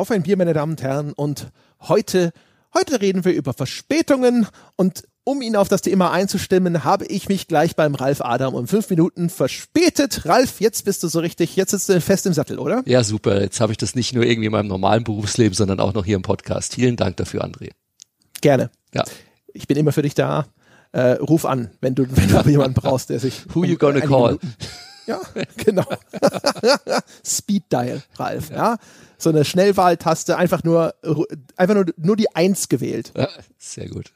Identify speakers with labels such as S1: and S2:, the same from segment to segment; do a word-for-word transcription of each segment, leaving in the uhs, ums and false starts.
S1: auf ein Bier, meine Damen und Herren. Und heute, heute reden wir über Verspätungen. Und um ihn auf das Thema einzustimmen, habe ich mich gleich beim Ralf Adam um fünf Minuten verspätet. Ralf, jetzt bist du so richtig, jetzt sitzt du fest im Sattel, oder?
S2: Ja, super. Jetzt habe ich das nicht nur irgendwie in meinem normalen Berufsleben, sondern auch noch hier im Podcast. Vielen Dank dafür, André.
S1: Gerne.
S2: Ja.
S1: Ich bin immer für dich da. Äh, ruf an, wenn du, wenn du jemanden brauchst, der sich...
S2: Who you gonna call?
S1: Minuten, ja, genau. Speed Dial, Ralf, ja. ja. So eine Schnellwahltaste, einfach nur, einfach nur, nur die Eins gewählt.
S2: Ja, sehr gut.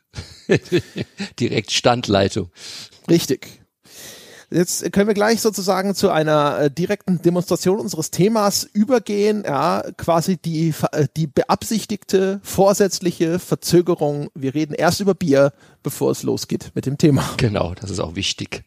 S2: Direkt Standleitung.
S1: Richtig. Jetzt können wir gleich sozusagen zu einer äh, direkten Demonstration unseres Themas übergehen, ja, quasi die, äh, die beabsichtigte, vorsätzliche Verzögerung. Wir reden erst über Bier, bevor es losgeht mit dem Thema.
S2: Genau, das ist auch wichtig.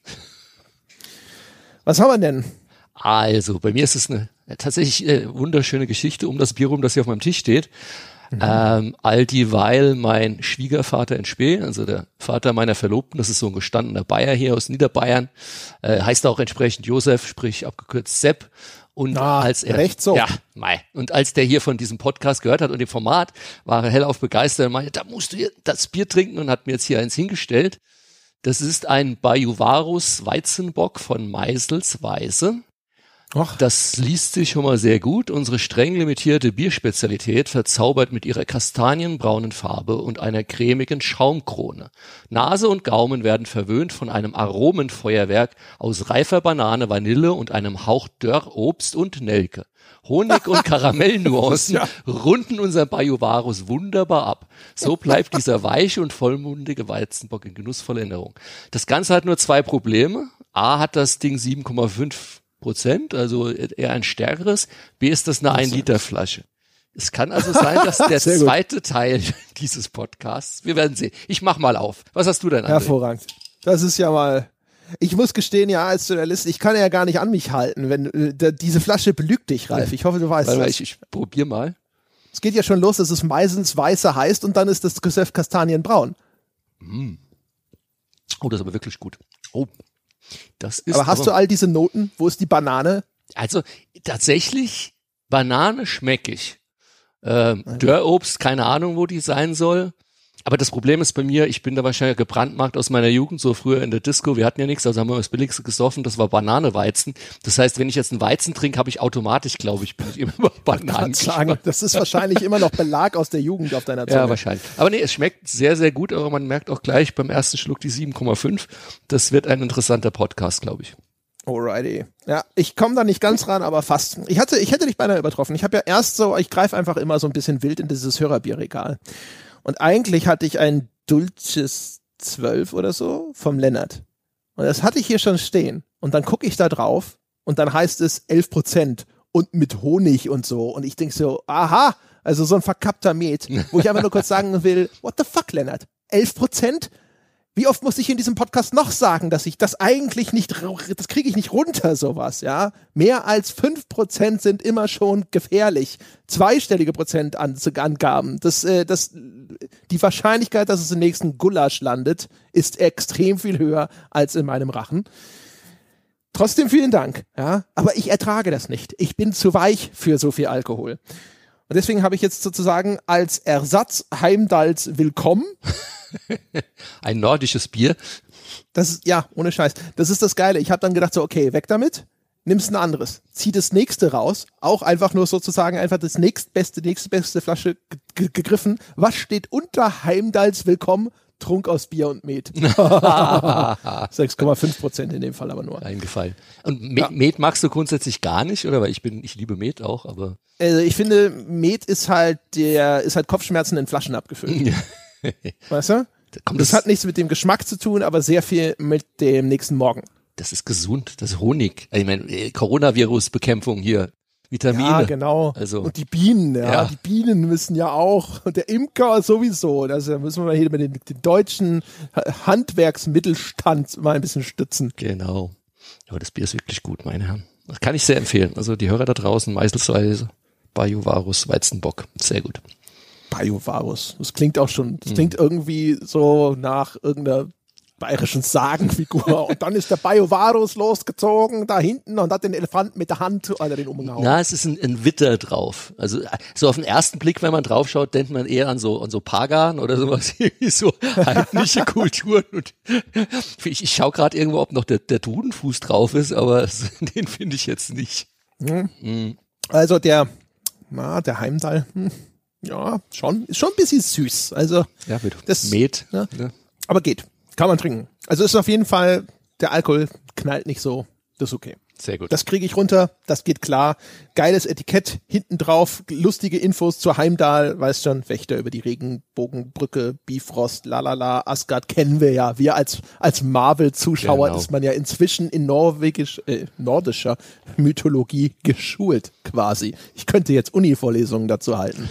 S1: Was haben wir denn?
S2: Also, bei mir ist es eine tatsächlich äh, wunderschöne Geschichte um das Bier rum, das hier auf meinem Tisch steht. Mhm. Ähm, all dieweil mein Schwiegervater in Spee, also der Vater meiner Verlobten, das ist so ein gestandener Bayer hier aus Niederbayern, äh, heißt auch entsprechend Josef, sprich abgekürzt Sepp. Und
S1: ah,
S2: als er,
S1: recht so.
S2: ja, mei. Und als der hier von diesem Podcast gehört hat und dem Format, war er hellauf begeistert und meinte, da musst du hier das Bier trinken und hat mir jetzt hier eins hingestellt. Das ist ein Bajuvarus Weizenbock von Meisels Weise.
S1: Och.
S2: Das liest sich schon mal sehr gut. Unsere streng limitierte Bierspezialität verzaubert mit ihrer kastanienbraunen Farbe und einer cremigen Schaumkrone. Nase und Gaumen werden verwöhnt von einem Aromenfeuerwerk aus reifer Banane, Vanille und einem Hauch Dörrobst und Nelke. Honig und Karamellnuancen ja. runden unser Bajuvarus wunderbar ab. So bleibt dieser weiche und vollmundige Weizenbock in genussvoller Erinnerung. Das Ganze hat nur zwei Probleme. A hat das Ding sieben Komma fünf Prozent, also eher ein stärkeres. B ist das eine ein Liter Flasche. Es kann also sein, dass der zweite Teil dieses Podcasts, wir werden sehen. Ich mach mal auf. Was hast du denn, André?
S1: Hervorragend. Das ist ja mal, ich muss gestehen, ja, als Journalist, ich kann ja gar nicht an mich halten, wenn äh, diese Flasche belügt dich, Ralf. Ich hoffe, du weißt
S2: Weil
S1: das.
S2: Ich, ich probier mal.
S1: Es geht ja schon los, dass es meistens weißer heißt und dann ist das Gesöff kastanienbraun.
S2: Mm. Oh, das ist aber wirklich gut. Oh. Das ist
S1: aber hast aber, du all diese Noten? Wo ist die Banane?
S2: Also tatsächlich, Banane schmecke ich. Ähm, Dörrobst, keine Ahnung, wo die sein soll. Aber das Problem ist bei mir, ich bin da wahrscheinlich gebrandmarkt aus meiner Jugend, so früher in der Disco, wir hatten ja nichts, also haben wir das Billigste gesoffen, das war Bananeweizen. Das heißt, wenn ich jetzt einen Weizen trinke, habe ich automatisch, glaube ich, bin ich immer Bananen.
S1: Sagen, das ist wahrscheinlich immer noch Belag aus der Jugend auf deiner Zunge.
S2: Ja, wahrscheinlich. Aber nee, es schmeckt sehr, sehr gut, aber man merkt auch gleich beim ersten Schluck die sieben Komma fünf. Das wird ein interessanter Podcast, glaube ich.
S1: Alrighty. Ja, ich komme da nicht ganz ran, aber fast. Ich hatte, ich hätte dich beinahe übertroffen. Ich habe ja erst so, ich greife einfach immer so ein bisschen wild in dieses Hörerbierregal. Und eigentlich hatte ich ein Dulces zwölf oder so vom Lennart. Und das hatte ich hier schon stehen. Und dann gucke ich da drauf und dann heißt es elf Prozent und mit Honig und so. Und ich denke so, aha, also so ein verkappter Met, wo ich einfach nur kurz sagen will, what the fuck, Lennart? elf Prozent? Wie oft muss ich in diesem Podcast noch sagen, dass ich das eigentlich nicht, das kriege ich nicht runter, sowas, ja? Mehr als fünf Prozent sind immer schon gefährlich. Zweistellige Prozentangaben. Das, äh, das, die Wahrscheinlichkeit, dass es im nächsten Gulasch landet, ist extrem viel höher als in meinem Rachen. Trotzdem vielen Dank, ja? Aber ich ertrage das nicht. Ich bin zu weich für so viel Alkohol. Und deswegen habe ich jetzt sozusagen als Ersatz Heimdalls Willkommen
S2: ein nordisches Bier.
S1: Das ist, ja, ohne Scheiß. Das ist das Geile. Ich habe dann gedacht so, okay, weg damit, nimmst ein anderes. Zieh das nächste raus. Auch einfach nur sozusagen einfach das nächstbeste, nächstbeste Flasche g- gegriffen. Was steht unter Heimdalls Willkommen? Trunk aus Bier und Met. sechs Komma fünf Prozent in dem Fall aber nur.
S2: Eingefallen. Und Met,
S1: ja.
S2: Met magst du grundsätzlich gar nicht, oder? Weil ich bin, ich liebe Met auch, aber.
S1: Also ich finde, Met ist halt der, ist halt Kopfschmerzen in Flaschen abgefüllt. Weißt du?
S2: Da
S1: das, das hat nichts mit dem Geschmack zu tun, aber sehr viel mit dem nächsten Morgen.
S2: Das ist gesund, das ist Honig. Ich meine, Coronavirus-Bekämpfung hier, Vitamine.
S1: Ja, genau.
S2: Also,
S1: und die Bienen, ja, ja. Die Bienen müssen ja auch, und der Imker sowieso. Also, da müssen wir mal hier mit den, den deutschen Handwerksmittelstand mal ein bisschen stützen.
S2: Genau. Aber das Bier ist wirklich gut, meine Herren. Das kann ich sehr empfehlen. Also die Hörer da draußen, Meiselsweise, Bajuvarus, Weizenbock, sehr gut.
S1: Bajuvarus. Das klingt auch schon, das klingt hm. irgendwie so nach irgendeiner bayerischen Sagenfigur. Und dann ist der Bajovarus losgezogen da hinten und hat den Elefanten mit der Hand oder den umgehauen.
S2: Na, es ist ein, ein Witter drauf. Also so auf den ersten Blick, wenn man drauf schaut, denkt man eher an so an so Pagan oder sowas, irgendwie so heidnische Kulturen. Und ich, ich schaue gerade irgendwo, ob noch der, der Drudenfuß drauf ist, aber den finde ich jetzt nicht.
S1: Mhm. Mhm. Also der, na, der Heimdall, hm, ja, schon, ist schon ein bisschen süß. Also
S2: ja, mit
S1: das
S2: Met.
S1: Ja,
S2: ne?
S1: Aber geht. Kann man trinken. Also ist auf jeden Fall, der Alkohol knallt nicht so, das ist okay.
S2: Sehr gut.
S1: Das kriege ich runter, das geht klar. Geiles Etikett, hinten drauf, lustige Infos zu Heimdall, weißt schon, Wächter über die Regenbogenbrücke, Bifrost, lalala, Asgard kennen wir ja. Wir als, als Marvel-Zuschauer
S2: Genau.
S1: ist man ja inzwischen in norwegisch, äh, nordischer Mythologie geschult, quasi. Ich könnte jetzt Uni-Vorlesungen dazu halten.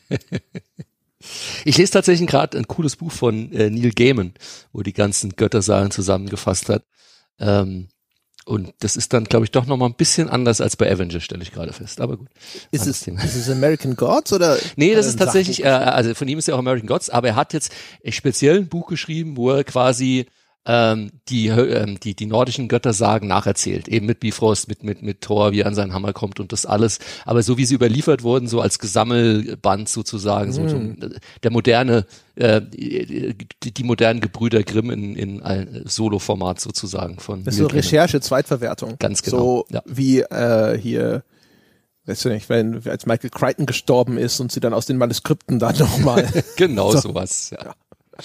S2: Ich lese tatsächlich gerade ein cooles Buch von äh, Neil Gaiman, wo die ganzen Göttersagen zusammengefasst hat. Ähm, und das ist dann, glaube ich, doch nochmal ein bisschen anders als bei Avengers, stelle ich gerade fest. Aber gut.
S1: Ist es, ist es American Gods oder?
S2: Nee, das
S1: äh,
S2: ist tatsächlich, äh, also von ihm ist ja auch American Gods, aber er hat jetzt speziell ein Buch geschrieben, wo er quasi ähm, die, ähm, die, die nordischen Göttersagen nacherzählt, eben mit Bifrost, mit, mit, mit Thor, wie er an seinen Hammer kommt und das alles, aber so wie sie überliefert wurden, so als Gesammelband sozusagen, so,
S1: Mm.
S2: so der moderne, äh, die, die modernen Gebrüder Grimm in, in ein Solo-Format sozusagen von.
S1: Das ist so Recherche, Zweitverwertung.
S2: Ganz genau.
S1: So
S2: ja.
S1: wie äh, hier, weißt du nicht, wenn als Michael Crichton gestorben ist und sie dann aus den Manuskripten dann nochmal.
S2: Genau
S1: so.
S2: sowas, ja.
S1: ja.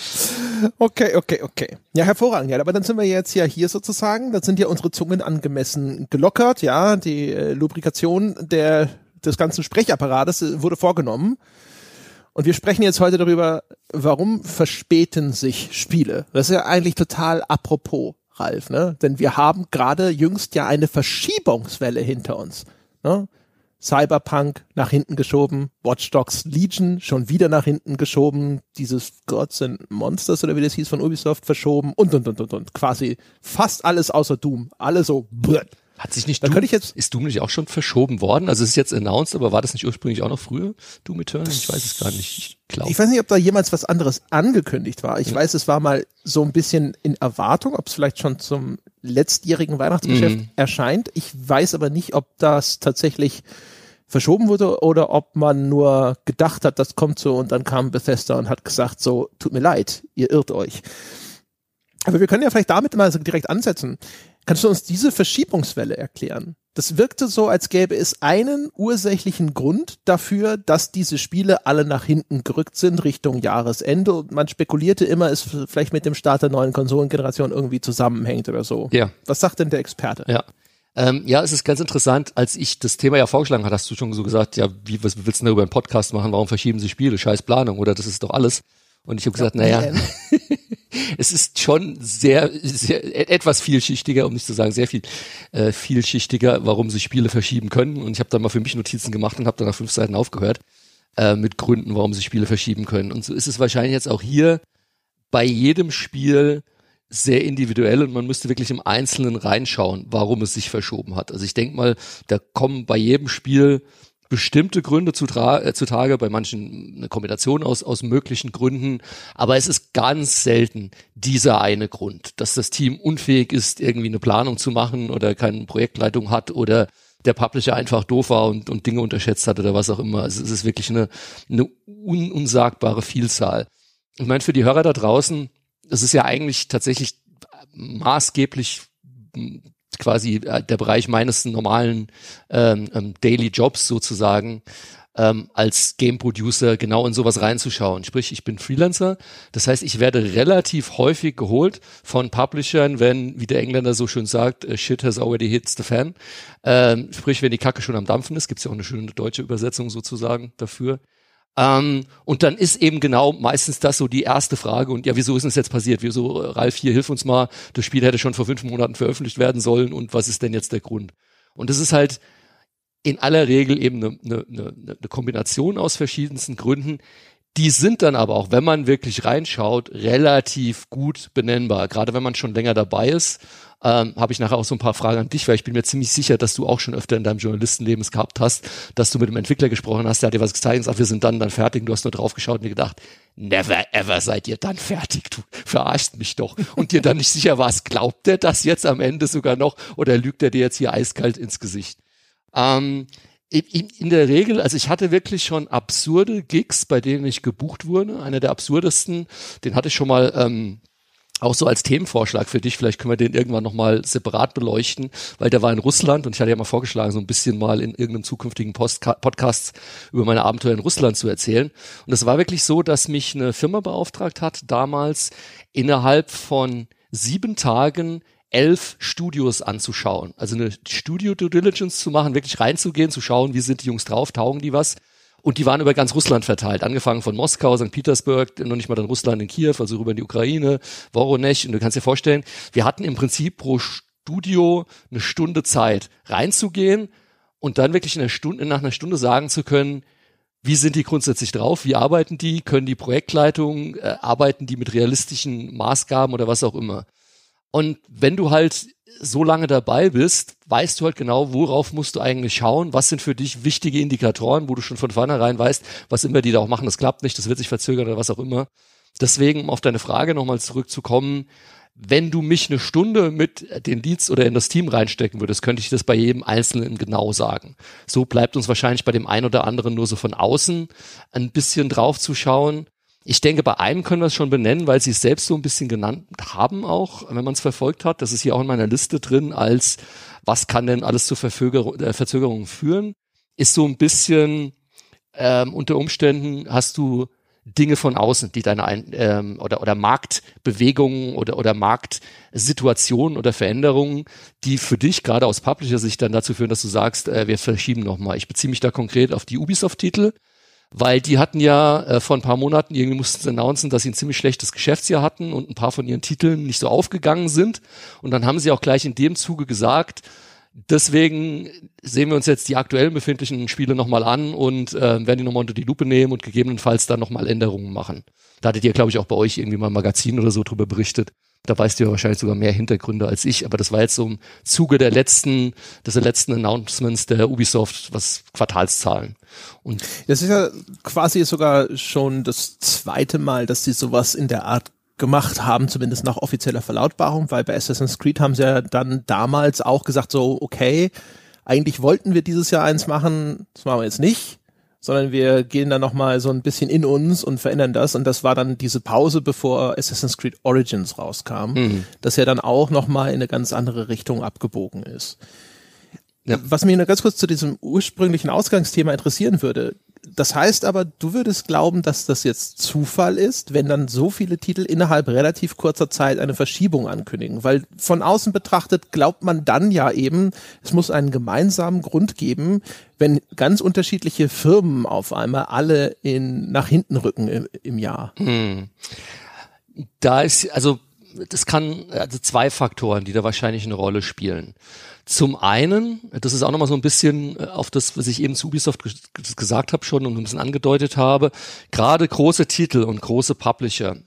S1: Okay, okay, okay. Ja, hervorragend. Ja, aber dann sind wir jetzt ja hier sozusagen. Dann sind ja unsere Zungen angemessen gelockert. Ja, die äh, Lubrikation der des ganzen Sprechapparates äh, wurde vorgenommen. Und wir sprechen jetzt heute darüber, warum verspäten sich Spiele? Das ist ja eigentlich total apropos, Ralf, ne? Denn wir haben gerade jüngst ja eine Verschiebungswelle hinter uns, ne? Cyberpunk nach hinten geschoben, Watch Dogs Legion schon wieder nach hinten geschoben, dieses Gods and Monsters oder wie das hieß von Ubisoft verschoben und und und und und quasi fast alles außer Doom, alle so blöd.
S2: Hat sich nicht
S1: Dann
S2: Doom,
S1: könnte ich jetzt,
S2: ist Doom nicht auch schon verschoben worden? Also es ist jetzt announced, aber war das nicht ursprünglich auch noch früher, Doom Eternal? Ich weiß es gar nicht. Ich glaube.
S1: Ich weiß nicht, ob da jemals was anderes angekündigt war. Ich ja. weiß, es war mal so ein bisschen in Erwartung, ob es vielleicht schon zum letztjährigen Weihnachtsgeschäft mhm. erscheint. Ich weiß aber nicht, ob das tatsächlich verschoben wurde oder ob man nur gedacht hat, das kommt so und dann kam Bethesda und hat gesagt so, tut mir leid, ihr irrt euch. Aber wir können ja vielleicht damit mal so direkt ansetzen. Kannst du uns diese Verschiebungswelle erklären? Das wirkte so, als gäbe es einen ursächlichen Grund dafür, dass diese Spiele alle nach hinten gerückt sind Richtung Jahresende und man spekulierte immer, es vielleicht mit dem Start der neuen Konsolengeneration irgendwie zusammenhängt oder so.
S2: Ja.
S1: Was sagt denn der Experte?
S2: Ja. Ähm, ja, es ist ganz interessant, als ich das Thema ja vorgeschlagen habe, hast du schon so gesagt, ja, wie, was willst du denn darüber einen Podcast machen, warum verschieben sie Spiele, scheiß Planung, oder das ist doch alles. Und ich habe gesagt, naja, es ist schon sehr, sehr, etwas vielschichtiger, um nicht zu sagen sehr viel äh, vielschichtiger, warum sie Spiele verschieben können. Und ich habe dann mal für mich Notizen gemacht und habe dann nach fünf Seiten aufgehört äh, mit Gründen, warum sie Spiele verschieben können. Und so ist es wahrscheinlich jetzt auch hier bei jedem Spiel sehr individuell und man müsste wirklich im Einzelnen reinschauen, warum es sich verschoben hat. Also ich denke mal, da kommen bei jedem Spiel bestimmte Gründe zutra- äh, zutage, bei manchen eine Kombination aus aus möglichen Gründen, aber es ist ganz selten dieser eine Grund, dass das Team unfähig ist, irgendwie eine Planung zu machen oder keine Projektleitung hat oder der Publisher einfach doof war und, und Dinge unterschätzt hat oder was auch immer. Also es ist wirklich eine, eine un- unsagbare Vielzahl. Ich meine, für die Hörer da draußen, das ist ja eigentlich tatsächlich maßgeblich quasi der Bereich meines normalen ähm, ähm, Daily Jobs sozusagen, ähm, als Game Producer genau in sowas reinzuschauen. Sprich, ich bin Freelancer, das heißt, ich werde relativ häufig geholt von Publishern, wenn, wie der Engländer so schön sagt, shit has already hit the fan. Ähm, sprich, wenn die Kacke schon am Dampfen ist, gibt's ja auch eine schöne deutsche Übersetzung sozusagen dafür. Ähm, und dann ist eben genau meistens das so die erste Frage und ja, wieso ist das jetzt passiert? Wieso, Ralf, hier, hilf uns mal, das Spiel hätte schon vor fünf Monaten veröffentlicht werden sollen und was ist denn jetzt der Grund? Und das ist halt in aller Regel eben eine, eine, eine, eine Kombination aus verschiedensten Gründen, Die sind dann aber auch, wenn man wirklich reinschaut, relativ gut benennbar. Gerade wenn man schon länger dabei ist, ähm, habe ich nachher auch so ein paar Fragen an dich, weil ich bin mir ziemlich sicher, dass du auch schon öfter in deinem Journalistenleben es gehabt hast, dass du mit dem Entwickler gesprochen hast, der hat dir was gezeigt und sagt, wir sind dann dann fertig und du hast nur drauf geschaut und dir gedacht, never ever seid ihr dann fertig, du verarschst mich doch. Und dir dann nicht sicher warst, glaubt der das jetzt am Ende sogar noch oder lügt er dir jetzt hier eiskalt ins Gesicht? Ähm, In, in der Regel, also ich hatte wirklich schon absurde Gigs, bei denen ich gebucht wurde. Einer der absurdesten, den hatte ich schon mal ähm, auch so als Themenvorschlag für dich. Vielleicht können wir den irgendwann nochmal separat beleuchten, weil der war in Russland und ich hatte ja mal vorgeschlagen, so ein bisschen mal in irgendeinem zukünftigen Postka- Podcast über meine Abenteuer in Russland zu erzählen. Und es war wirklich so, dass mich eine Firma beauftragt hat, damals innerhalb von sieben Tagen elf Studios anzuschauen. Also eine Studio-Due Diligence zu machen, wirklich reinzugehen, zu schauen, wie sind die Jungs drauf, taugen die was. Und die waren über ganz Russland verteilt, angefangen von Moskau, Sankt Petersburg, noch nicht mal dann Russland in Kiew, also rüber in die Ukraine, Voronezh. Und du kannst dir vorstellen, wir hatten im Prinzip pro Studio eine Stunde Zeit, reinzugehen und dann wirklich in einer Stunde, nach einer Stunde sagen zu können, wie sind die grundsätzlich drauf, wie arbeiten die, können die Projektleitungen, äh, arbeiten die mit realistischen Maßgaben oder was auch immer. Und wenn du halt so lange dabei bist, weißt du halt genau, worauf musst du eigentlich schauen, was sind für dich wichtige Indikatoren, wo du schon von vornherein weißt, was immer die da auch machen, das klappt nicht, das wird sich verzögern oder was auch immer. Deswegen, um auf deine Frage nochmal zurückzukommen, wenn du mich eine Stunde mit den Leads oder in das Team reinstecken würdest, könnte ich das bei jedem Einzelnen genau sagen. So bleibt uns wahrscheinlich bei dem einen oder anderen nur so von außen ein bisschen drauf zu schauen. Ich denke, bei einem können wir es schon benennen, weil sie es selbst so ein bisschen genannt haben auch, wenn man es verfolgt hat. Das ist hier auch in meiner Liste drin als, was kann denn alles zu Verfüger- äh, Verzögerungen führen? Ist so ein bisschen, ähm, unter Umständen hast du Dinge von außen, die deine ein, ähm, oder oder Marktbewegungen oder oder Marktsituationen oder Veränderungen, die für dich gerade aus Publisher-Sicht dann dazu führen, dass du sagst, äh, wir verschieben nochmal. Ich beziehe mich da konkret auf die Ubisoft-Titel, weil die hatten ja äh, vor ein paar Monaten, irgendwie mussten sie announcen, dass sie ein ziemlich schlechtes Geschäftsjahr hatten und ein paar von ihren Titeln nicht so aufgegangen sind. Und dann haben sie auch gleich in dem Zuge gesagt, deswegen sehen wir uns jetzt die aktuell befindlichen Spiele nochmal an und äh, werden die nochmal unter die Lupe nehmen und gegebenenfalls dann nochmal Änderungen machen. Da hattet ihr, glaube ich, auch bei euch irgendwie mal ein Magazin oder so drüber berichtet. Da weißt ihr wahrscheinlich sogar mehr Hintergründe als ich, aber das war jetzt so im Zuge der letzten, des letzten Announcements der Ubisoft, was Quartalszahlen. Und
S1: das ist ja quasi sogar schon das zweite Mal, dass sie sowas in der Art gemacht haben, zumindest nach offizieller Verlautbarung, weil bei Assassin's Creed haben sie ja dann damals auch gesagt, so, okay, eigentlich wollten wir dieses Jahr eins machen, das machen wir jetzt nicht, sondern wir gehen dann nochmal so ein bisschen in uns und verändern das. Und das war dann diese Pause, bevor Assassin's Creed Origins rauskam, mhm. das ja dann auch nochmal in eine ganz andere Richtung abgebogen ist. Ja. Was mich nur ganz kurz zu diesem ursprünglichen Ausgangsthema interessieren würde, das heißt aber, du würdest glauben, dass das jetzt Zufall ist, wenn dann so viele Titel innerhalb relativ kurzer Zeit eine Verschiebung ankündigen, weil von außen betrachtet glaubt man dann ja eben, es muss einen gemeinsamen Grund geben, wenn ganz unterschiedliche Firmen auf einmal alle in nach hinten rücken im, im Jahr.
S2: Hm. Da ist, also das kann, also zwei Faktoren, die da wahrscheinlich eine Rolle spielen. Zum einen, das ist auch nochmal so ein bisschen auf das, was ich eben zu Ubisoft g- gesagt habe schon und ein bisschen angedeutet habe, gerade große Titel und große Publisher,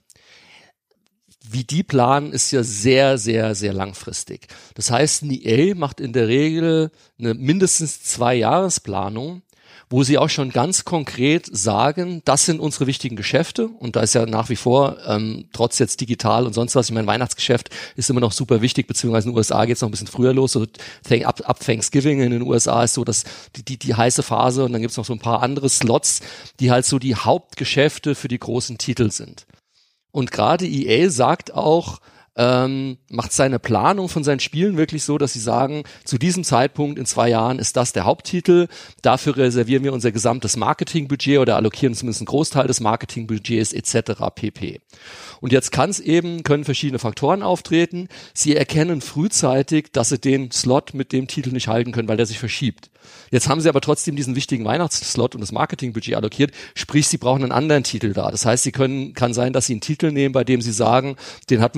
S2: wie die planen, ist ja sehr, sehr, sehr langfristig. Das heißt, ein E A macht in der Regel eine mindestens zwei Jahresplanung, wo sie auch schon ganz konkret sagen, das sind unsere wichtigen Geschäfte und da ist ja nach wie vor, ähm, trotz jetzt digital und sonst was, ich meine, Weihnachtsgeschäft ist immer noch super wichtig, beziehungsweise in den U S A geht es noch ein bisschen früher los, so ab, ab Thanksgiving in den U S A ist so dass die, die, die heiße Phase und dann gibt's noch so ein paar andere Slots, die halt so die Hauptgeschäfte für die großen Titel sind. Und gerade E A sagt auch, ähm, macht seine Planung von seinen Spielen wirklich so, dass sie sagen, zu diesem Zeitpunkt in zwei Jahren ist das der Haupttitel, dafür reservieren wir unser gesamtes Marketingbudget oder allokieren zumindest einen Großteil des Marketingbudgets et cetera pp. Und jetzt kann es eben, können verschiedene Faktoren auftreten. Sie erkennen frühzeitig, dass sie den Slot mit dem Titel nicht halten können, weil der sich verschiebt. Jetzt haben sie aber trotzdem diesen wichtigen Weihnachtsslot und das Marketingbudget allokiert, sprich, sie brauchen einen anderen Titel da. Das heißt, sie können, kann sein, dass sie einen Titel nehmen, bei dem sie sagen, den hatten wir ursprünglich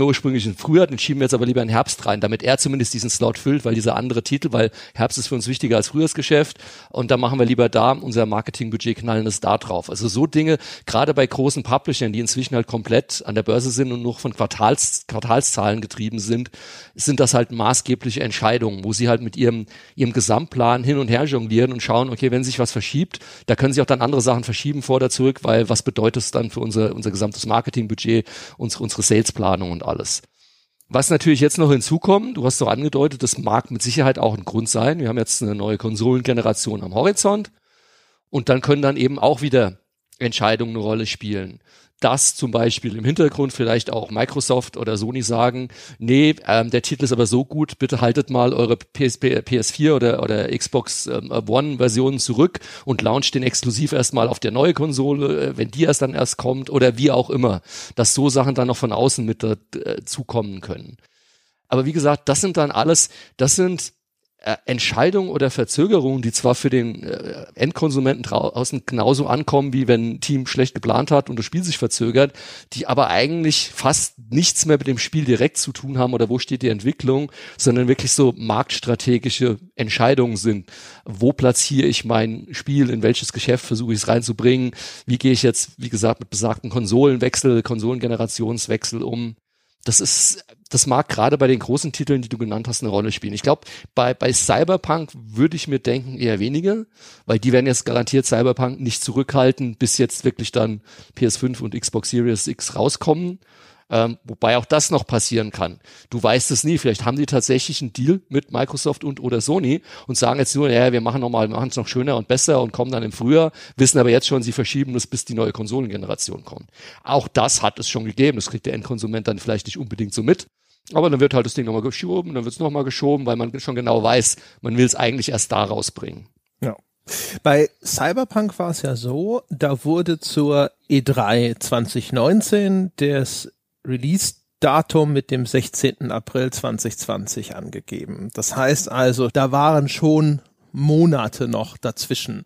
S2: diesen Frühjahr, den schieben wir jetzt aber lieber in Herbst rein, damit er zumindest diesen Slot füllt, weil dieser andere Titel, weil Herbst ist für uns wichtiger als Frühjahrsgeschäft und da machen wir lieber da unser Marketingbudget, knallen es da drauf. Also so Dinge, gerade bei großen Publishern, die inzwischen halt komplett an der Börse sind und nur von Quartals, Quartalszahlen getrieben sind, sind das halt maßgebliche Entscheidungen, wo sie halt mit ihrem, ihrem Gesamtplan hin und her jonglieren und schauen, okay, wenn sich was verschiebt, da können sich auch dann andere Sachen verschieben vor oder zurück, weil was bedeutet es dann für unser, unser gesamtes Marketingbudget, unsere, unsere Salesplanung und alles. Was natürlich jetzt noch hinzukommt, du hast doch angedeutet, das mag mit Sicherheit auch ein Grund sein. Wir haben jetzt eine neue Konsolengeneration am Horizont und dann können dann eben auch wieder Entscheidungen eine Rolle spielen. Dass zum Beispiel im Hintergrund vielleicht auch Microsoft oder Sony sagen, nee, ähm, der Titel ist aber so gut, bitte haltet mal eure P S vier oder, oder Xbox ähm, One-Versionen zurück und launcht den exklusiv erstmal auf der neue Konsole, äh, wenn die erst dann erst kommt oder wie auch immer, dass so Sachen dann noch von außen mit dazu kommen können. Aber wie gesagt, das sind dann alles, das sind Äh, Entscheidungen oder Verzögerungen, die zwar für den äh, Endkonsumenten draußen genauso ankommen, wie wenn ein Team schlecht geplant hat und das Spiel sich verzögert, die aber eigentlich fast nichts mehr mit dem Spiel direkt zu tun haben oder wo steht die Entwicklung, sondern wirklich so marktstrategische Entscheidungen sind. Wo platziere ich mein Spiel, in welches Geschäft versuche ich es reinzubringen, wie gehe ich jetzt, wie gesagt, mit besagten Konsolenwechsel, Konsolengenerationswechsel um. Das ist, das mag gerade bei den großen Titeln, die du genannt hast, eine Rolle spielen. Ich glaube, bei, bei Cyberpunk würde ich mir denken, eher weniger, weil die werden jetzt garantiert Cyberpunk nicht zurückhalten, bis jetzt wirklich dann P S fünf und Xbox Series X rauskommen. Ähm, wobei auch das noch passieren kann. Du weißt es nie, vielleicht haben die tatsächlich einen Deal mit Microsoft und oder Sony und sagen jetzt nur, ja, wir machen nochmal, wir machen es noch schöner und besser und kommen dann im Frühjahr, wissen aber jetzt schon, sie verschieben es, bis die neue Konsolengeneration kommt. Auch das hat es schon gegeben, das kriegt der Endkonsument dann vielleicht nicht unbedingt so mit, aber dann wird halt das Ding nochmal geschoben, dann wird es nochmal geschoben, weil man schon genau weiß, man will es eigentlich erst da rausbringen.
S1: Ja. Bei Cyberpunk war es ja so, da wurde zur E drei zwanzig neunzehn das Release-Datum mit dem sechzehnten April zwanzig zwanzig angegeben. Das heißt also, da waren schon Monate noch dazwischen.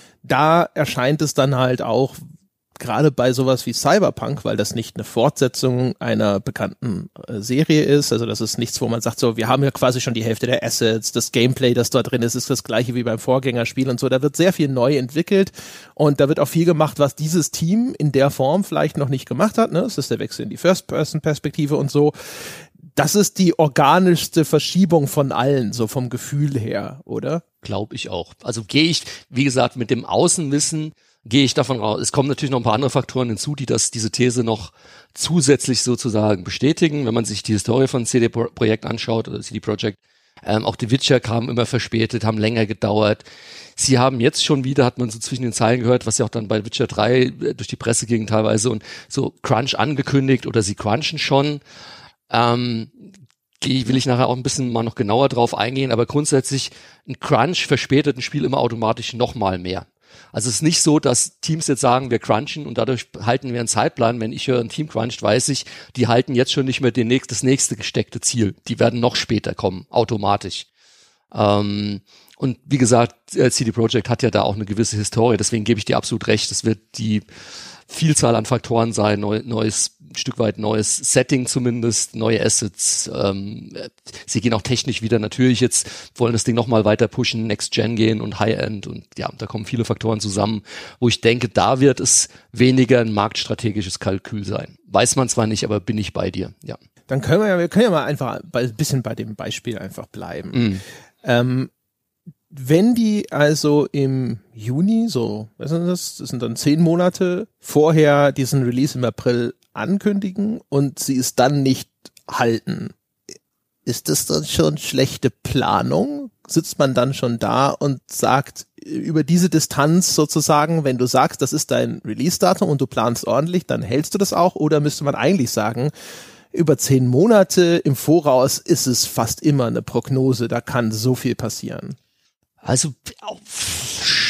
S1: Da erscheint es dann halt auch, gerade bei sowas wie Cyberpunk, weil das nicht eine Fortsetzung einer bekannten äh, Serie ist, also das ist nichts, wo man sagt, so, wir haben ja quasi schon die Hälfte der Assets, das Gameplay, das da drin ist, ist das gleiche wie beim Vorgängerspiel und so, da wird sehr viel neu entwickelt und da wird auch viel gemacht, was dieses Team in der Form vielleicht noch nicht gemacht hat, ne, das ist der Wechsel in die First-Person-Perspektive und so. Das ist die organischste Verschiebung von allen, so vom Gefühl her, oder?
S2: Glaube ich auch. Also gehe ich, wie gesagt, mit dem Außenwissen gehe ich davon raus. Es kommen natürlich noch ein paar andere Faktoren hinzu, die das, diese These noch zusätzlich sozusagen bestätigen. Wenn man sich die Historie von C D Projekt anschaut oder C D Projekt, ähm, auch die Witcher kamen immer verspätet, haben länger gedauert. Sie haben jetzt schon wieder, hat man so zwischen den Zeilen gehört, was ja auch dann bei Witcher drei durch die Presse ging teilweise und so Crunch angekündigt oder sie crunchen schon. Ähm, will ich nachher auch ein bisschen mal noch genauer drauf eingehen, aber grundsätzlich ein Crunch verspätet ein Spiel immer automatisch noch mal mehr. Also es ist nicht so, dass Teams jetzt sagen, wir crunchen und dadurch halten wir einen Zeitplan. Wenn ich höre, ein Team cruncht, weiß ich, die halten jetzt schon nicht mehr den nächst, das nächste gesteckte Ziel. Die werden noch später kommen, automatisch. Ähm, und wie gesagt, C D Projekt hat ja da auch eine gewisse Historie, deswegen gebe ich dir absolut recht. Es wird die Vielzahl an Faktoren sein, neu, neues, ein Stück weit neues Setting zumindest, neue Assets. Ähm, sie gehen auch technisch wieder natürlich jetzt, wollen das Ding nochmal weiter pushen, Next Gen gehen und High-End und ja, da kommen viele Faktoren zusammen, wo ich denke, da wird es weniger ein marktstrategisches Kalkül sein. Weiß man zwar nicht, aber bin ich bei dir, ja.
S1: Dann können wir ja, wir können ja mal einfach ein bisschen bei dem Beispiel einfach bleiben. Mm. Ähm, Wenn die also im Juni, so, was ist das? Das sind dann zehn Monate vorher diesen Release im April ankündigen und sie es dann nicht halten, ist das dann schon schlechte Planung? Sitzt man dann schon da und sagt über diese Distanz sozusagen, wenn du sagst, das ist dein Release-Datum und du planst ordentlich, dann hältst du das auch? Oder müsste man eigentlich sagen, über zehn Monate im Voraus ist es fast immer eine Prognose, da kann so viel passieren?
S2: Also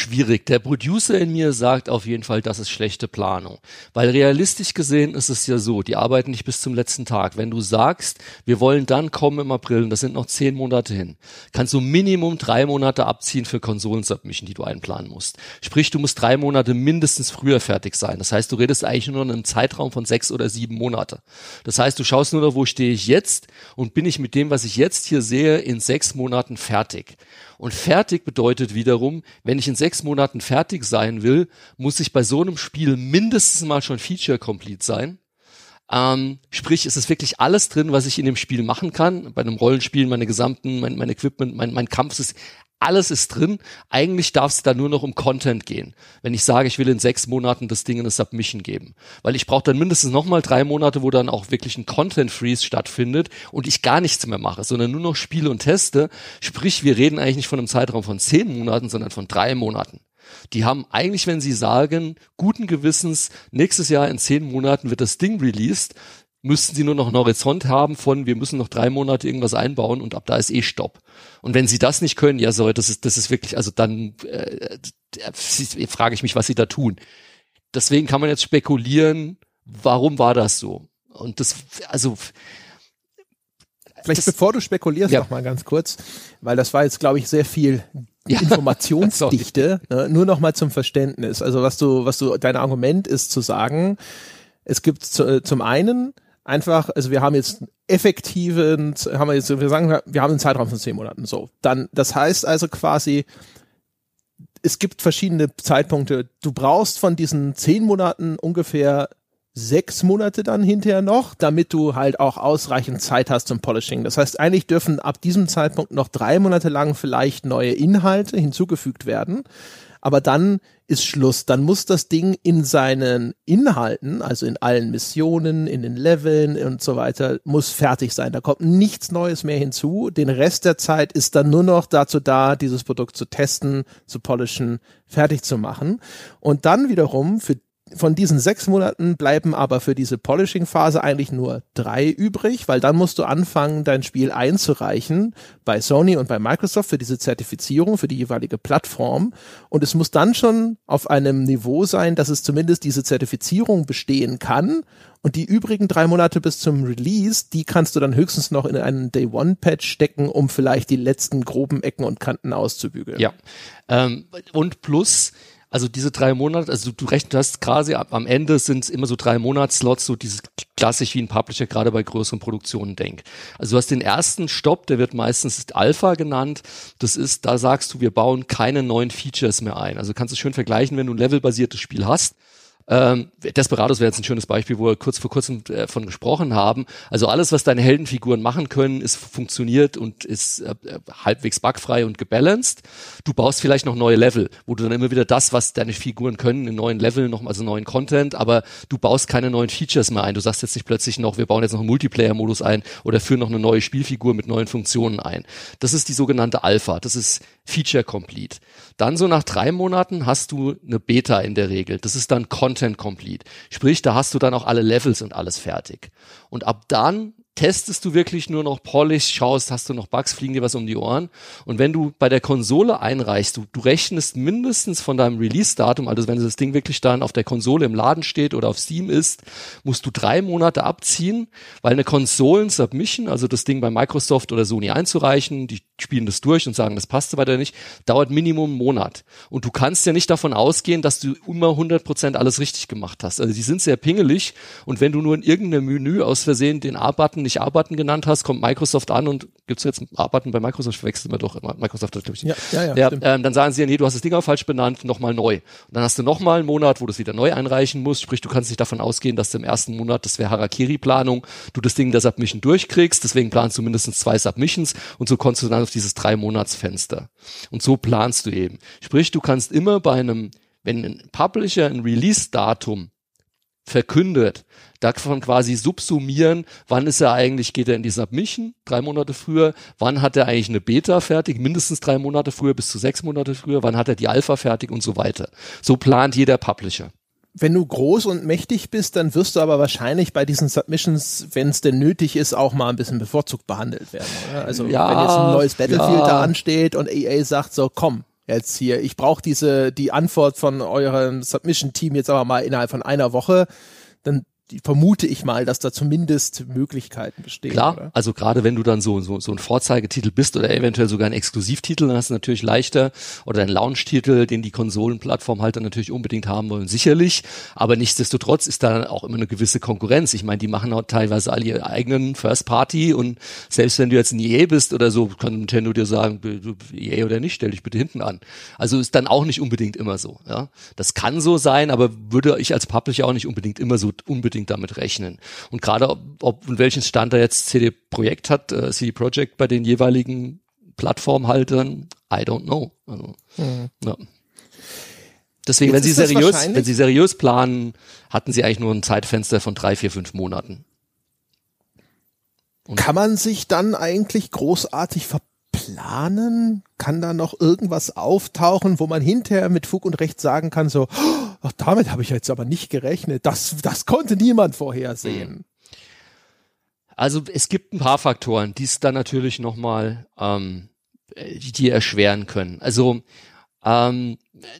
S2: schwierig. Der Producer in mir sagt auf jeden Fall, das ist schlechte Planung. Weil realistisch gesehen ist es ja so, die arbeiten nicht bis zum letzten Tag. Wenn du sagst, wir wollen dann kommen im April, und das sind noch zehn Monate hin, kannst du Minimum drei Monate abziehen für Konsolen-Submission, die du einplanen musst. Sprich, du musst drei Monate mindestens früher fertig sein. Das heißt, du redest eigentlich nur in einem Zeitraum von sechs oder sieben Monate. Das heißt, du schaust nur noch, wo stehe ich jetzt und bin ich mit dem, was ich jetzt hier sehe, in sechs Monaten fertig. Und fertig bedeutet wiederum, wenn ich in sechs Monaten fertig sein will, muss ich bei so einem Spiel mindestens mal schon Feature-Complete sein. Ähm, sprich, es ist wirklich alles drin, was ich in dem Spiel machen kann. Bei einem Rollenspiel, meine gesamten, mein, mein Equipment, mein, mein Kampf ist, alles ist drin. Eigentlich darf es da nur noch um Content gehen. Wenn ich sage, ich will in sechs Monaten das Ding in eine Submission geben. Weil ich brauche dann mindestens nochmal drei Monate, wo dann auch wirklich ein Content-Freeze stattfindet und ich gar nichts mehr mache, sondern nur noch spiele und teste. Sprich, wir reden eigentlich nicht von einem Zeitraum von zehn Monaten, sondern von drei Monaten. Die haben eigentlich, wenn sie sagen, guten Gewissens, nächstes Jahr in zehn Monaten wird das Ding released, müssten sie nur noch einen Horizont haben von, wir müssen noch drei Monate irgendwas einbauen und ab da ist eh Stopp. Und wenn sie das nicht können, ja, so, das ist, das ist wirklich, also dann äh, äh, frage ich mich, was sie da tun. Deswegen kann man jetzt spekulieren, warum war das so? Und das, also
S1: Vielleicht das, bevor du spekulierst, ja. noch mal ganz kurz, weil das war jetzt, glaube ich, sehr viel ja. Informationsdichte. ne? Nur noch mal zum Verständnis. Also was du, was du, dein Argument ist zu sagen, es gibt zu, zum einen einfach, also wir haben jetzt effektiven, haben wir jetzt, wir sagen, wir haben einen Zeitraum von zehn Monaten, so. Dann, das heißt also quasi, es gibt verschiedene Zeitpunkte. Du brauchst von diesen zehn Monaten ungefähr sechs Monate dann hinterher noch, damit du halt auch ausreichend Zeit hast zum Polishing. Das heißt, eigentlich dürfen ab diesem Zeitpunkt noch drei Monate lang vielleicht neue Inhalte hinzugefügt werden. Aber dann ist Schluss. Dann muss das Ding in seinen Inhalten, also in allen Missionen, in den Leveln und so weiter, muss fertig sein. Da kommt nichts Neues mehr hinzu. Den Rest der Zeit ist dann nur noch dazu da, dieses Produkt zu testen, zu polishen, fertig zu machen. Und dann wiederum für von diesen sechs Monaten bleiben aber für diese Polishing-Phase eigentlich nur drei übrig, weil dann musst du anfangen, dein Spiel einzureichen bei Sony und bei Microsoft für diese Zertifizierung, für die jeweilige Plattform. Und es muss dann schon auf einem Niveau sein, dass es zumindest diese Zertifizierung bestehen kann. Und die übrigen drei Monate bis zum Release, die kannst du dann höchstens noch in einen Day-One-Patch stecken, um vielleicht die letzten groben Ecken und Kanten auszubügeln.
S2: Ja, ähm, und plus... Also diese drei Monate, also du rechnest, du hast quasi ab, am Ende sind es immer so drei Monatsslots, so dieses klassisch wie ein Publisher gerade bei größeren Produktionen denkt. Also du hast den ersten Stopp, der wird meistens Alpha genannt. Das ist, da sagst du, wir bauen keine neuen Features mehr ein. Also kannst du schön vergleichen, wenn du ein levelbasiertes Spiel hast. Ähm, Desperados wäre jetzt ein schönes Beispiel, wo wir kurz vor kurzem äh, von gesprochen haben. Also alles, was deine Heldenfiguren machen können, ist funktioniert und ist äh, halbwegs bugfrei und gebalanced. Du baust vielleicht noch neue Level, wo du dann immer wieder das, was deine Figuren können, in neuen Leveln noch, also neuen Content, aber du baust keine neuen Features mehr ein. Du sagst jetzt nicht plötzlich noch, wir bauen jetzt noch einen Multiplayer-Modus ein oder führen noch eine neue Spielfigur mit neuen Funktionen ein. Das ist die sogenannte Alpha. Das ist Feature Complete. Dann so nach drei Monaten hast du eine Beta in der Regel. Das ist dann Content Complete. Sprich, da hast du dann auch alle Levels und alles fertig. Und ab dann testest du wirklich nur noch Polish, schaust, hast du noch Bugs, fliegen dir was um die Ohren. Und wenn du bei der Konsole einreichst, du, du rechnest mindestens von deinem Release-Datum, also wenn das Ding wirklich dann auf der Konsole im Laden steht oder auf Steam ist, musst du drei Monate abziehen, weil eine Konsolen-Submission, also das Ding bei Microsoft oder Sony einzureichen, die spielen das durch und sagen, das passt weiter nicht, dauert Minimum einen Monat. Und du kannst ja nicht davon ausgehen, dass du immer hundert Prozent alles richtig gemacht hast. Also die sind sehr pingelig und wenn du nur in irgendeinem Menü aus Versehen den A-Button nicht A-Button genannt hast, kommt Microsoft an und gibt's jetzt einen A-Button bei Microsoft, verwechseln wir doch immer. Microsoft hat, glaube ich,
S1: ja, ja, ja,
S2: ja ähm, dann sagen sie ja, nee, du hast das Ding auch falsch benannt, nochmal neu. Und dann hast du nochmal einen Monat, wo du es wieder neu einreichen musst, sprich, du kannst nicht davon ausgehen, dass du im ersten Monat, das wäre Harakiri-Planung, du das Ding der Submission durchkriegst, deswegen planst du mindestens zwei Submissions und so kommst du dann auf dieses Drei-Monats-Fenster. Und so planst du eben. Sprich, du kannst immer bei einem, wenn ein Publisher ein Release-Datum verkündet, davon quasi subsumieren, wann ist er eigentlich, geht er in die Submission, drei Monate früher, wann hat er eigentlich eine Beta fertig, mindestens drei Monate früher, bis zu sechs Monate früher, wann hat er die Alpha fertig und so weiter. So plant jeder Publisher.
S1: Wenn du groß und mächtig bist, dann wirst du aber wahrscheinlich bei diesen Submissions, wenn es denn nötig ist, auch mal ein bisschen bevorzugt behandelt werden, oder? Also
S2: ja,
S1: wenn jetzt ein neues Battlefield
S2: ja.
S1: da ansteht und E A sagt so, komm, jetzt hier, ich brauche diese, die Antwort von eurem Submission-Team jetzt aber mal innerhalb von einer Woche, dann die vermute ich mal, dass da zumindest Möglichkeiten bestehen.
S2: Klar,
S1: oder?
S2: Also gerade wenn du dann so, so so ein Vorzeigetitel bist oder eventuell sogar ein Exklusivtitel, dann hast du natürlich leichter, oder ein Launch-Titel, den die Konsolenplattform halt dann natürlich unbedingt haben wollen, sicherlich, aber nichtsdestotrotz ist da auch immer eine gewisse Konkurrenz. Ich meine, die machen auch teilweise alle ihre eigenen First-Party und selbst wenn du jetzt ein E A bist oder so, kann Nintendo dir sagen, E A oder nicht, stell dich bitte hinten an. Also ist dann auch nicht unbedingt immer so. Ja, das kann so sein, aber würde ich als Publisher auch nicht unbedingt immer so unbedingt damit rechnen. Und gerade ob, ob und welchen Stand da jetzt C D Projekt hat, äh, C D Projekt bei den jeweiligen Plattformhaltern, I don't know. Also, mhm. ja. Deswegen, jetzt wenn sie seriös, wenn sie seriös planen, hatten sie eigentlich nur ein Zeitfenster von drei, vier, fünf Monaten.
S1: Und kann man sich dann eigentlich großartig verplanen? Kann da noch irgendwas auftauchen, wo man hinterher mit Fug und Recht sagen kann, so, ach, damit habe ich jetzt aber nicht gerechnet. Das, das konnte niemand vorhersehen.
S2: Also es gibt ein paar Faktoren, die es dann natürlich nochmal, ähm, die erschweren können. Also ähm,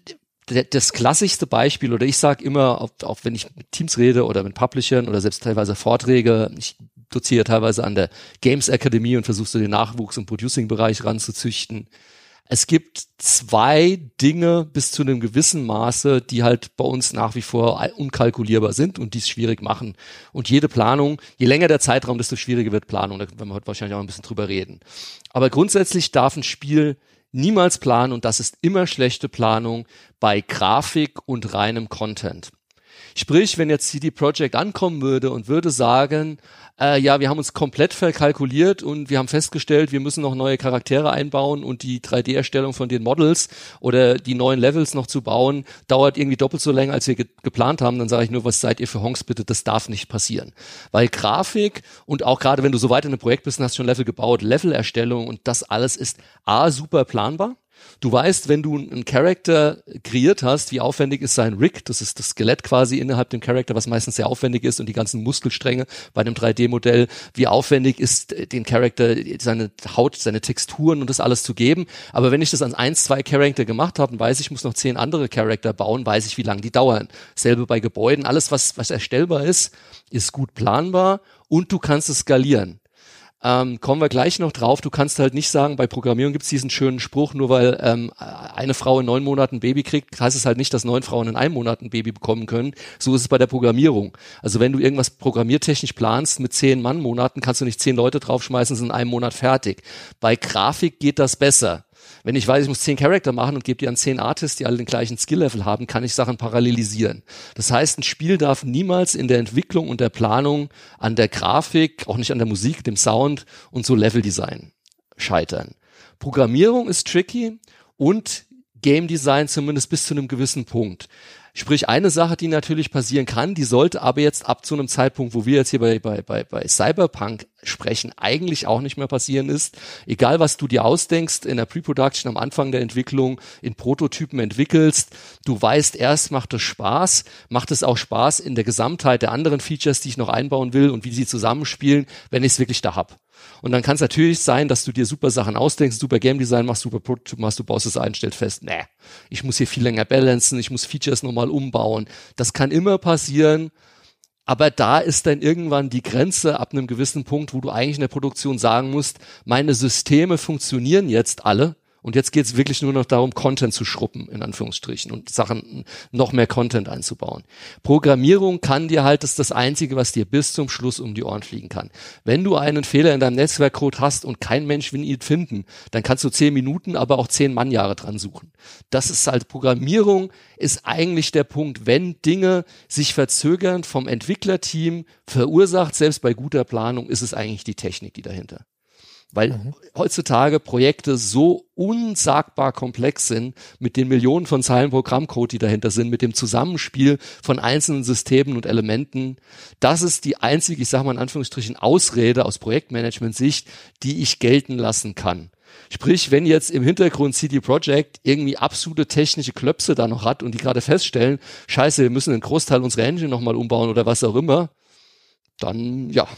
S2: das klassischste Beispiel, oder ich sage immer, auch, auch wenn ich mit Teams rede oder mit Publishern oder selbst teilweise Vorträge, ich doziere teilweise an der Games Academy und versuche so den Nachwuchs im Producing-Bereich ranzuzüchten. Es gibt zwei Dinge bis zu einem gewissen Maße, die halt bei uns nach wie vor unkalkulierbar sind und die es schwierig machen. Und jede Planung, je länger der Zeitraum, desto schwieriger wird Planung. Da werden wir heute wahrscheinlich auch ein bisschen drüber reden. Aber grundsätzlich darf ein Spiel niemals planen, und das ist immer schlechte Planung, bei Grafik und reinem Content. Sprich, wenn jetzt C D Projekt ankommen würde und würde sagen, äh, ja, wir haben uns komplett verkalkuliert und wir haben festgestellt, wir müssen noch neue Charaktere einbauen und die drei D-Erstellung von den Models oder die neuen Levels noch zu bauen, dauert irgendwie doppelt so lange, als wir ge- geplant haben, dann sage ich nur, was seid ihr für Honks bitte, das darf nicht passieren. Weil Grafik und auch gerade wenn du so weit in einem Projekt bist und hast schon Level gebaut, Levelerstellung und das alles ist A, super planbar. Du weißt, wenn du einen Charakter kreiert hast, wie aufwendig ist sein Rig, das ist das Skelett quasi innerhalb dem Charakter, was meistens sehr aufwendig ist, und die ganzen Muskelstränge bei einem drei D-Modell, wie aufwendig ist den Charakter, seine Haut, seine Texturen und das alles zu geben. Aber wenn ich das an eins, zwei Charakter gemacht habe und weiß, ich muss noch zehn andere Charakter bauen, weiß ich, wie lange die dauern. Selbe bei Gebäuden, alles, was, was erstellbar ist, ist gut planbar und du kannst es skalieren. Ähm, kommen wir gleich noch drauf. Du kannst halt nicht sagen, bei Programmierung gibt es diesen schönen Spruch, nur weil ähm, eine Frau in neun Monaten ein Baby kriegt, heißt es halt nicht, dass neun Frauen in einem Monat ein Baby bekommen können. So ist es bei der Programmierung. Also wenn du irgendwas programmiertechnisch planst mit zehn Mann-Monaten, kannst du nicht zehn Leute draufschmeißen, sind in einem Monat fertig. Bei Grafik geht das besser. Wenn ich weiß, ich muss zehn Charakter machen und gebe die an zehn Artists, die alle den gleichen Skill-Level haben, kann ich Sachen parallelisieren. Das heißt, ein Spiel darf niemals in der Entwicklung und der Planung an der Grafik, auch nicht an der Musik, dem Sound und so Leveldesign scheitern. Programmierung ist tricky und Game Design zumindest bis zu einem gewissen Punkt. Sprich, eine Sache, die natürlich passieren kann, die sollte aber jetzt ab zu einem Zeitpunkt, wo wir jetzt hier bei, bei, bei, bei Cyberpunk sprechen, eigentlich auch nicht mehr passieren ist. Egal, was du dir ausdenkst in der Pre-Production, am Anfang der Entwicklung, in Prototypen entwickelst, du weißt erst, macht es Spaß, macht es auch Spaß in der Gesamtheit der anderen Features, die ich noch einbauen will und wie sie zusammenspielen, wenn ich es wirklich da hab. Und dann kann es natürlich sein, dass du dir super Sachen ausdenkst, super Game Design machst, super Prototyp machst, du baust es ein, stellst fest, nee, ich muss hier viel länger balancen, ich muss Features nochmal umbauen. Das kann immer passieren, aber da ist dann irgendwann die Grenze ab einem gewissen Punkt, wo du eigentlich in der Produktion sagen musst, meine Systeme funktionieren jetzt alle. Und jetzt geht es wirklich nur noch darum, Content zu schruppen, in Anführungsstrichen, und Sachen, noch mehr Content einzubauen. Programmierung kann dir halt, das ist das Einzige, was dir bis zum Schluss um die Ohren fliegen kann. Wenn du einen Fehler in deinem Netzwerkcode hast und kein Mensch will ihn finden, dann kannst du zehn Minuten, aber auch zehn Mannjahre dran suchen. Das ist halt, Programmierung ist eigentlich der Punkt, wenn Dinge sich verzögern vom Entwicklerteam, verursacht, selbst bei guter Planung, ist es eigentlich die Technik, die dahinter. Weil mhm. heutzutage Projekte so unsagbar komplex sind, mit den Millionen von Zeilen Programmcode, die dahinter sind, mit dem Zusammenspiel von einzelnen Systemen und Elementen. Das ist die einzige, ich sage mal in Anführungsstrichen, Ausrede aus Projektmanagement-Sicht, die ich gelten lassen kann. Sprich, wenn jetzt im Hintergrund C D Projekt irgendwie absolute technische Klöpse da noch hat und die gerade feststellen, scheiße, wir müssen einen Großteil unserer Engine nochmal umbauen oder was auch immer, dann ja,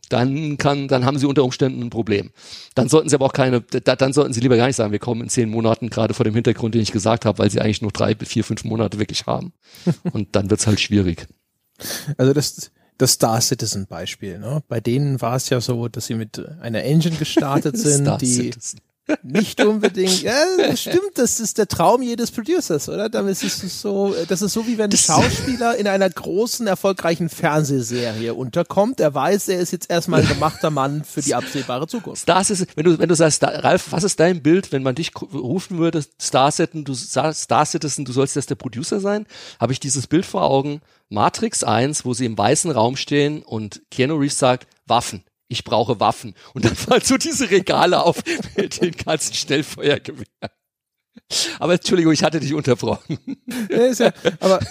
S2: dann kann, dann haben sie unter Umständen ein Problem. Dann sollten sie aber auch keine, da, dann sollten sie lieber gar nicht sagen, wir kommen in zehn Monaten, gerade vor dem Hintergrund, den ich gesagt habe, weil sie eigentlich nur drei, vier, fünf Monate wirklich haben. Und dann wird's halt schwierig.
S1: Also das, das Star Citizen Beispiel, ne? Bei denen war es ja so, dass sie mit einer Engine gestartet sind,
S2: Star
S1: die
S2: Citizen.
S1: nicht unbedingt, ja, das stimmt, das ist der Traum jedes Producers, oder? Damit ist es so, das ist so, wie wenn ein Schauspieler in einer großen, erfolgreichen Fernsehserie unterkommt. Er weiß, er ist jetzt erstmal ein gemachter Mann für die absehbare Zukunft.
S2: Star Citizen, wenn du, wenn du sagst, Ralf, was ist dein Bild, wenn man dich rufen würde, Star Citizen, du Star Citizen, du sollst jetzt der Producer sein, habe ich dieses Bild vor Augen, Matrix eins, wo sie im weißen Raum stehen und Keanu Reeves sagt, Waffen. Ich brauche Waffen. Und dann fallen so diese Regale auf mit den ganzen Schnellfeuergewehren. Aber Entschuldigung, ich hatte dich unterbrochen.
S1: Ja, ist ja, aber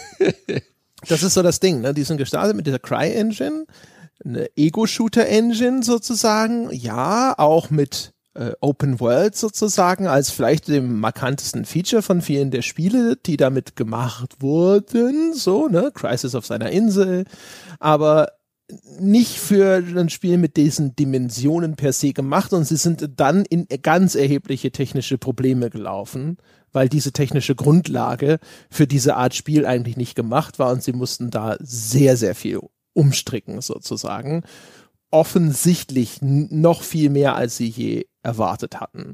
S1: das ist so das Ding, ne? Die sind gestartet mit dieser Cry-Engine, eine Ego-Shooter-Engine sozusagen, ja, auch mit äh, Open World sozusagen als vielleicht dem markantesten Feature von vielen der Spiele, die damit gemacht wurden, so, ne? Crisis auf seiner Insel, aber nicht für ein Spiel mit diesen Dimensionen per se gemacht und sie sind dann in ganz erhebliche technische Probleme gelaufen, weil diese technische Grundlage für diese Art Spiel eigentlich nicht gemacht war und sie mussten da sehr, sehr viel umstricken sozusagen. Offensichtlich noch viel mehr, als sie je erwartet hatten.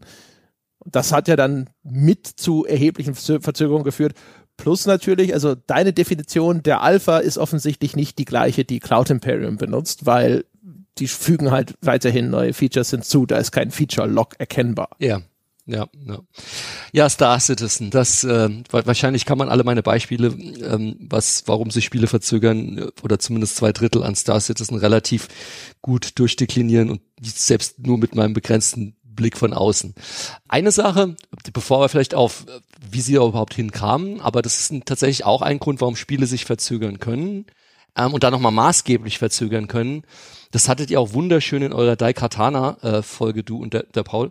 S1: Das hat ja dann mit zu erheblichen Verzögerungen geführt. Plus natürlich, also deine Definition der Alpha ist offensichtlich nicht die gleiche, die Cloud Imperium benutzt, weil die fügen halt weiterhin neue Features hinzu, da ist kein Feature-Lock erkennbar.
S2: Ja, ja, ja. Ja, Star Citizen, das, äh, wahrscheinlich kann man alle meine Beispiele, ähm, was, warum sich Spiele verzögern, oder zumindest zwei Drittel an Star Citizen relativ gut durchdeklinieren und selbst nur mit meinem begrenzten Blick von außen. Eine Sache, bevor wir vielleicht auf, wie sie überhaupt hinkamen, aber das ist ein, tatsächlich auch ein Grund, warum Spiele sich verzögern können ähm, und dann nochmal maßgeblich verzögern können. Das hattet ihr auch wunderschön in eurer Daikatana-Folge, äh, du und der, der Paul.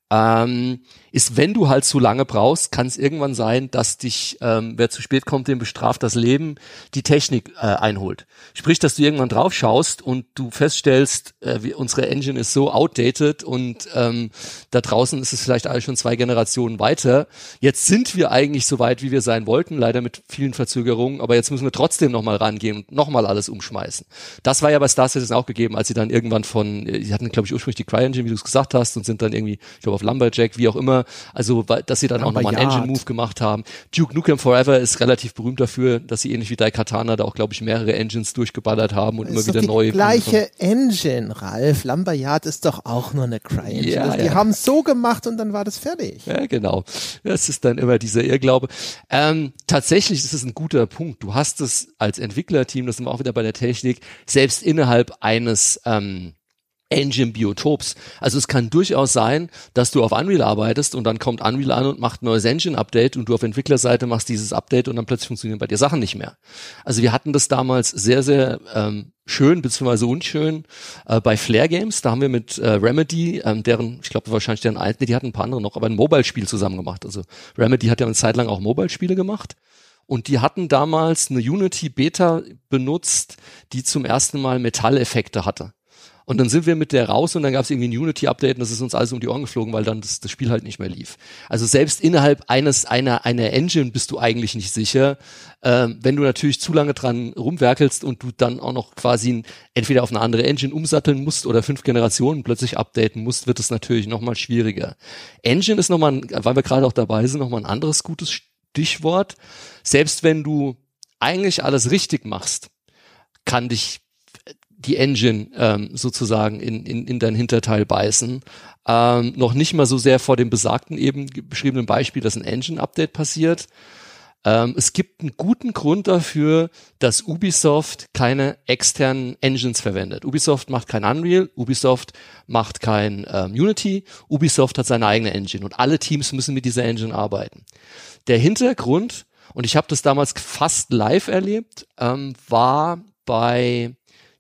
S2: Ähm, ist, wenn du halt zu lange brauchst, kann es irgendwann sein, dass dich, ähm, wer zu spät kommt, dem bestraft das Leben, die Technik äh, einholt. Sprich, dass du irgendwann drauf schaust und du feststellst, äh, wie, unsere Engine ist so outdated und ähm, da draußen ist es vielleicht alles schon zwei Generationen weiter. Jetzt sind wir eigentlich so weit, wie wir sein wollten, leider mit vielen Verzögerungen, aber jetzt müssen wir trotzdem nochmal rangehen und nochmal alles umschmeißen. Das war ja bei Star Citizen auch gegeben, als sie dann irgendwann von, die hatten glaube ich ursprünglich die Cry-Engine, wie du es gesagt hast, und sind dann irgendwie, ich glaube auf Lumberjack, wie auch immer, also dass sie dann auch nochmal einen Engine-Move gemacht haben. Duke Nukem Forever ist relativ berühmt dafür, dass sie ähnlich wie Daikatana da auch, glaube ich, mehrere Engines durchgeballert haben und
S1: das
S2: immer wieder neu.
S1: Die gleiche Engine, Ralf. Lumberyard ist doch auch nur eine Cry-Engine.
S2: Ja,
S1: die
S2: ja.
S1: haben es so gemacht und dann war das fertig.
S2: Ja, genau. Das ist dann immer dieser Irrglaube. Ähm, tatsächlich ist es ein guter Punkt. Du hast es als Entwicklerteam, das sind wir auch wieder bei der Technik, selbst innerhalb eines ähm, Engine-Biotops. Also es kann durchaus sein, dass du auf Unreal arbeitest und dann kommt Unreal an und macht ein neues Engine-Update und du auf Entwicklerseite machst dieses Update und dann plötzlich funktionieren bei dir Sachen nicht mehr. Also wir hatten das damals sehr, sehr ähm, schön bzw. unschön äh, bei Flare Games. Da haben wir mit äh, Remedy, ähm, deren, ich glaube wahrscheinlich deren alten, die hatten ein paar andere noch, aber ein Mobile-Spiel zusammen gemacht. Also Remedy hat ja eine Zeit lang auch Mobile-Spiele gemacht. Und die hatten damals eine Unity-Beta benutzt, die zum ersten Mal Metalleffekte hatte. Und dann sind wir mit der raus und dann gab es irgendwie ein Unity-Update und das ist uns alles um die Ohren geflogen, weil dann das, das Spiel halt nicht mehr lief. Also selbst innerhalb eines einer einer Engine bist du eigentlich nicht sicher. Ähm, wenn du natürlich zu lange dran rumwerkelst und du dann auch noch quasi entweder auf eine andere Engine umsatteln musst oder fünf Generationen plötzlich updaten musst, wird es natürlich nochmal schwieriger. Engine ist nochmal, weil wir gerade auch dabei sind, nochmal ein anderes gutes Stichwort. Selbst wenn du eigentlich alles richtig machst, kann dich die Engine ähm, sozusagen in, in, in dein Hinterteil beißen. Ähm, noch nicht mal so sehr vor dem besagten eben beschriebenen Beispiel, dass ein Engine-Update passiert. Ähm, es gibt einen guten Grund dafür, dass Ubisoft keine externen Engines verwendet. Ubisoft macht kein Unreal, Ubisoft macht kein ähm, Unity, Ubisoft hat seine eigene Engine und alle Teams müssen mit dieser Engine arbeiten. Der Hintergrund, und ich habe das damals fast live erlebt, ähm, war bei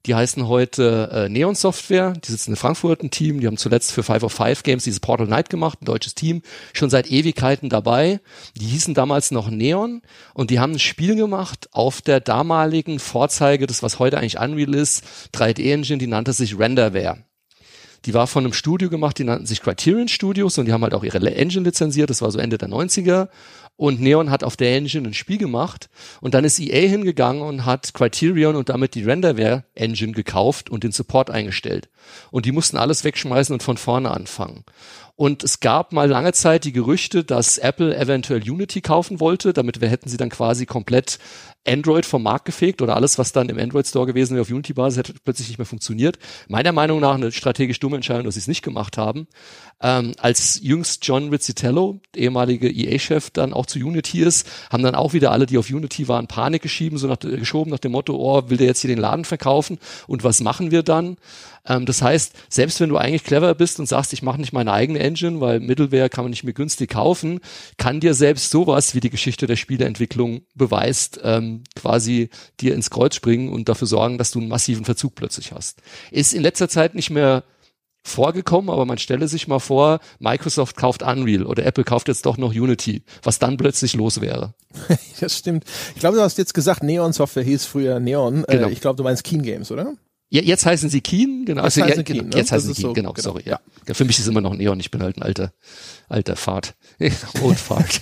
S2: Die heißen heute äh, Neon Software, die sitzen in Frankfurt, ein Team, die haben zuletzt für Five of Five Games dieses Portal Knight gemacht, ein deutsches Team, schon seit Ewigkeiten dabei. Die hießen damals noch Neon und die haben ein Spiel gemacht auf der damaligen Vorzeige, das was heute eigentlich Unreal ist, drei D-Engine, die nannte sich Renderware. Die war von einem Studio gemacht, die nannten sich Criterion Studios und die haben halt auch ihre Engine lizenziert, das war so Ende der neunziger. Und Neon hat auf der Engine ein Spiel gemacht und dann ist E A hingegangen und hat Criterion und damit die Renderware Engine gekauft und den Support eingestellt. Und die mussten alles wegschmeißen und von vorne anfangen. Und es gab mal lange Zeit die Gerüchte, dass Apple eventuell Unity kaufen wollte. Damit wir hätten sie dann quasi komplett Android vom Markt gefegt oder alles, was dann im Android Store gewesen wäre auf Unity-Basis, hätte plötzlich nicht mehr funktioniert. Meiner Meinung nach eine strategisch dumme Entscheidung, dass sie es nicht gemacht haben. Ähm, als jüngst John Rizzitello, ehemalige E A-Chef, dann auch zu Unity ist, haben dann auch wieder alle, die auf Unity waren, Panik geschieben, so nach, geschoben nach dem Motto, oh, will der jetzt hier den Laden verkaufen und was machen wir dann? Ähm, das heißt, selbst wenn du eigentlich clever bist und sagst, ich mache nicht meine eigene Engine, weil Middleware kann man nicht mehr günstig kaufen, kann dir selbst sowas, wie die Geschichte der Spieleentwicklung beweist, ähm, quasi dir ins Kreuz springen und dafür sorgen, dass du einen massiven Verzug plötzlich hast. Ist in letzter Zeit nicht mehr vorgekommen, aber man stelle sich mal vor, Microsoft kauft Unreal oder Apple kauft jetzt doch noch Unity, was dann plötzlich los wäre.
S1: Das stimmt. Ich glaube, du hast jetzt gesagt, Neon Software hieß früher Neon. Genau. Äh, ich glaube, du meinst Keen Games, oder?
S2: Ja, jetzt heißen sie Keen, genau.
S1: Jetzt
S2: also,
S1: heißen
S2: ja,
S1: Keen,
S2: genau,
S1: ne?
S2: Jetzt heißen
S1: das
S2: sie Keen,
S1: so,
S2: genau,
S1: genau,
S2: sorry, ja.
S1: ja.
S2: Für mich ist immer noch Neon, ich bin halt ein alter, alter Fahrt. Old Fahrt.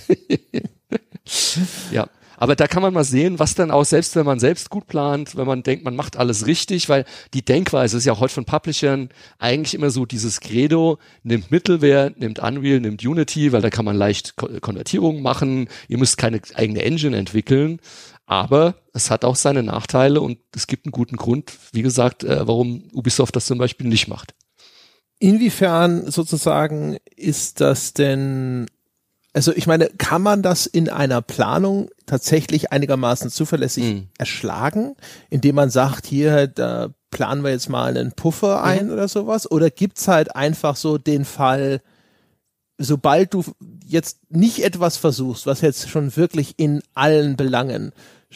S2: Ja. Aber da kann man mal sehen, was dann auch, selbst wenn man selbst gut plant, wenn man denkt, man macht alles richtig, weil die Denkweise ist ja auch heute von Publishern eigentlich immer so dieses Credo, nimmt Middleware, nimmt Unreal, nimmt Unity, weil da kann man leicht Konvertierungen machen, ihr müsst keine eigene Engine entwickeln, aber es hat auch seine Nachteile und es gibt einen guten Grund, wie gesagt, äh, warum Ubisoft das zum Beispiel nicht macht.
S1: Inwiefern sozusagen ist das denn, also ich meine, kann man das in einer Planung tatsächlich einigermaßen zuverlässig mhm. erschlagen, indem man sagt, hier, da planen wir jetzt mal einen Puffer ein mhm. oder sowas? Oder gibt's halt einfach so den Fall, sobald du jetzt nicht etwas versuchst, was jetzt schon wirklich in allen Belangen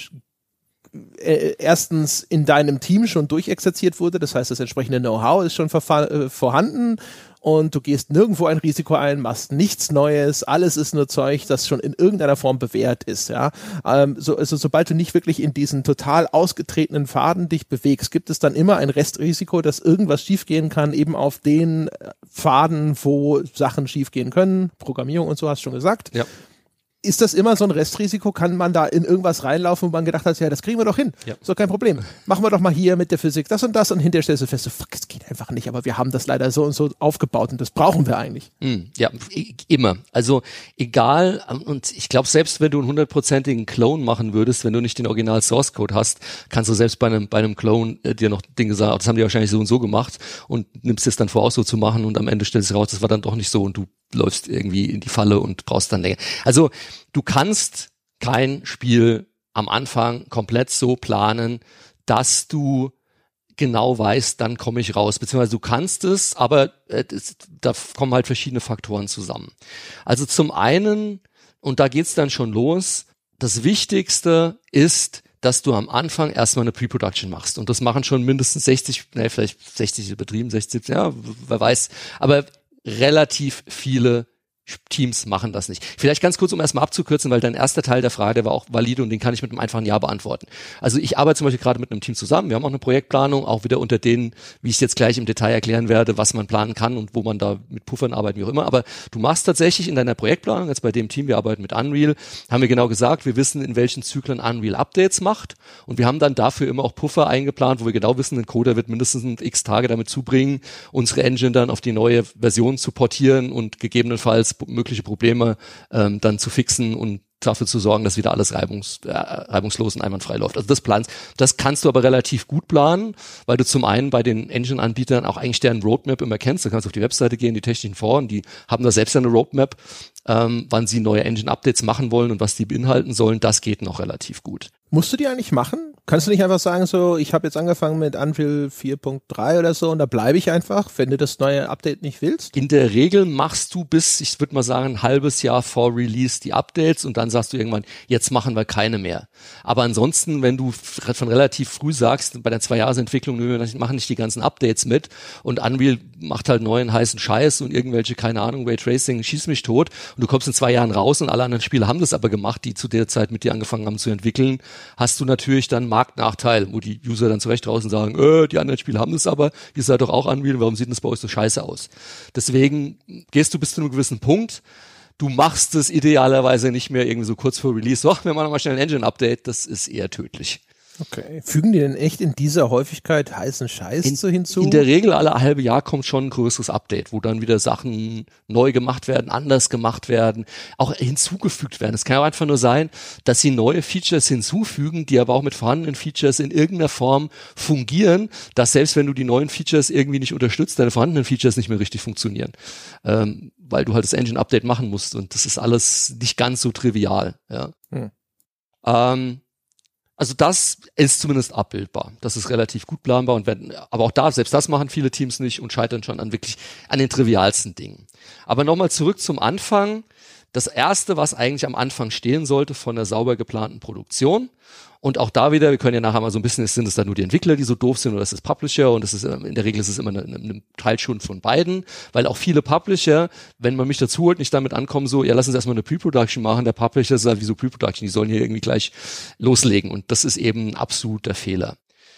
S1: äh, erstens in deinem Team schon durchexerziert wurde, das heißt, das entsprechende Know-how ist schon äh, vorhanden, und du gehst nirgendwo ein Risiko ein, machst nichts Neues, alles ist nur Zeug, das schon in irgendeiner Form bewährt ist, ja. Ähm, so, also sobald du nicht wirklich in diesen total ausgetretenen Pfaden dich bewegst, gibt es dann immer ein Restrisiko, dass irgendwas schiefgehen kann, eben auf den Pfaden, wo Sachen schiefgehen können, Programmierung und so, hast du schon gesagt.
S2: Ja.
S1: Ist das immer so ein Restrisiko? Kann man da in irgendwas reinlaufen, wo man gedacht hat, ja, das kriegen wir doch hin. Ja. Ist doch kein Problem. Machen wir doch mal hier mit der Physik das und das, und hinterher stellst du fest, so, fuck, es geht einfach nicht, aber wir haben das leider so und so aufgebaut und das brauchen wir eigentlich. Mm,
S2: ja, immer. Also egal, und ich glaube, selbst wenn du einen hundertprozentigen Clone machen würdest, wenn du nicht den Original Source Code hast, kannst du selbst bei einem bei einem Clone äh, dir noch Dinge sagen, das haben die wahrscheinlich so und so gemacht, und nimmst es dann vor, auch so zu machen, und am Ende stellst du raus, das war dann doch nicht so, und du läufst irgendwie in die Falle und brauchst dann länger. Also du kannst kein Spiel am Anfang komplett so planen, dass du genau weißt, dann komme ich raus. Beziehungsweise du kannst es, aber äh, das, da kommen halt verschiedene Faktoren zusammen. Also zum einen, und da geht's dann schon los, das Wichtigste ist, dass du am Anfang erstmal eine Pre-Production machst. Und das machen schon mindestens sechzig, ne, vielleicht sechzig übertrieben, sechzig, ja, wer weiß. Aber relativ viele Teams machen das nicht. Vielleicht ganz kurz, um erstmal abzukürzen, weil dein erster Teil der Frage war auch valide und den kann ich mit einem einfachen Ja beantworten. Also ich arbeite zum Beispiel gerade mit einem Team zusammen. Wir haben auch eine Projektplanung, auch wieder unter denen, wie ich es jetzt gleich im Detail erklären werde, was man planen kann und wo man da mit Puffern arbeitet, wie auch immer. Aber du machst tatsächlich in deiner Projektplanung, jetzt bei dem Team, wir arbeiten mit Unreal, haben wir genau gesagt, wir wissen, in welchen Zyklen Unreal Updates macht, und wir haben dann dafür immer auch Puffer eingeplant, wo wir genau wissen, ein Coder wird mindestens x Tage damit zubringen, unsere Engine dann auf die neue Version zu portieren und gegebenenfalls mögliche Probleme ähm, dann zu fixen und dafür zu sorgen, dass wieder alles reibungs, äh, reibungslos und einwandfrei läuft. Also das planst, das kannst du aber relativ gut planen, weil du zum einen bei den Engine-Anbietern auch eigentlich deren Roadmap immer kennst. Du kannst auf die Webseite gehen, die technischen Foren, die haben da selbst eine Roadmap, ähm, wann sie neue Engine-Updates machen wollen und was die beinhalten sollen. Das geht noch relativ gut.
S1: Musst du die eigentlich machen? Kannst du nicht einfach sagen, so, ich habe jetzt angefangen mit Unreal vier Punkt drei oder so und da bleibe ich einfach, wenn du das neue Update nicht willst?
S2: In der Regel machst du bis, ich würde mal sagen, ein halbes Jahr vor Release die Updates und dann sagst du irgendwann, jetzt machen wir keine mehr. Aber ansonsten, wenn du von relativ früh sagst, bei der Zwei-Jahres-Entwicklung, wir machen nicht die ganzen Updates mit und Unreal macht halt neuen heißen Scheiß und irgendwelche, keine Ahnung, Raytracing, schieß mich tot und du kommst in zwei Jahren raus und alle anderen Spiele haben das aber gemacht, die zu der Zeit mit dir angefangen haben zu entwickeln, hast du natürlich dann Marktnachteil, wo die User dann zurecht draußen sagen, äh, die anderen Spiele haben das aber, ihr seid doch auch Unreal, warum sieht das bei euch so scheiße aus? Deswegen gehst du bis zu einem gewissen Punkt, du machst es idealerweise nicht mehr irgendwie so kurz vor Release, so, wir machen mal schnell ein Engine-Update, das ist eher tödlich.
S1: Okay. Fügen die denn echt in dieser Häufigkeit heißen Scheiß
S2: in,
S1: so hinzu?
S2: In der Regel alle halbe Jahr kommt schon ein größeres Update, wo dann wieder Sachen neu gemacht werden, anders gemacht werden, auch hinzugefügt werden. Es kann ja auch einfach nur sein, dass sie neue Features hinzufügen, die aber auch mit vorhandenen Features in irgendeiner Form fungieren, dass selbst wenn du die neuen Features irgendwie nicht unterstützt, deine vorhandenen Features nicht mehr richtig funktionieren. Ähm, weil du halt das Engine-Update machen musst und das ist alles nicht ganz so trivial. Ja. Hm. Ähm, Also das ist zumindest abbildbar. Das ist relativ gut planbar und wenn, aber auch da, selbst das machen viele Teams nicht und scheitern schon an wirklich, an den trivialsten Dingen. Aber nochmal zurück zum Anfang. Das erste, was eigentlich am Anfang stehen sollte von der sauber geplanten Produktion. Und auch da wieder, wir können ja nachher mal so ein bisschen, sind es dann nur die Entwickler, die so doof sind, oder ist es Publisher? Und das ist, in der Regel ist es immer eine, eine Teilschuld von beiden, weil auch viele Publisher, wenn man mich dazu holt, nicht damit ankommen, so, ja, lass uns erstmal eine Pre-Production machen. Der Publisher sagt, wieso Pre-Production? Die sollen hier irgendwie gleich loslegen. Und das ist eben ein absoluter Fehler.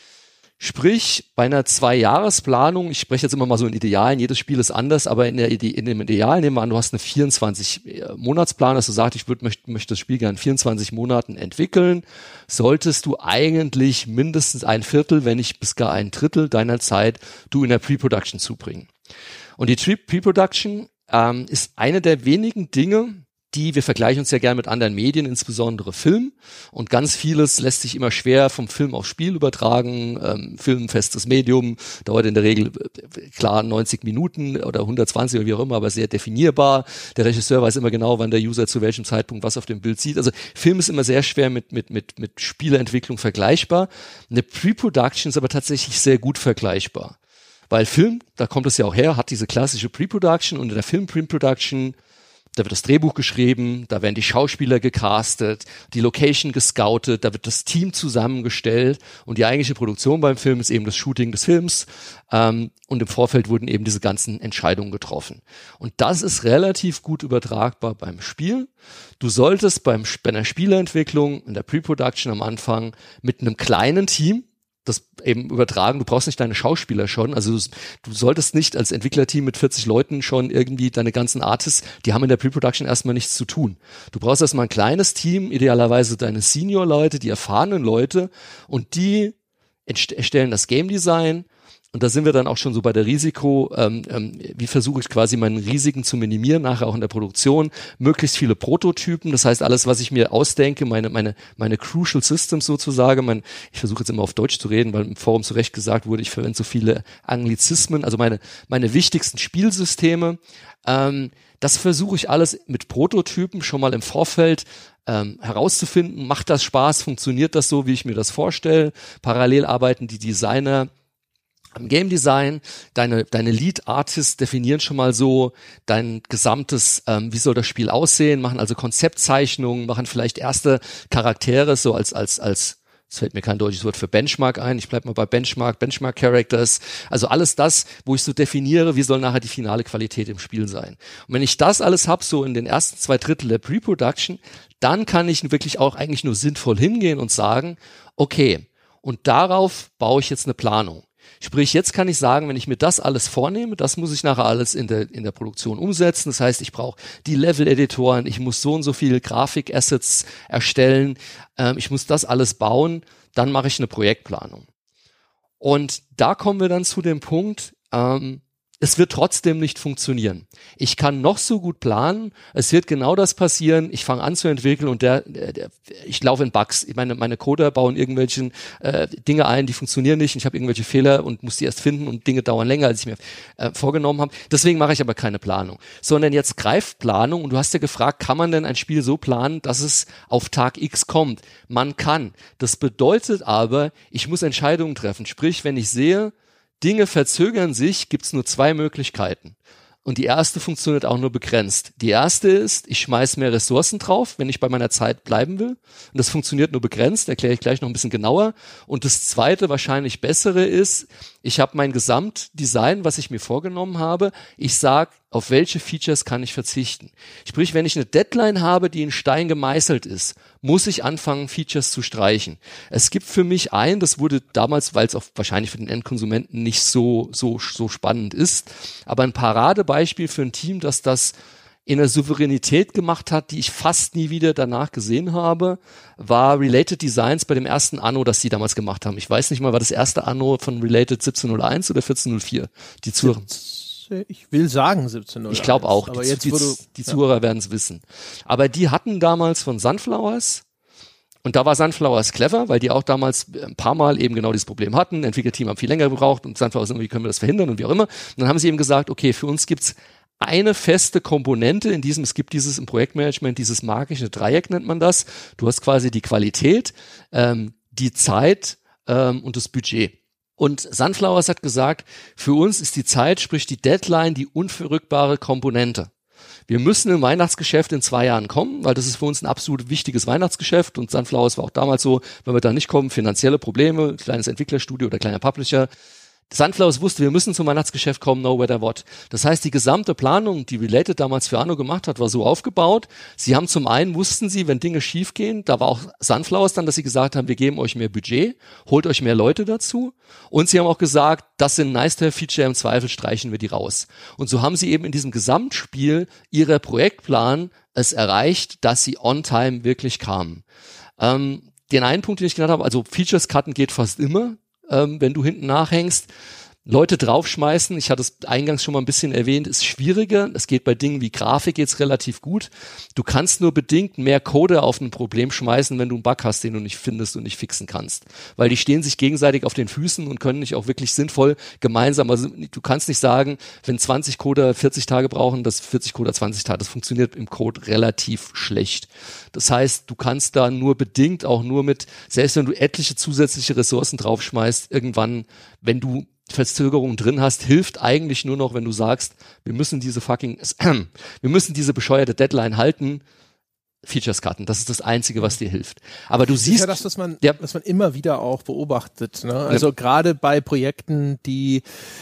S2: Sprich, bei einer Zwei-Jahres-Planung, ich spreche jetzt immer mal so in Idealen, jedes Spiel ist anders, aber in, der, in dem Ideal nehmen wir an, du hast eine vierundzwanzig-Monats-Plan, dass du sagst, ich würd, möchte, möchte das Spiel gerne in vierundzwanzig Monaten entwickeln, solltest du eigentlich mindestens ein Viertel, wenn nicht bis gar ein Drittel deiner Zeit du in der Pre-Production zubringen. Und die Pre-Production ähm, ist eine der wenigen Dinge, die, wir vergleichen uns ja gerne mit anderen Medien, insbesondere Film, und ganz vieles lässt sich immer schwer vom Film aufs Spiel übertragen. Ähm, Film, festes Medium, dauert in der Regel klar neunzig Minuten oder hundertzwanzig oder wie auch immer, aber sehr definierbar. Der Regisseur weiß immer genau, wann der User zu welchem Zeitpunkt was auf dem Bild sieht. Also Film ist immer sehr schwer mit mit mit mit Spieleentwicklung vergleichbar. Eine Pre-Production ist aber tatsächlich sehr gut vergleichbar, weil Film, da kommt es ja auch her, hat diese klassische Pre-Production und in der Film-Pre-Production da wird das Drehbuch geschrieben, da werden die Schauspieler gecastet, die Location gescoutet, da wird das Team zusammengestellt und die eigentliche Produktion beim Film ist eben das Shooting des Films ähm, und im Vorfeld wurden eben diese ganzen Entscheidungen getroffen. Und das ist relativ gut übertragbar beim Spiel. Du solltest beim, bei einer Spieleentwicklung, in der Pre-Production am Anfang mit einem kleinen Team, das eben übertragen, du brauchst nicht deine Schauspieler schon, also du, du solltest nicht als Entwicklerteam mit vierzig Leuten schon irgendwie deine ganzen Artists, die haben in der Pre-Production erstmal nichts zu tun. Du brauchst erstmal ein kleines Team, idealerweise deine Senior-Leute, die erfahrenen Leute und die erstellen das Game Design. Und da sind wir dann auch schon so bei der Risiko, ähm, ähm, wie versuche ich quasi meine Risiken zu minimieren, nachher auch in der Produktion, möglichst viele Prototypen, das heißt alles, was ich mir ausdenke, meine meine meine Crucial Systems sozusagen, mein, ich versuche jetzt immer auf Deutsch zu reden, weil im Forum zu Recht gesagt wurde, ich verwende so viele Anglizismen, also meine meine wichtigsten Spielsysteme, ähm, das versuche ich alles mit Prototypen schon mal im Vorfeld ähm, herauszufinden, macht das Spaß, funktioniert das so, wie ich mir das vorstelle, parallel arbeiten die Designer am Game Design, deine deine Lead Artists definieren schon mal so dein gesamtes, ähm, wie soll das Spiel aussehen, machen also Konzeptzeichnungen, machen vielleicht erste Charaktere so als als als es fällt mir kein deutsches Wort für Benchmark ein, ich bleib mal bei Benchmark, Benchmark Characters, also alles das, wo ich so definiere, wie soll nachher die finale Qualität im Spiel sein. Und wenn ich das alles hab, so in den ersten zwei Drittel der Pre-Production, dann kann ich wirklich auch eigentlich nur sinnvoll hingehen und sagen, okay, und darauf baue ich jetzt eine Planung. Sprich, jetzt kann ich sagen, wenn ich mir das alles vornehme, das muss ich nachher alles in der in der Produktion umsetzen. Das heißt, ich brauche die Level-Editoren, ich muss so und so viele Grafik-Assets erstellen, ähm, ich muss das alles bauen, dann mache ich eine Projektplanung. Und da kommen wir dann zu dem Punkt, ähm, es wird trotzdem nicht funktionieren. Ich kann noch so gut planen, es wird genau das passieren, ich fange an zu entwickeln und der, der, der ich laufe in Bugs. Meine, meine Coder bauen irgendwelche äh, Dinge ein, die funktionieren nicht und ich habe irgendwelche Fehler und muss die erst finden und Dinge dauern länger, als ich mir äh, vorgenommen habe. Deswegen mache ich aber keine Planung. Sondern jetzt greift Planung und du hast ja gefragt, kann man denn ein Spiel so planen, dass es auf Tag X kommt? Man kann. Das bedeutet aber, ich muss Entscheidungen treffen. Sprich, wenn ich sehe, Dinge verzögern sich, gibt's nur zwei Möglichkeiten. Und die erste funktioniert auch nur begrenzt. Die erste ist, ich schmeiß mehr Ressourcen drauf, wenn ich bei meiner Zeit bleiben will. Und das funktioniert nur begrenzt, erkläre ich gleich noch ein bisschen genauer. Und das zweite, wahrscheinlich bessere ist, ich habe mein Gesamtdesign, was ich mir vorgenommen habe. Ich sage, auf welche Features kann ich verzichten. Sprich, wenn ich eine Deadline habe, die in Stein gemeißelt ist, muss ich anfangen, Features zu streichen. Es gibt für mich ein, das wurde damals, weil es auch wahrscheinlich für den Endkonsumenten nicht so so so spannend ist, aber ein Paradebeispiel für ein Team, das das in einer Souveränität gemacht hat, die ich fast nie wieder danach gesehen habe, war Related Designs bei dem ersten Anno, das sie damals gemacht haben. Ich weiß nicht mal, war das erste Anno von Related siebzehn null eins oder vierzehn null vier? Die Zuhörer.
S1: Ich will sagen siebzehn null eins.
S2: Ich glaube auch.
S1: Aber
S2: die,
S1: jetzt,
S2: die,
S1: wo du,
S2: die Zuhörer ja. werden es wissen. Aber die hatten damals von Sunflowers, und da war Sunflowers clever, weil die auch damals ein paar Mal eben genau dieses Problem hatten. Entwicklerteam haben viel länger gebraucht und Sunflowers, irgendwie können wir das verhindern und wie auch immer. Und dann haben sie eben gesagt, okay, für uns gibt's eine feste Komponente in diesem, es gibt dieses im Projektmanagement, dieses magische Dreieck nennt man das. Du hast quasi die Qualität, ähm, die Zeit ähm, und das Budget. Und Sunflowers hat gesagt, für uns ist die Zeit, sprich die Deadline, die unverrückbare Komponente. Wir müssen im Weihnachtsgeschäft in zwei Jahren kommen, weil das ist für uns ein absolut wichtiges Weihnachtsgeschäft und Sunflowers war auch damals so, wenn wir da nicht kommen, finanzielle Probleme, kleines Entwicklerstudio oder kleiner Publisher. Sunflowers wusste, wir müssen zum Weihnachtsgeschäft kommen, no matter what. Das heißt, die gesamte Planung, die Related damals für Anno gemacht hat, war so aufgebaut. Sie haben zum einen, wussten sie, wenn Dinge schief gehen, da war auch Sunflowers dann, dass sie gesagt haben, wir geben euch mehr Budget, holt euch mehr Leute dazu. Und sie haben auch gesagt, das sind Nice-to-have-Feature, im Zweifel streichen wir die raus. Und so haben sie eben in diesem Gesamtspiel ihrer Projektplan es erreicht, dass sie on time wirklich kamen. Ähm, den einen Punkt, den ich genannt habe, also Features cutten geht fast immer. Ähm, wenn du hinten nachhängst, Leute draufschmeißen, ich hatte es eingangs schon mal ein bisschen erwähnt, ist schwieriger. Es geht bei Dingen wie Grafik jetzt relativ gut. Du kannst nur bedingt mehr Coder auf ein Problem schmeißen, wenn du einen Bug hast, den du nicht findest und nicht fixen kannst. Weil die stehen sich gegenseitig auf den Füßen und können nicht auch wirklich sinnvoll gemeinsam, also du kannst nicht sagen, wenn zwanzig Coder vierzig Tage brauchen, dass vierzig Coder zwanzig Tage, das funktioniert im Code relativ schlecht. Das heißt, du kannst da nur bedingt, auch nur mit, selbst wenn du etliche zusätzliche Ressourcen draufschmeißt, irgendwann, wenn du Verzögerung drin hast, hilft eigentlich nur noch, wenn du sagst, wir müssen diese fucking, wir müssen diese bescheuerte Deadline halten, Features cutten. Das ist das Einzige, was dir hilft. Aber du
S1: das
S2: siehst,
S1: ist ja das, was man,
S2: ja,
S1: was man immer wieder auch beobachtet. Ne? Also ja. Gerade bei Projekten, die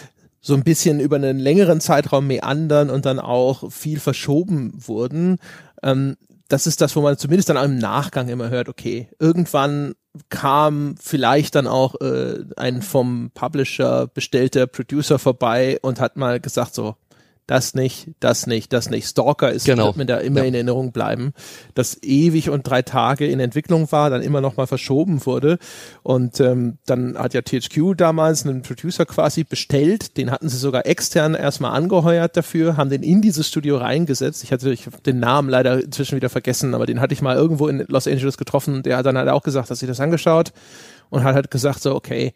S1: so ein bisschen über einen längeren Zeitraum meandern und dann auch viel verschoben wurden. Ähm, das ist das, wo man zumindest dann im Nachgang immer hört, okay, irgendwann kam vielleicht dann auch äh, ein vom Publisher bestellter Producer vorbei und hat mal gesagt so, das nicht, das nicht, das nicht. Stalker ist,
S2: genau.
S1: wird mir da immer
S2: ja.
S1: in Erinnerung bleiben, das ewig und drei Tage in Entwicklung war, dann immer noch mal verschoben wurde und ähm, dann hat ja T H Q damals einen Producer quasi bestellt, den hatten sie sogar extern erstmal angeheuert dafür, haben den in dieses Studio reingesetzt. Ich hatte ich hab den Namen leider inzwischen wieder vergessen, aber den hatte ich mal irgendwo in Los Angeles getroffen, der hat dann halt auch gesagt, hat sich das angeschaut und hat halt gesagt so, okay,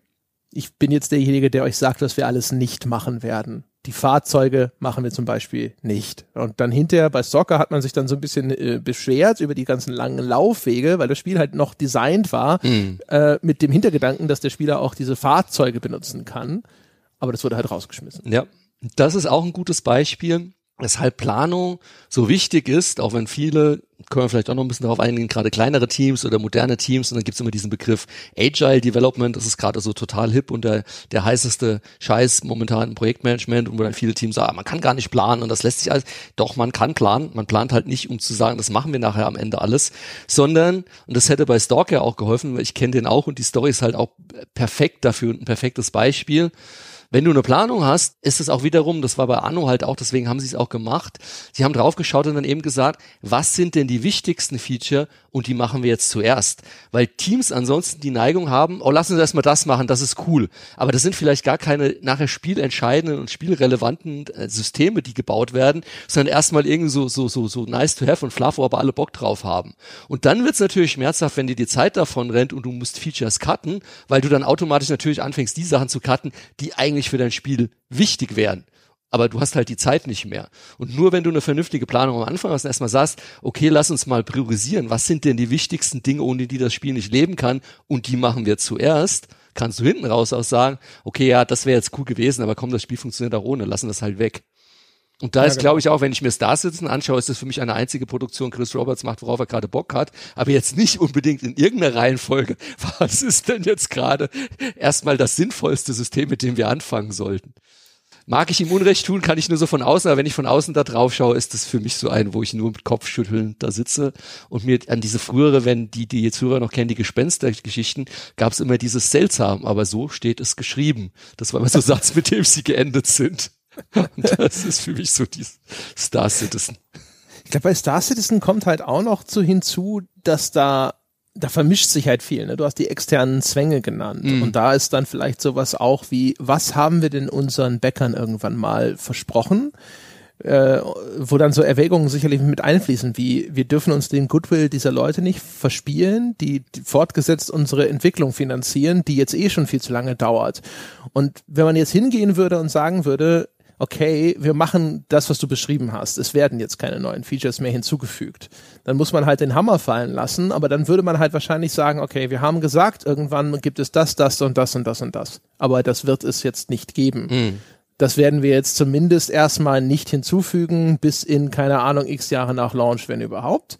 S1: ich bin jetzt derjenige, der euch sagt, was wir alles nicht machen werden. Die Fahrzeuge machen wir zum Beispiel nicht. Und dann hinterher bei Stalker hat man sich dann so ein bisschen äh, beschwert über die ganzen langen Laufwege, weil das Spiel halt noch designt war, mhm. äh, mit dem Hintergedanken, dass der Spieler auch diese Fahrzeuge benutzen kann. Aber das wurde halt rausgeschmissen.
S2: Ja, das ist auch ein gutes Beispiel, weshalb Planung so wichtig ist, auch wenn viele, können wir vielleicht auch noch ein bisschen darauf eingehen, gerade kleinere Teams oder moderne Teams, und dann gibt's immer diesen Begriff Agile Development, das ist gerade so total hip und der, der heißeste Scheiß momentan im Projektmanagement, und wo dann viele Teams sagen, man kann gar nicht planen und das lässt sich alles, doch man kann planen, man plant halt nicht, um zu sagen, das machen wir nachher am Ende alles, sondern, und das hätte bei Stalker auch geholfen, weil ich kenne den auch und die Story ist halt auch perfekt dafür und ein perfektes Beispiel. Wenn du eine Planung hast, ist es auch wiederum, das war bei Anno halt auch, deswegen haben sie es auch gemacht, sie haben draufgeschaut und dann eben gesagt, was sind denn die wichtigsten Feature und die machen wir jetzt zuerst. Weil Teams ansonsten die Neigung haben, oh, lass uns erstmal das machen, das ist cool. Aber das sind vielleicht gar keine nachher spielentscheidenden und spielrelevanten äh, Systeme, die gebaut werden, sondern erstmal irgendwie so, so, so, so nice to have und fluff, wo aber alle Bock drauf haben. Und dann wird's natürlich schmerzhaft, wenn dir die Zeit davon rennt und du musst Features cutten, weil du dann automatisch natürlich anfängst, die Sachen zu cutten, die eigentlich für dein Spiel wichtig wären. Aber du hast halt die Zeit nicht mehr. Und nur wenn du eine vernünftige Planung am Anfang hast und erstmal sagst, okay, lass uns mal priorisieren, was sind denn die wichtigsten Dinge, ohne die das Spiel nicht leben kann und die machen wir zuerst, kannst du hinten raus auch sagen, okay, ja, das wäre jetzt cool gewesen, aber komm, das Spiel funktioniert auch ohne, lassen das halt weg. Und da ja, ist, genau. glaube ich, auch, wenn ich mir Star Citizen anschaue, ist das für mich eine einzige Produktion, Chris Roberts macht, worauf er gerade Bock hat, aber jetzt nicht unbedingt in irgendeiner Reihenfolge. Was ist denn jetzt gerade erstmal das sinnvollste System, mit dem wir anfangen sollten? Mag ich ihm Unrecht tun, kann ich nur so von außen, aber wenn ich von außen da drauf schaue, ist das für mich so ein, wo ich nur mit Kopfschütteln da sitze und mir an diese frühere, wenn die, die jetzt Hörer noch kennen, die Gespenstergeschichten, gab es immer dieses Seltsam, aber so steht es geschrieben. Das war immer so ein Satz, mit dem sie geendet sind. Und das ist für mich so die Star Citizen.
S1: Ich glaube, bei Star Citizen kommt halt auch noch zu hinzu, dass da da vermischt sich halt viel, ne? Du hast die externen Zwänge genannt. Mm. Und da ist dann vielleicht sowas auch wie, was haben wir denn unseren Bäckern irgendwann mal versprochen? Äh, wo dann so Erwägungen sicherlich mit einfließen, wie wir dürfen uns den Goodwill dieser Leute nicht verspielen, die, die fortgesetzt unsere Entwicklung finanzieren, die jetzt eh schon viel zu lange dauert. Und wenn man jetzt hingehen würde und sagen würde, okay, wir machen das, was du beschrieben hast. Es werden jetzt keine neuen Features mehr hinzugefügt. Dann muss man halt den Hammer fallen lassen, aber dann würde man halt wahrscheinlich sagen, okay, wir haben gesagt, irgendwann gibt es das, das und das und das und das. Aber das wird es jetzt nicht geben. Mhm. Das werden wir jetzt zumindest erstmal nicht hinzufügen, bis in, keine Ahnung, x Jahre nach Launch, wenn überhaupt.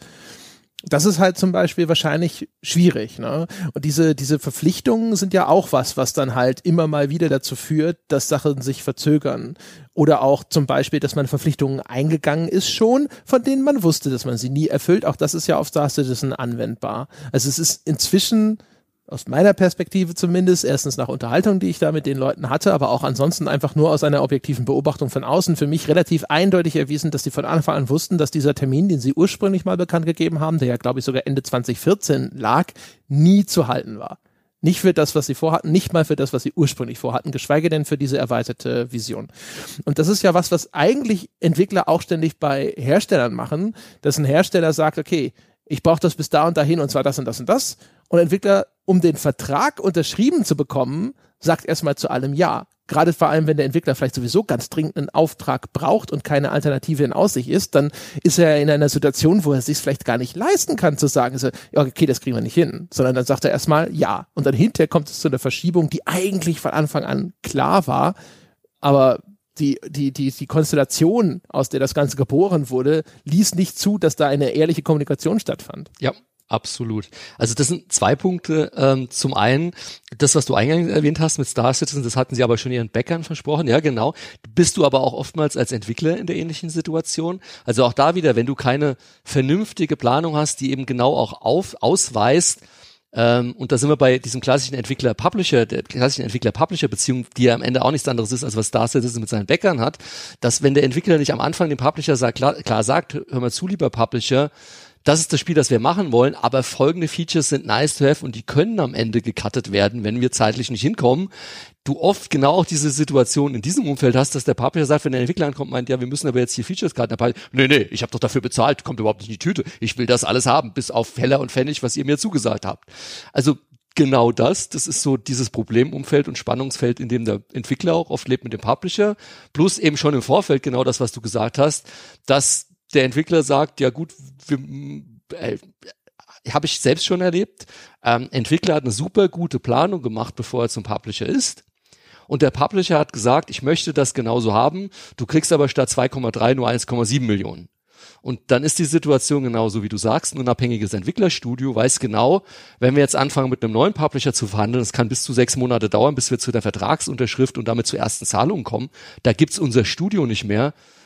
S1: Das ist halt zum Beispiel wahrscheinlich schwierig, ne? Und diese, diese Verpflichtungen sind ja auch was, was dann halt immer mal wieder dazu führt, dass Sachen sich verzögern. Oder auch zum Beispiel, dass man Verpflichtungen eingegangen ist schon, von denen man wusste, dass man sie nie erfüllt. Auch das ist ja auf Star Citizen anwendbar. Also es ist inzwischen, aus meiner Perspektive zumindest, erstens nach Unterhaltung, die ich da mit den Leuten hatte, aber auch ansonsten einfach nur aus einer objektiven Beobachtung von außen, für mich relativ eindeutig erwiesen, dass sie von Anfang an wussten, dass dieser Termin, den sie ursprünglich mal bekannt gegeben haben, der ja, glaube ich, sogar Ende zwanzig vierzehn lag, nie zu halten war. Nicht für das, was sie vorhatten, nicht mal für das, was sie ursprünglich vorhatten, geschweige denn für diese erweiterte Vision. Und das ist ja was, was eigentlich Entwickler auch ständig bei Herstellern machen, dass ein Hersteller sagt, okay, ich brauche das bis da und dahin und zwar das und das und das. Und Entwickler, um den Vertrag unterschrieben zu bekommen, sagt erstmal zu allem ja. Gerade vor allem, wenn der Entwickler vielleicht sowieso ganz dringend einen Auftrag braucht und keine Alternative in Aussicht ist, dann ist er in einer Situation, wo er es sich vielleicht gar nicht leisten kann, zu sagen, so, ja, okay, das kriegen wir nicht hin, sondern dann sagt er erstmal ja. Und dann hinterher kommt es zu einer Verschiebung, die eigentlich von Anfang an klar war, aber die, die, die, die Konstellation, aus der das Ganze geboren wurde, ließ nicht zu, dass da eine ehrliche Kommunikation stattfand.
S2: Ja. Absolut. Also das sind zwei Punkte. Ähm, zum einen, das, was du eingangs erwähnt hast mit Star Citizen, das hatten sie aber schon ihren Bäckern versprochen. Ja, genau. Bist du aber auch oftmals als Entwickler in der ähnlichen Situation. Also auch da wieder, wenn du keine vernünftige Planung hast, die eben genau auch auf, ausweist, ähm, und da sind wir bei diesem klassischen Entwickler-Publisher, der klassischen Entwickler-Publisher-Beziehung, die ja am Ende auch nichts anderes ist, als was Star Citizen mit seinen Bäckern hat, dass wenn der Entwickler nicht am Anfang dem Publisher sagt, klar, klar sagt, hör mal zu, lieber Publisher, das ist das Spiel, das wir machen wollen, aber folgende Features sind nice to have und die können am Ende gecuttet werden, wenn wir zeitlich nicht hinkommen. Du oft genau auch diese Situation in diesem Umfeld hast, dass der Publisher sagt, wenn der Entwickler ankommt, meint, ja, wir müssen aber jetzt hier Features cutten. Nee, nee, ich habe doch dafür bezahlt, kommt überhaupt nicht in die Tüte. Ich will das alles haben, bis auf Heller und Pfennig, was ihr mir zugesagt habt. Also genau das, das ist so dieses Problemumfeld und Spannungsfeld, in dem der Entwickler auch oft lebt mit dem Publisher, plus eben schon im Vorfeld genau das, was du gesagt hast, dass der Entwickler sagt, ja gut, wir, äh, habe ich selbst schon erlebt, ähm, Entwickler hat eine super gute Planung gemacht, bevor er zum Publisher ist. Und der Publisher hat gesagt, ich möchte das genauso haben, du kriegst aber statt zwei Komma drei nur eins Komma sieben Millionen. Und dann ist die Situation genauso, wie du sagst, ein unabhängiges Entwicklerstudio weiß genau, wenn wir jetzt anfangen mit einem neuen Publisher zu verhandeln, das kann bis zu sechs Monate dauern, bis wir zu der Vertragsunterschrift und damit zur ersten Zahlung kommen, da gibt's unser Studio nicht mehr.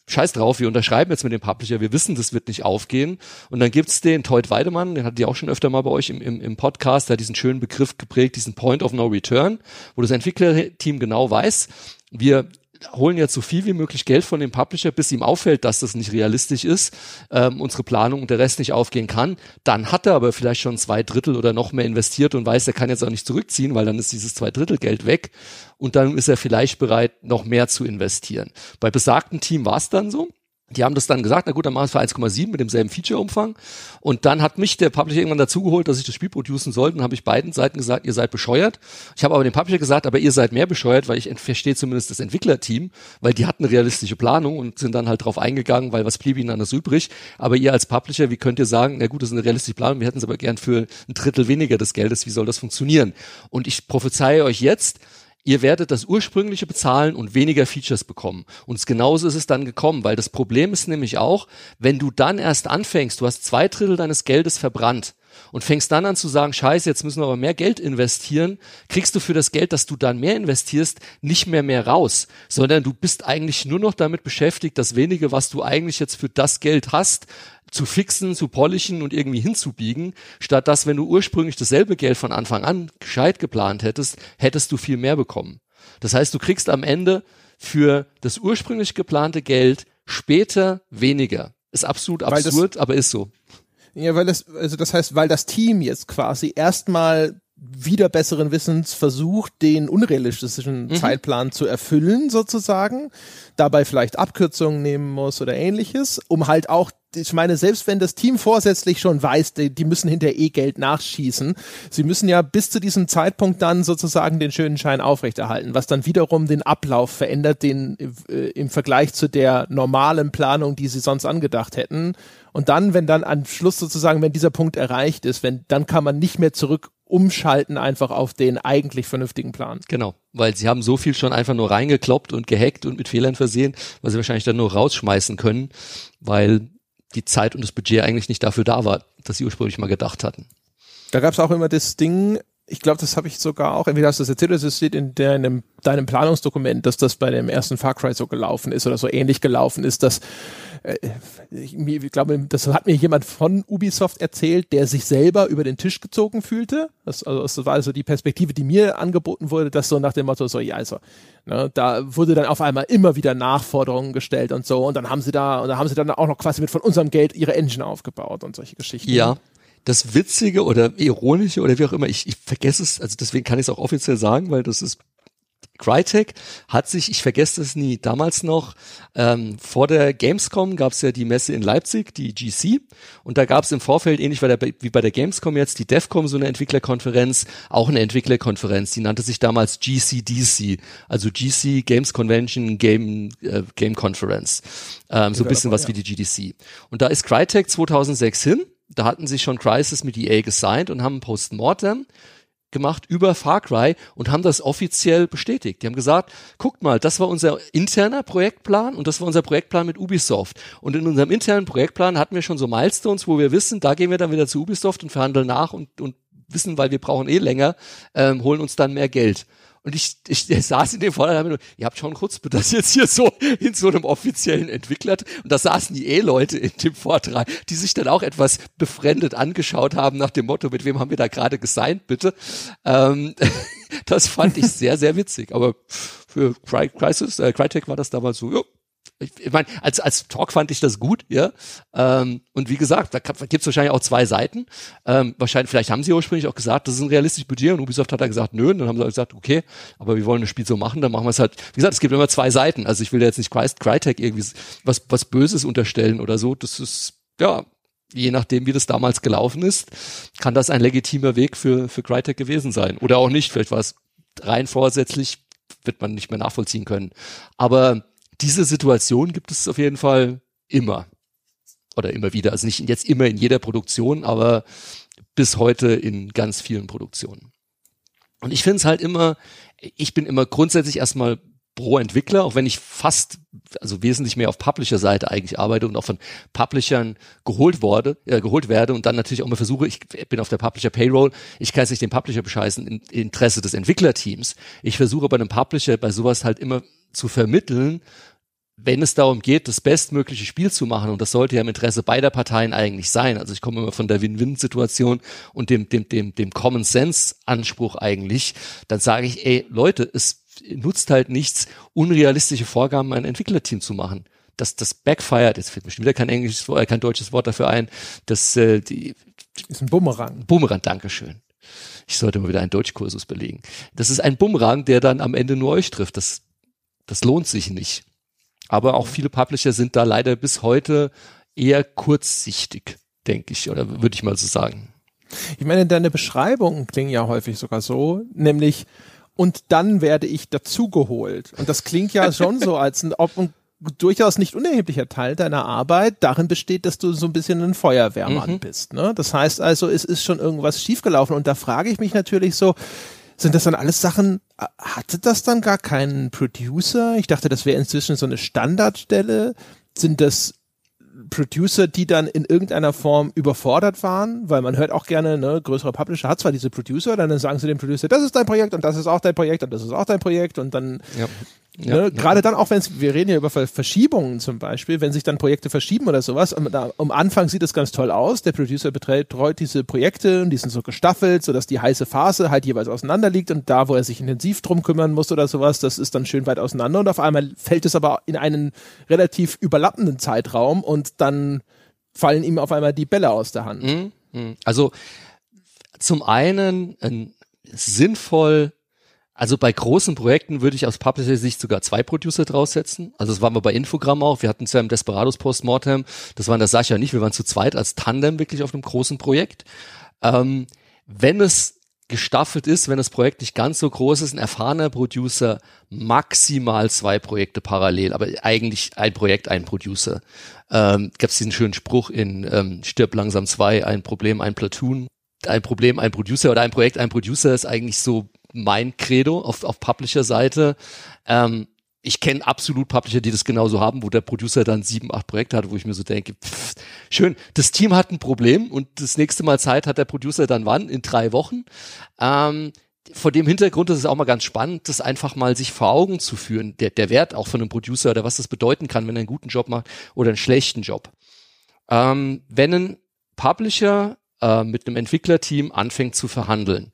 S2: scheiß drauf, wir unterschreiben jetzt mit dem Publisher, wir wissen, das wird nicht aufgehen. Und dann gibt's den Toyd Weidemann, den hattet ihr auch schon öfter mal bei euch im, im, im Podcast, der hat diesen schönen Begriff geprägt, diesen Point of No Return, wo das Entwicklerteam genau weiß, wir holen jetzt so viel wie möglich Geld von dem Publisher, bis ihm auffällt, dass das nicht realistisch ist, ähm, unsere Planung und der Rest nicht aufgehen kann. Dann hat er aber vielleicht schon zwei Drittel oder noch mehr investiert und weiß, er kann jetzt auch nicht zurückziehen, weil dann ist dieses zwei Drittel Geld weg und dann ist er vielleicht bereit, noch mehr zu investieren. Bei besagtem Team war es dann so. Die haben das dann gesagt, na gut, dann machen wir es für eins Komma sieben mit demselben Feature-Umfang. Und dann hat mich der Publisher irgendwann dazugeholt, dass ich das Spiel producen sollte. Und habe ich beiden Seiten gesagt, ihr seid bescheuert. Ich habe aber dem Publisher gesagt, aber ihr seid mehr bescheuert, weil ich verstehe zumindest das Entwicklerteam, weil die hatten eine realistische Planung und sind dann halt drauf eingegangen, weil was blieb ihnen anders übrig. Aber ihr als Publisher, wie könnt ihr sagen, na gut, das ist eine realistische Planung, wir hätten es aber gern für ein Drittel weniger des Geldes, wie soll das funktionieren? Und ich prophezeie euch jetzt, ihr werdet das ursprüngliche bezahlen und weniger Features bekommen. Und genauso ist es dann gekommen, weil das Problem ist nämlich auch, wenn du dann erst anfängst, du hast zwei Drittel deines Geldes verbrannt und fängst dann an zu sagen, scheiße, jetzt müssen wir aber mehr Geld investieren, kriegst du für das Geld, das du dann mehr investierst, nicht mehr mehr raus, sondern du bist eigentlich nur noch damit beschäftigt, das wenige, was du eigentlich jetzt für das Geld hast, zu fixen, zu polischen und irgendwie hinzubiegen, statt dass, wenn du ursprünglich dasselbe Geld von Anfang an gescheit geplant hättest, hättest du viel mehr bekommen. Das heißt, du kriegst am Ende für das ursprünglich geplante Geld später weniger. Ist absolut absurd, das, aber ist so.
S1: Ja, weil das, also das heißt, weil das Team jetzt quasi erstmal wieder besseren Wissens versucht, den unrealistischen mhm. Zeitplan zu erfüllen, sozusagen, dabei vielleicht Abkürzungen nehmen muss oder ähnliches, um halt auch, ich meine, selbst wenn das Team vorsätzlich schon weiß, die, die müssen hinter eh Geld nachschießen, sie müssen ja bis zu diesem Zeitpunkt dann sozusagen den schönen Schein aufrechterhalten, was dann wiederum den Ablauf verändert, den äh, im Vergleich zu der normalen Planung, die sie sonst angedacht hätten. Und dann, wenn dann am Schluss sozusagen, wenn dieser Punkt erreicht ist, wenn, dann kann man nicht mehr zurück umschalten einfach auf den eigentlich vernünftigen Plan.
S2: Genau, weil sie haben so viel schon einfach nur reingekloppt und gehackt und mit Fehlern versehen, was sie wahrscheinlich dann nur rausschmeißen können, weil die Zeit und das Budget eigentlich nicht dafür da war, dass sie ursprünglich mal gedacht hatten.
S1: Da gab es auch immer das Ding, ich glaube, das habe ich sogar auch, entweder hast du das erzählt oder es steht in deinem, deinem Planungsdokument, dass das bei dem ersten Far Cry so gelaufen ist oder so ähnlich gelaufen ist, dass äh, ich, ich glaube, das hat mir jemand von Ubisoft erzählt, der sich selber über den Tisch gezogen fühlte. Das, also, das war also die Perspektive, die mir angeboten wurde, dass so nach dem Motto, so, ja, also, ne, da wurde dann auf einmal immer wieder Nachforderungen gestellt und so und dann haben sie da, und dann haben sie dann auch noch quasi mit von unserem Geld ihre Engine aufgebaut und solche Geschichten.
S2: Ja. Das Witzige oder Ironische oder wie auch immer, ich, ich vergesse es, also deswegen kann ich es auch offiziell sagen, weil das ist, Crytek hat sich, ich vergesse es nie, damals noch, ähm, vor der Gamescom gab es ja die Messe in Leipzig, die G C, und da gab es im Vorfeld, ähnlich bei der, wie bei der Gamescom jetzt, die DEFCOM, so eine Entwicklerkonferenz, auch eine Entwicklerkonferenz, die nannte sich damals G C D C, also G C, Games Convention, Game, äh, Game Conference, ähm, so ein bisschen was wie die G D C. Und da ist Crytek zweitausendsechs hin. Da hatten sie schon Crysis mit E A gesigned und haben ein Postmortem gemacht über Far Cry und haben das offiziell bestätigt. Die haben gesagt, guckt mal, das war unser interner Projektplan und das war unser Projektplan mit Ubisoft. Und in unserem internen Projektplan hatten wir schon so Milestones, wo wir wissen, da gehen wir dann wieder zu Ubisoft und verhandeln nach und, und wissen, weil wir brauchen eh länger, ähm, holen uns dann mehr Geld. Und ich, ich, ich saß in dem Vortrag und ihr habt schon kurz das jetzt hier so in so einem offiziellen Entwickler, und da saßen die E-Leute in dem Vortrag, die sich dann auch etwas befremdet angeschaut haben nach dem Motto, mit wem haben wir da gerade gesigned, bitte. Ähm, das fand ich sehr, sehr witzig. Aber für Cry, Crysis, äh, Crytek war das damals so, ja. Ich, ich meine, als als Talk fand ich das gut, ja. Ähm, und wie gesagt, da gibt es wahrscheinlich auch zwei Seiten. Ähm, wahrscheinlich, vielleicht haben sie ursprünglich auch gesagt, das ist ein realistisches Budget, und Ubisoft hat dann gesagt, nö, und dann haben sie gesagt, okay, aber wir wollen das Spiel so machen, dann machen wir es halt. Wie gesagt, es gibt immer zwei Seiten. Also ich will jetzt nicht Crytek irgendwie was was Böses unterstellen oder so. Das ist, ja, je nachdem, wie das damals gelaufen ist, kann das ein legitimer Weg für für Crytek gewesen sein. Oder auch nicht. Vielleicht war es rein vorsätzlich, wird man nicht mehr nachvollziehen können. Aber diese Situation gibt es auf jeden Fall immer. Oder immer wieder. Also nicht jetzt immer in jeder Produktion, aber bis heute in ganz vielen Produktionen. Und ich finde es halt immer, ich bin immer grundsätzlich erstmal pro Entwickler, auch wenn ich fast, also wesentlich mehr auf Publisher-Seite eigentlich arbeite und auch von Publishern geholt wurde, äh, geholt werde und dann natürlich auch mal versuche, ich bin auf der Publisher-Payroll, ich kann jetzt nicht den Publisher bescheißen im Interesse des Entwicklerteams. Ich versuche bei einem Publisher bei sowas halt immer zu vermitteln, wenn es darum geht, das bestmögliche Spiel zu machen, und das sollte ja im Interesse beider Parteien eigentlich sein, also ich komme immer von der Win-Win-Situation und dem, dem, dem, dem Common-Sense-Anspruch eigentlich, dann sage ich, ey, Leute, es nutzt halt nichts, unrealistische Vorgaben an ein Entwicklerteam zu machen. Das, das backfired, jetzt fällt mir schon wieder kein englisches Wort, kein deutsches Wort dafür ein, das, äh, die,
S1: ist ein Bumerang.
S2: Bumerang, Dankeschön. Ich sollte mal wieder einen Deutschkursus belegen. Das ist ein Bumerang, der dann am Ende nur euch trifft. Das, das lohnt sich nicht. Aber auch viele Publisher sind da leider bis heute eher kurzsichtig, denke ich, oder würde ich mal so sagen.
S1: Ich meine, deine Beschreibungen klingen ja häufig sogar so, nämlich, und dann werde ich dazugeholt. Und das klingt ja schon so, als ein, ob ein durchaus nicht unerheblicher Teil deiner Arbeit darin besteht, dass du so ein bisschen ein Feuerwehrmann mhm. bist. Ne? Das heißt also, es ist schon irgendwas schiefgelaufen. Und da frage ich mich natürlich so, sind das dann alles Sachen, hatte das dann gar keinen Producer? Ich dachte, das wäre inzwischen so eine Standardstelle. Sind das Producer, die dann in irgendeiner Form überfordert waren? Weil man hört auch gerne, ne, größere Publisher hat zwar diese Producer, dann sagen sie dem Producer, das ist dein Projekt und das ist auch dein Projekt und das ist auch dein Projekt und dann ja. Ja, ne, ja. Gerade dann auch, wenn es, wir reden ja über Verschiebungen zum Beispiel, wenn sich dann Projekte verschieben oder sowas, am, da, am Anfang sieht es ganz toll aus, der Producer betreut diese Projekte und die sind so gestaffelt, sodass die heiße Phase halt jeweils auseinander liegt und da, wo er sich intensiv drum kümmern muss oder sowas, das ist dann schön weit auseinander und auf einmal fällt es aber in einen relativ überlappenden Zeitraum und dann fallen ihm auf einmal die Bälle aus der Hand.
S2: Also zum einen ein sinnvoll. Also bei großen Projekten würde ich aus Publisher-Sicht sogar zwei Producer draussetzen. Also das waren wir bei Infogramm auch. Wir hatten es ja im Desperados Postmortem. Das waren der Sascha nicht. Wir waren zu zweit als Tandem wirklich auf einem großen Projekt. Ähm, wenn es gestaffelt ist, wenn das Projekt nicht ganz so groß ist, ein erfahrener Producer, maximal zwei Projekte parallel, aber eigentlich ein Projekt, ein Producer. Ähm, gab es diesen schönen Spruch in ähm, Stirb langsam zwei, ein Problem, ein Platoon. Ein Problem, ein Producer oder ein Projekt, ein Producer ist eigentlich so mein Credo auf, auf Publisher-Seite. Ähm, ich kenne absolut Publisher, die das genauso haben, wo der Producer dann sieben, acht Projekte hat, wo ich mir so denke, pff, schön, das Team hat ein Problem und das nächste Mal Zeit hat der Producer dann wann? In drei Wochen. Ähm, vor dem Hintergrund ist es auch mal ganz spannend, das einfach mal sich vor Augen zu führen, der, der Wert auch von einem Producer oder was das bedeuten kann, wenn er einen guten Job macht oder einen schlechten Job. Ähm, wenn ein Publisher äh, mit einem Entwicklerteam anfängt zu verhandeln,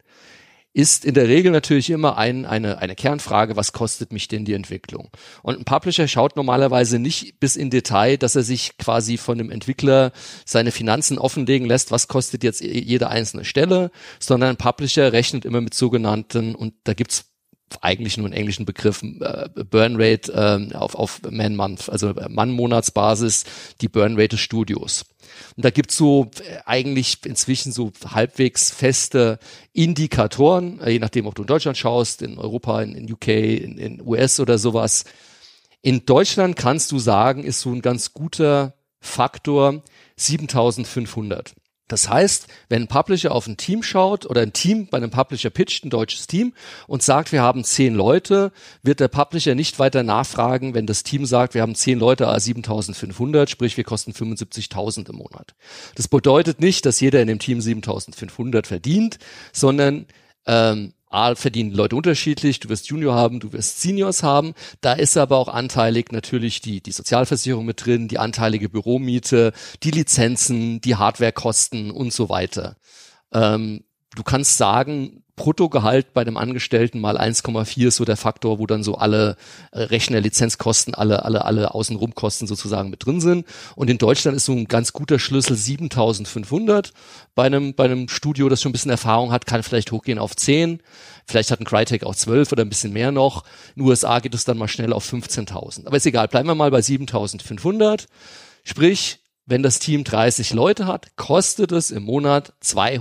S2: ist in der Regel natürlich immer ein, eine, eine Kernfrage, was kostet mich denn die Entwicklung? Und ein Publisher schaut normalerweise nicht bis in Detail, dass er sich quasi von dem Entwickler seine Finanzen offenlegen lässt, was kostet jetzt jede einzelne Stelle, sondern ein Publisher rechnet immer mit sogenannten, und da gibt's eigentlich nur einen englischen Begriff, äh, Burn Rate äh, auf, auf Man-Month, also Mann-Monatsbasis, die Burn Rate des Studios. Und da gibt's so äh, eigentlich inzwischen so halbwegs feste Indikatoren, äh, je nachdem, ob du in Deutschland schaust, in Europa, in, in U K, in, in U S oder sowas. In Deutschland kannst du sagen, ist so ein ganz guter Faktor siebentausendfünfhundert. Das heißt, wenn ein Publisher auf ein Team schaut oder ein Team bei einem Publisher pitcht, ein deutsches Team, und sagt, wir haben zehn Leute, wird der Publisher nicht weiter nachfragen, wenn das Team sagt, wir haben zehn Leute, ah, siebentausendfünfhundert, sprich wir kosten fünfundsiebzigtausend im Monat. Das bedeutet nicht, dass jeder in dem Team siebentausendfünfhundert verdient, sondern ähm, A, verdienen Leute unterschiedlich, du wirst Junior haben, du wirst Seniors haben, da ist aber auch anteilig natürlich die die Sozialversicherung mit drin, die anteilige Büromiete, die Lizenzen, die Hardwarekosten und so weiter. Ähm, du kannst sagen, Bruttogehalt bei dem Angestellten mal eins Komma vier ist so der Faktor, wo dann so alle äh, Rechner, Lizenzkosten, alle alle alle Außenrumkosten sozusagen mit drin sind. Und in Deutschland ist so ein ganz guter Schlüssel siebentausendfünfhundert. Bei einem bei einem Studio, das schon ein bisschen Erfahrung hat, kann vielleicht hochgehen auf zehn. Vielleicht hat ein Crytek auch zwölf oder ein bisschen mehr noch. In den U S A geht es dann mal schnell auf fünfzehntausend. Aber ist egal, bleiben wir mal bei siebentausendfünfhundert. Sprich, wenn das Team dreißig Leute hat, kostet es im Monat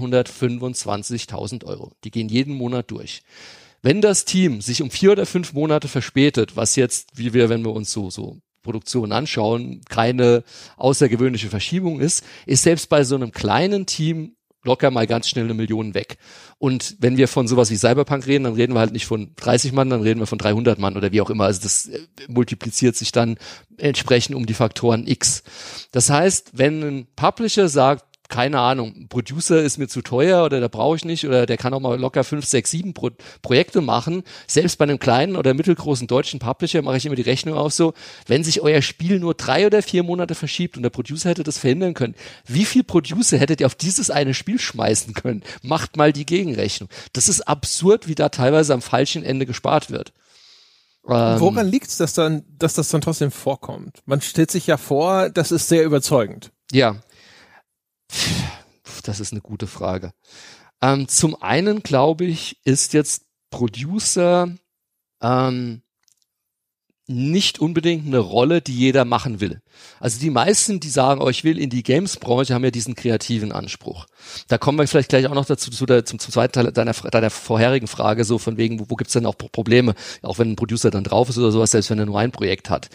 S2: zweihundertfünfundzwanzigtausend Euro. Die gehen jeden Monat durch. Wenn das Team sich um vier oder fünf Monate verspätet, was jetzt, wie wir, wenn wir uns so, so Produktionen anschauen, keine außergewöhnliche Verschiebung ist, ist selbst bei so einem kleinen Team locker mal ganz schnell eine Million weg. Und wenn wir von sowas wie Cyberpunk reden, dann reden wir halt nicht von dreißig Mann, dann reden wir von dreihundert Mann oder wie auch immer. Also das äh, multipliziert sich dann entsprechend um die Faktoren X. Das heißt, wenn ein Publisher sagt, keine Ahnung, Producer ist mir zu teuer oder da brauche ich nicht oder der kann auch mal locker fünf, sechs, sieben Pro- Projekte machen. Selbst bei einem kleinen oder mittelgroßen deutschen Publisher mache ich immer die Rechnung auf so, wenn sich euer Spiel nur drei oder vier Monate verschiebt und der Producer hätte das verhindern können, wie viel Producer hättet ihr auf dieses eine Spiel schmeißen können? Macht mal die Gegenrechnung. Das ist absurd, wie da teilweise am falschen Ende gespart wird.
S1: Ähm, Woran liegt es, dass dann, dass das dann trotzdem vorkommt? Man stellt sich ja vor, das ist sehr überzeugend.
S2: Ja. Das ist eine gute Frage. Ähm, zum einen, glaube ich, ist jetzt Producer ähm, nicht unbedingt eine Rolle, die jeder machen will. Also die meisten, die sagen, oh, ich will in die Games-Branche, haben ja diesen kreativen Anspruch. Da kommen wir vielleicht gleich auch noch dazu, zu der, zum, zum zweiten Teil deiner, deiner vorherigen Frage, so von wegen, wo, wo gibt's denn auch Probleme, auch wenn ein Producer dann drauf ist oder sowas, selbst wenn er nur ein Projekt hat.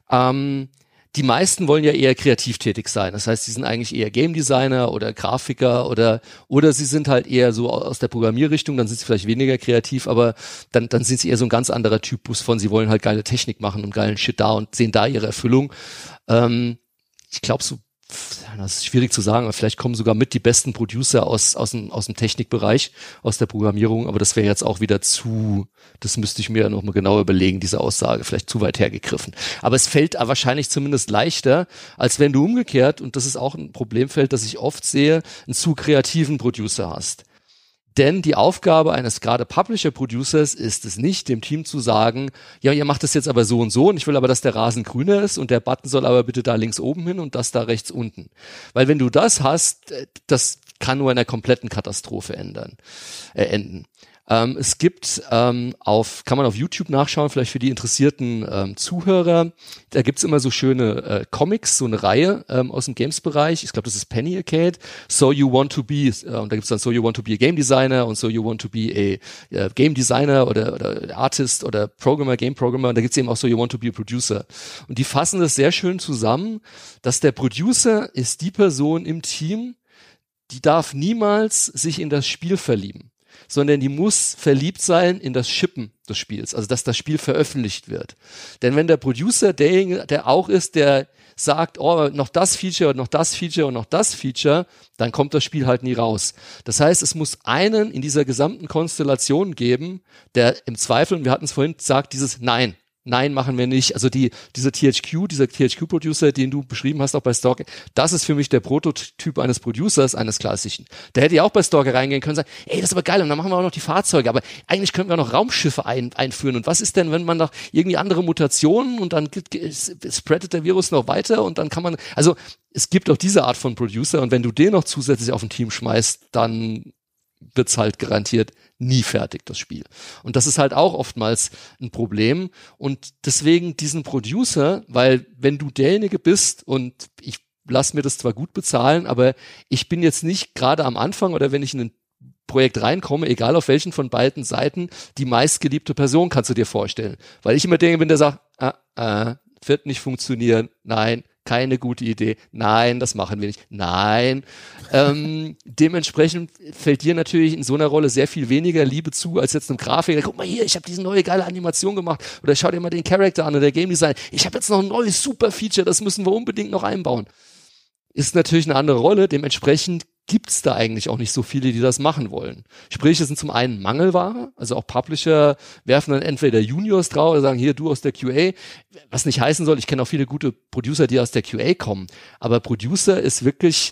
S2: Ähm, Die meisten wollen ja eher kreativ tätig sein. Das heißt, sie sind eigentlich eher Game Designer oder Grafiker oder oder sie sind halt eher so aus der Programmierrichtung, dann sind sie vielleicht weniger kreativ, aber dann dann sind sie eher so ein ganz anderer Typus von, sie wollen halt geile Technik machen und geilen Shit da und sehen da ihre Erfüllung. Ähm, ich glaube so, das ist schwierig zu sagen, aber vielleicht kommen sogar mit die besten Producer aus aus dem aus dem Technikbereich, aus der Programmierung, aber das wäre jetzt auch wieder zu, das müsste ich mir noch mal genau überlegen, diese Aussage, vielleicht zu weit hergegriffen. Aber es fällt wahrscheinlich zumindest leichter, als wenn du umgekehrt, und das ist auch ein Problemfeld, das ich oft sehe, einen zu kreativen Producer hast. Denn die Aufgabe eines gerade Publisher-Producers ist es nicht, dem Team zu sagen, ja, ihr macht das jetzt aber so und so und ich will aber, dass der Rasen grüner ist und der Button soll aber bitte da links oben hin und das da rechts unten. Weil wenn du das hast, das kann nur in einer kompletten Katastrophe ändern, äh, enden. Ähm, es gibt ähm, auf, kann man auf YouTube nachschauen, vielleicht für die interessierten ähm, Zuhörer, da gibt's immer so schöne äh, Comics, so eine Reihe ähm, aus dem Games-Bereich, ich glaube, das ist Penny Arcade, So You Want to Be, äh, und da gibt's dann So You Want to Be a Game Designer und So You Want to Be a äh, Game Designer oder, oder Artist oder Programmer, Game Programmer, und da gibt's eben auch So You Want to Be a Producer. Und die fassen das sehr schön zusammen, dass der Producer ist die Person im Team, die darf niemals sich in das Spiel verlieben, sondern die muss verliebt sein in das Shippen des Spiels, also dass das Spiel veröffentlicht wird. Denn wenn der Producer derjenige, der auch ist, der sagt, oh, noch das Feature und noch das Feature und noch das Feature, dann kommt das Spiel halt nie raus. Das heißt, es muss einen in dieser gesamten Konstellation geben, der im Zweifel, und wir hatten es vorhin gesagt, dieses Nein. Nein, machen wir nicht. Also die, diese T H Q, dieser T H Q-Producer, den du beschrieben hast, auch bei Stalker, das ist für mich der Prototyp eines Producers, eines klassischen. Der hätte ja auch bei Stalker reingehen können und sagen, ey, das ist aber geil, und dann machen wir auch noch die Fahrzeuge, aber eigentlich könnten wir noch Raumschiffe ein, einführen. Und was ist denn, wenn man noch irgendwie andere Mutationen und dann spreadet der Virus noch weiter und dann kann man, also es gibt auch diese Art von Producer, und wenn du den noch zusätzlich auf ein Team schmeißt, dann wird's halt garantiert nie fertig, das Spiel. Und das ist halt auch oftmals ein Problem. Und deswegen diesen Producer, weil wenn du derjenige bist, und ich lass mir das zwar gut bezahlen, aber ich bin jetzt nicht gerade am Anfang oder wenn ich in ein Projekt reinkomme, egal auf welchen von beiden Seiten, die meistgeliebte Person kannst du dir vorstellen. Weil ich immer derjenige bin, der sagt, ah, ah, wird nicht funktionieren, nein, keine gute Idee, nein, das machen wir nicht, nein. Ähm, dementsprechend fällt dir natürlich in so einer Rolle sehr viel weniger Liebe zu, als jetzt einem Grafiker. Guck mal hier, ich habe diese neue geile Animation gemacht, oder schau dir mal den Charakter an oder der Game Design. Ich habe jetzt noch ein neues Super-Feature, das müssen wir unbedingt noch einbauen. Ist natürlich eine andere Rolle, dementsprechend gibt's da eigentlich auch nicht so viele, die das machen wollen. Sprich, es sind zum einen Mangelware, also auch Publisher werfen dann entweder Juniors drauf oder sagen, hier, du aus der Q A, was nicht heißen soll, ich kenne auch viele gute Producer, die aus der Q A kommen, aber Producer ist wirklich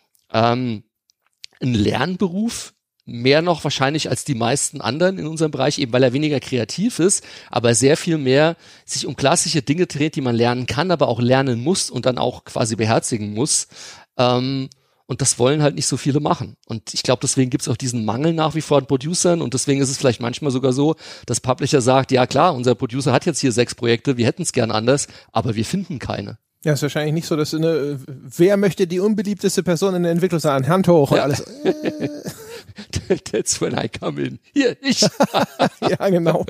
S2: ähm, ein Lernberuf, mehr noch wahrscheinlich als die meisten anderen in unserem Bereich, eben weil er weniger kreativ ist, aber sehr viel mehr sich um klassische Dinge dreht, die man lernen kann, aber auch lernen muss und dann auch quasi beherzigen muss. Ähm, Und das wollen halt nicht so viele machen. Und ich glaube, deswegen gibt es auch diesen Mangel nach wie vor an Producern. Und deswegen ist es vielleicht manchmal sogar so, dass Publisher sagt, ja klar, unser Producer hat jetzt hier sechs Projekte, wir hätten es gern anders, aber wir finden keine.
S1: Ja, ist wahrscheinlich nicht so, dass eine, wer möchte die unbeliebteste Person in der Entwicklung sein? Hand hoch und
S2: ja.
S1: alles.
S2: That's when I come in. Hier, ich.
S1: Ja, genau.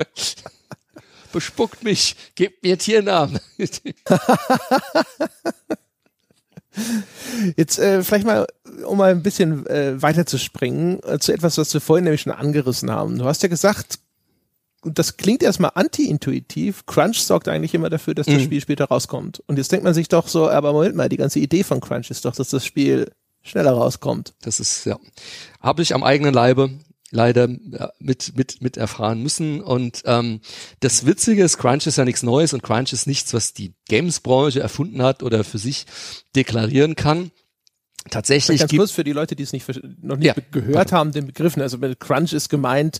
S2: Bespuckt mich, gebt mir Tiernamen.
S1: Jetzt äh, vielleicht mal, um mal ein bisschen äh, weiter zu springen, äh, zu etwas, was wir vorhin nämlich schon angerissen haben. Du hast ja gesagt, und das klingt erstmal anti-intuitiv, Crunch sorgt eigentlich immer dafür, dass das mhm. Spiel später rauskommt. Und jetzt denkt man sich doch so, aber Moment mal, die ganze Idee von Crunch ist doch, dass das Spiel schneller rauskommt.
S2: Das ist, ja, habe ich am eigenen Leibe leider ja, mit mit mit erfahren müssen. Und ähm, das Witzige ist, Crunch ist ja nichts Neues und Crunch ist nichts, was die Games-Branche erfunden hat oder für sich deklarieren kann. Tatsächlich
S1: ganz
S2: gibt
S1: kurz für die Leute, die es nicht noch nicht
S2: ja,
S1: gehört
S2: pardon.
S1: haben, den Begriff. Also mit Crunch ist gemeint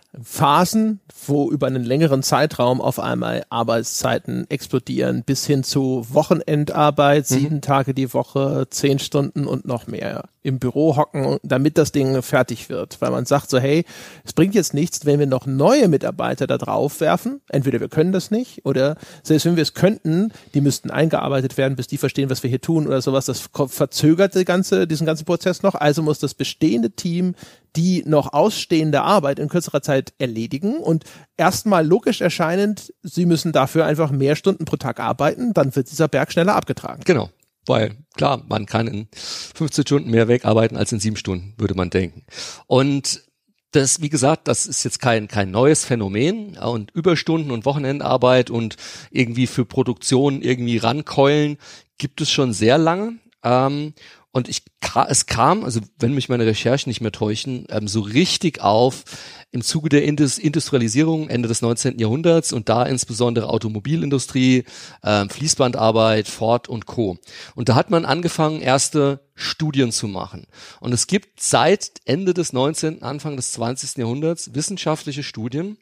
S1: Phasen, wo über einen längeren Zeitraum auf einmal Arbeitszeiten explodieren, bis hin zu Wochenendarbeit, sieben mhm. Tage die Woche, zehn Stunden und noch mehr im Büro hocken, damit das Ding fertig wird. Weil man sagt so, hey, es bringt jetzt nichts, wenn wir noch neue Mitarbeiter da drauf werfen. Entweder wir können das nicht oder selbst wenn wir es könnten, die müssten eingearbeitet werden, bis die verstehen, was wir hier tun oder sowas. Das verzögert die ganze, diesen ganzen Prozess noch. Also muss das bestehende Team die noch ausstehende Arbeit in kürzerer Zeit erledigen und erstmal logisch erscheinend, sie müssen dafür einfach mehr Stunden pro Tag arbeiten, dann wird dieser Berg schneller abgetragen.
S2: Genau, weil klar, man kann in fünfzehn Stunden mehr wegarbeiten als in sieben Stunden, würde man denken. Und das, wie gesagt, das ist jetzt kein kein neues Phänomen und Überstunden und Wochenendarbeit und irgendwie für Produktion irgendwie rankeulen gibt es schon sehr lange. Ähm, Und ich, es kam, also wenn mich meine Recherchen nicht mehr täuschen, ähm, so richtig auf im Zuge der Indus- Industrialisierung Ende des neunzehnten Jahrhunderts und da insbesondere Automobilindustrie, ähm, Fließbandarbeit, Ford und Co. Und da hat man angefangen, erste Studien zu machen. Und es gibt seit Ende des neunzehnten, Anfang des zwanzigsten Jahrhunderts wissenschaftliche Studien,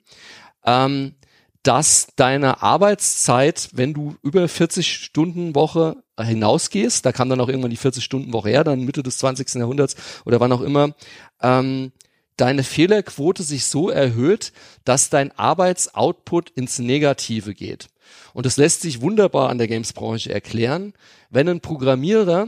S2: ähm, dass deine Arbeitszeit, wenn du über vierzig Stunden Woche hinausgehst, da kam dann auch irgendwann die vierzig Stunden Woche her, dann Mitte des zwanzigsten Jahrhunderts oder wann auch immer, ähm, deine Fehlerquote sich so erhöht, dass dein Arbeitsoutput ins Negative geht. Und das lässt sich wunderbar an der Games-Branche erklären. Wenn ein Programmierer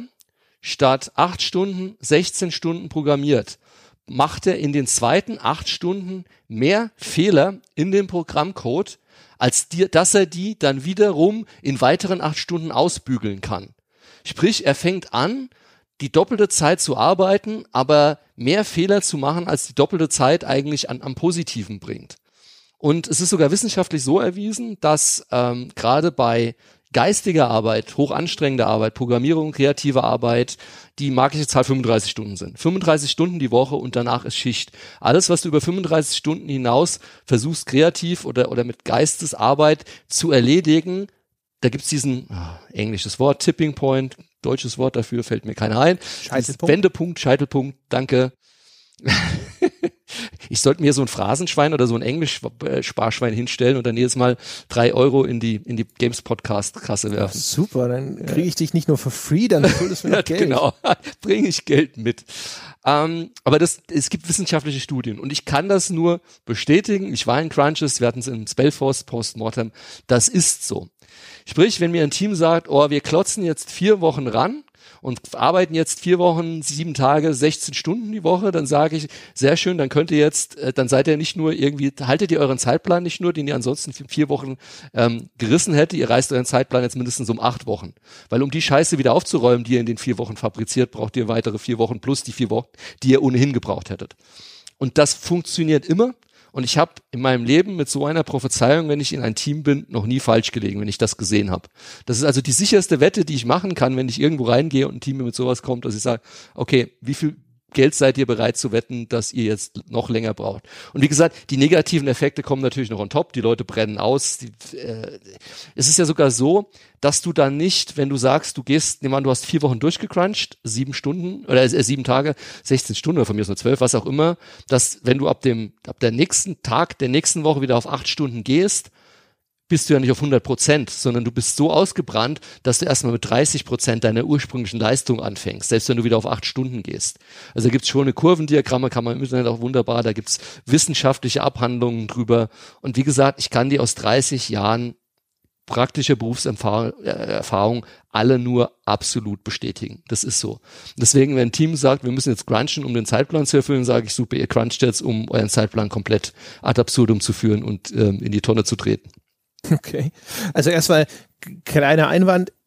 S2: statt acht Stunden sechzehn Stunden programmiert, macht er in den zweiten acht Stunden mehr Fehler in dem Programmcode, als die, dass er die dann wiederum in weiteren acht Stunden ausbügeln kann. Sprich, er fängt an, die doppelte Zeit zu arbeiten, aber mehr Fehler zu machen, als die doppelte Zeit eigentlich an, am Positiven bringt. Und es ist sogar wissenschaftlich so erwiesen, dass ähm, gerade bei geistige Arbeit, hochanstrengende Arbeit, Programmierung, kreative Arbeit, die magische Zahl fünfunddreißig Stunden sind. fünfunddreißig Stunden die Woche und danach ist Schicht. Alles, was du über fünfunddreißig Stunden hinaus versuchst, kreativ oder oder mit Geistesarbeit zu erledigen, da gibt's diesen oh, englisches Wort, Tipping Point, deutsches Wort dafür, fällt mir keiner ein.
S1: Scheitelpunkt.
S2: Wendepunkt, Scheitelpunkt, danke. Ich sollte mir so ein Phrasenschwein oder so ein Englisch-Sparschwein hinstellen und dann jedes Mal drei Euro in die in die Games-Podcast-Kasse werfen.
S1: Ja, super, dann kriege ich dich nicht nur for free, dann schuldest du mir noch Geld.
S2: Genau, bringe ich Geld mit. Ähm, aber das, es gibt wissenschaftliche Studien und ich kann das nur bestätigen. Ich war in Crunches, wir hatten es im Spellforce Postmortem. Das ist so. Sprich, wenn mir ein Team sagt, oh, wir klotzen jetzt vier Wochen ran und arbeiten jetzt vier Wochen, sieben Tage, sechzehn Stunden die Woche, dann sage ich, sehr schön, dann könnt ihr jetzt, äh, dann seid ihr nicht nur irgendwie, haltet ihr euren Zeitplan nicht nur, den ihr ansonsten vier Wochen ähm, gerissen hätte, ihr reißt euren Zeitplan jetzt mindestens um acht Wochen. Weil um die Scheiße wieder aufzuräumen, die ihr in den vier Wochen fabriziert, braucht ihr weitere vier Wochen plus die vier Wochen, die ihr ohnehin gebraucht hättet. Und das funktioniert immer. Und ich habe in meinem Leben mit so einer Prophezeiung, wenn ich in ein Team bin, noch nie falsch gelegen, wenn ich das gesehen habe. Das ist also die sicherste Wette, die ich machen kann, wenn ich irgendwo reingehe und ein Team mir mit sowas kommt, dass ich sage, okay, wie viel Geld seid ihr bereit zu wetten, dass ihr jetzt noch länger braucht? Und wie gesagt, die negativen Effekte kommen natürlich noch on top. Die Leute brennen aus. Die, äh, es ist ja sogar so, dass du dann nicht, wenn du sagst, du gehst, nehmen wir an, du hast vier Wochen durchgecrunched, sieben Stunden oder äh, sieben Tage, sechzehn Stunden oder von mir aus nur zwölf, was auch immer, dass wenn du ab dem, ab der nächsten Tag der nächsten Woche wieder auf acht Stunden gehst, bist du ja nicht auf hundert Prozent, sondern du bist so ausgebrannt, dass du erstmal mit dreißig Prozent deiner ursprünglichen Leistung anfängst, selbst wenn du wieder auf acht Stunden gehst. Also da gibt's schon eine Kurvendiagramme, kann man im Internet auch wunderbar, da gibt's wissenschaftliche Abhandlungen drüber. Und wie gesagt, ich kann die aus dreißig Jahren praktischer Berufserfahrung alle nur absolut bestätigen. Das ist so. Deswegen, wenn ein Team sagt, wir müssen jetzt crunchen, um den Zeitplan zu erfüllen, sage ich, super, ihr cruncht jetzt, um euren Zeitplan komplett ad absurdum zu führen und ähm, in die Tonne zu treten.
S1: Okay. Also erstmal kleiner Einwand.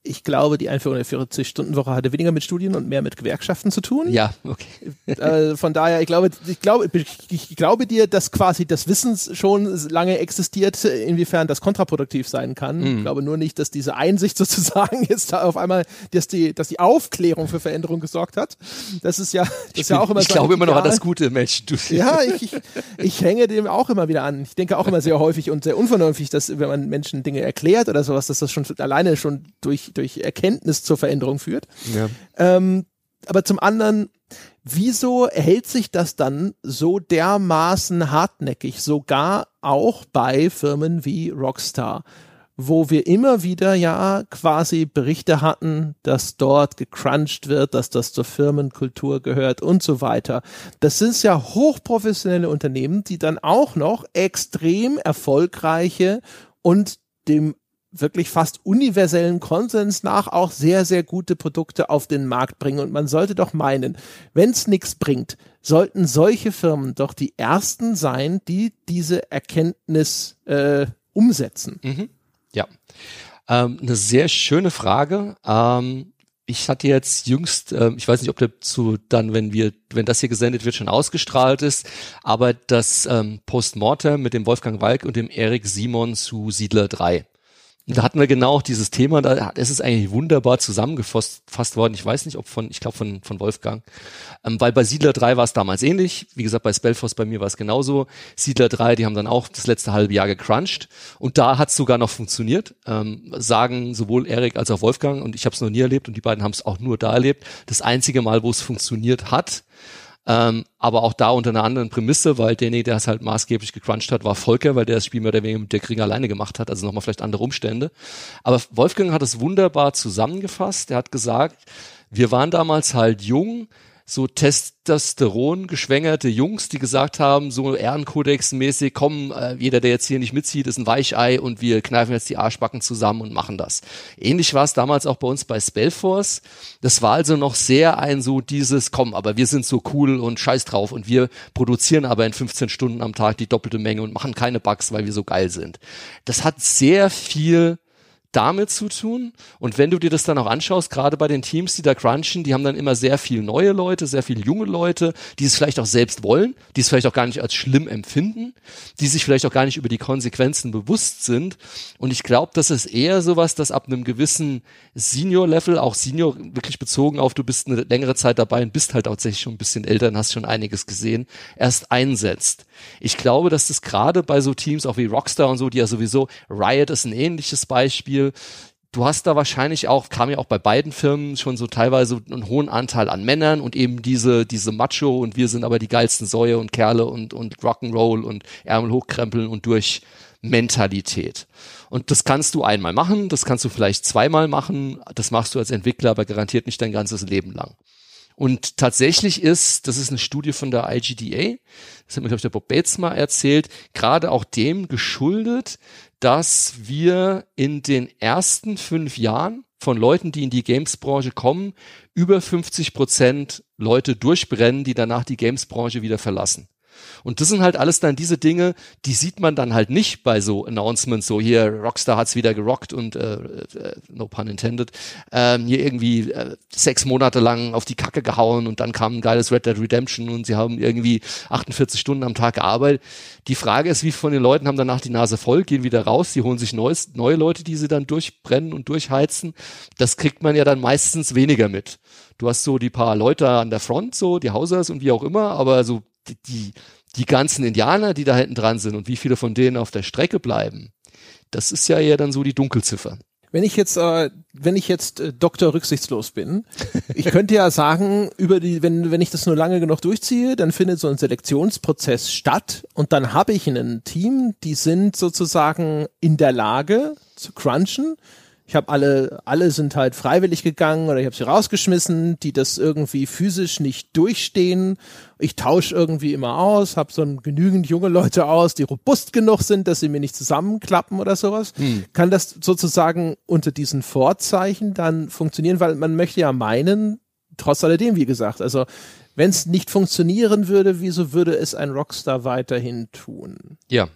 S1: ich glaube, die Einführung der vierzig-Stunden-Woche hatte weniger mit Studien und mehr mit Gewerkschaften zu tun.
S2: Ja, okay.
S1: Äh, von daher, ich glaube, ich glaube, ich glaube dir, dass quasi das Wissen schon lange existiert, inwiefern das kontraproduktiv sein kann. Mhm. Ich glaube nur nicht, dass diese Einsicht sozusagen jetzt da auf einmal, dass die, dass die Aufklärung für Veränderung gesorgt hat. Das ist ja, das
S2: ich
S1: ist ja
S2: bin,
S1: auch immer
S2: Ich
S1: so
S2: glaube immer noch
S1: Ideal.
S2: an das Gute im Menschen. Du.
S1: Ja, ich, ich, ich hänge dem auch immer wieder an. Ich denke auch immer sehr häufig und sehr unvernünftig, dass wenn man Menschen Dinge erklärt oder sowas, dass das schon alleine schon durch, durch Erkenntnis zur Veränderung führt.
S2: Ja.
S1: Ähm, aber zum anderen, wieso hält sich das dann so dermaßen hartnäckig, sogar auch bei Firmen wie Rockstar, wo wir immer wieder ja quasi Berichte hatten, dass dort gecrunched wird, dass das zur Firmenkultur gehört und so weiter. Das sind ja hochprofessionelle Unternehmen, die dann auch noch extrem erfolgreiche und dem wirklich fast universellen Konsens nach auch sehr, sehr gute Produkte auf den Markt bringen. Und man sollte doch meinen, wenn es nichts bringt, sollten solche Firmen doch die ersten sein, die diese Erkenntnis äh, umsetzen.
S2: Mhm. Ja, ähm, eine sehr schöne Frage. Ähm, ich hatte jetzt jüngst, ähm, ich weiß nicht, ob dazu dann, wenn wir, wenn das hier gesendet wird, schon ausgestrahlt ist, aber das ähm, Postmortem mit dem Wolfgang Walk und dem Erik Simon zu Siedler drei. Und da hatten wir genau dieses Thema, da ist es eigentlich wunderbar zusammengefasst worden. Ich weiß nicht, ob von, ich glaube von von Wolfgang, ähm, weil bei Siedler drei war es damals ähnlich. Wie gesagt, bei Spellforce bei mir war es genauso. Siedler drei, die haben dann auch das letzte halbe Jahr gecrunched und da hat es sogar noch funktioniert. Ähm, sagen sowohl Erik als auch Wolfgang und ich habe es noch nie erlebt und die beiden haben es auch nur da erlebt. Das einzige Mal, wo es funktioniert hat, Ähm, aber auch da unter einer anderen Prämisse, weil derjenige, der es halt maßgeblich gecrunched hat, war Volker, weil der das Spiel mehr oder weniger mit der Kring alleine gemacht hat, also nochmal vielleicht andere Umstände. Aber Wolfgang hat es wunderbar zusammengefasst. Er hat gesagt, wir waren damals halt jung, so Testosteron geschwängerte Jungs, die gesagt haben, so Ehrenkodex-mäßig, komm, äh, jeder, der jetzt hier nicht mitzieht, ist ein Weichei und wir kneifen jetzt die Arschbacken zusammen und machen das. Ähnlich war es damals auch bei uns bei Spellforce. Das war also noch sehr ein so dieses, komm, aber wir sind so cool und scheiß drauf und wir produzieren aber in fünfzehn Stunden am Tag die doppelte Menge und machen keine Bugs, weil wir so geil sind. Das hat sehr viel damit zu tun. Und wenn du dir das dann auch anschaust, gerade bei den Teams, die da crunchen, die haben dann immer sehr viel neue Leute, sehr viel junge Leute, die es vielleicht auch selbst wollen, die es vielleicht auch gar nicht als schlimm empfinden, die sich vielleicht auch gar nicht über die Konsequenzen bewusst sind. Und ich glaube, das ist eher sowas, das ab einem gewissen Senior-Level, auch Senior wirklich bezogen auf, du bist eine längere Zeit dabei und bist halt tatsächlich schon ein bisschen älter und hast schon einiges gesehen, erst einsetzt. Ich glaube, dass das gerade bei so Teams auch wie Rockstar und so, die ja sowieso, Riot ist ein ähnliches Beispiel. Du hast da wahrscheinlich auch, kam ja auch bei beiden Firmen schon so teilweise einen hohen Anteil an Männern und eben diese, diese Macho und wir sind aber die geilsten Säue und Kerle und, und Rock'n'Roll und Ärmel hochkrempeln und durch Mentalität. Und das kannst du einmal machen, das kannst du vielleicht zweimal machen, das machst du als Entwickler, aber garantiert nicht dein ganzes Leben lang. Und tatsächlich ist, das ist eine Studie von der I G D A, das hat mir, glaube ich, der Bob Bates mal erzählt, gerade auch dem geschuldet, dass wir in den ersten fünf Jahren von Leuten, die in die Games-Branche kommen, über fünfzig Prozent Leute durchbrennen, die danach die Games-Branche wieder verlassen. Und das sind halt alles dann diese Dinge, die sieht man dann halt nicht bei so Announcements, so hier Rockstar hat's wieder gerockt und äh, äh, no pun intended, ähm, hier irgendwie äh, sechs Monate lang auf die Kacke gehauen und dann kam ein geiles Red Dead Redemption und sie haben irgendwie achtundvierzig Stunden am Tag gearbeitet. Die Frage ist, wie viele von den Leuten haben danach die Nase voll, gehen wieder raus, sie holen sich neues, neue Leute, die sie dann durchbrennen und durchheizen. Das kriegt man ja dann meistens weniger mit. Du hast so die paar Leute an der Front, so die Hausers und wie auch immer, aber so die, die, die ganzen Indianer, die da hinten dran sind und wie viele von denen auf der Strecke bleiben, das ist ja eher dann so die Dunkelziffer.
S1: Wenn ich jetzt, äh, wenn ich jetzt äh, Doktor rücksichtslos bin, ich könnte ja sagen, über die, wenn wenn ich das nur lange genug durchziehe, dann findet so ein Selektionsprozess statt und dann habe ich ein Team, die sind sozusagen in der Lage zu crunchen. Ich habe alle, alle sind halt freiwillig gegangen oder ich habe sie rausgeschmissen, die das irgendwie physisch nicht durchstehen. Ich tausche irgendwie immer aus, habe so ein, genügend junge Leute aus, die robust genug sind, dass sie mir nicht zusammenklappen oder sowas. Hm. Kann das sozusagen unter diesen Vorzeichen dann funktionieren? Weil man möchte ja meinen, trotz alledem, wie gesagt, also wenn es nicht funktionieren würde, wieso würde es ein Rockstar weiterhin tun?
S2: Ja.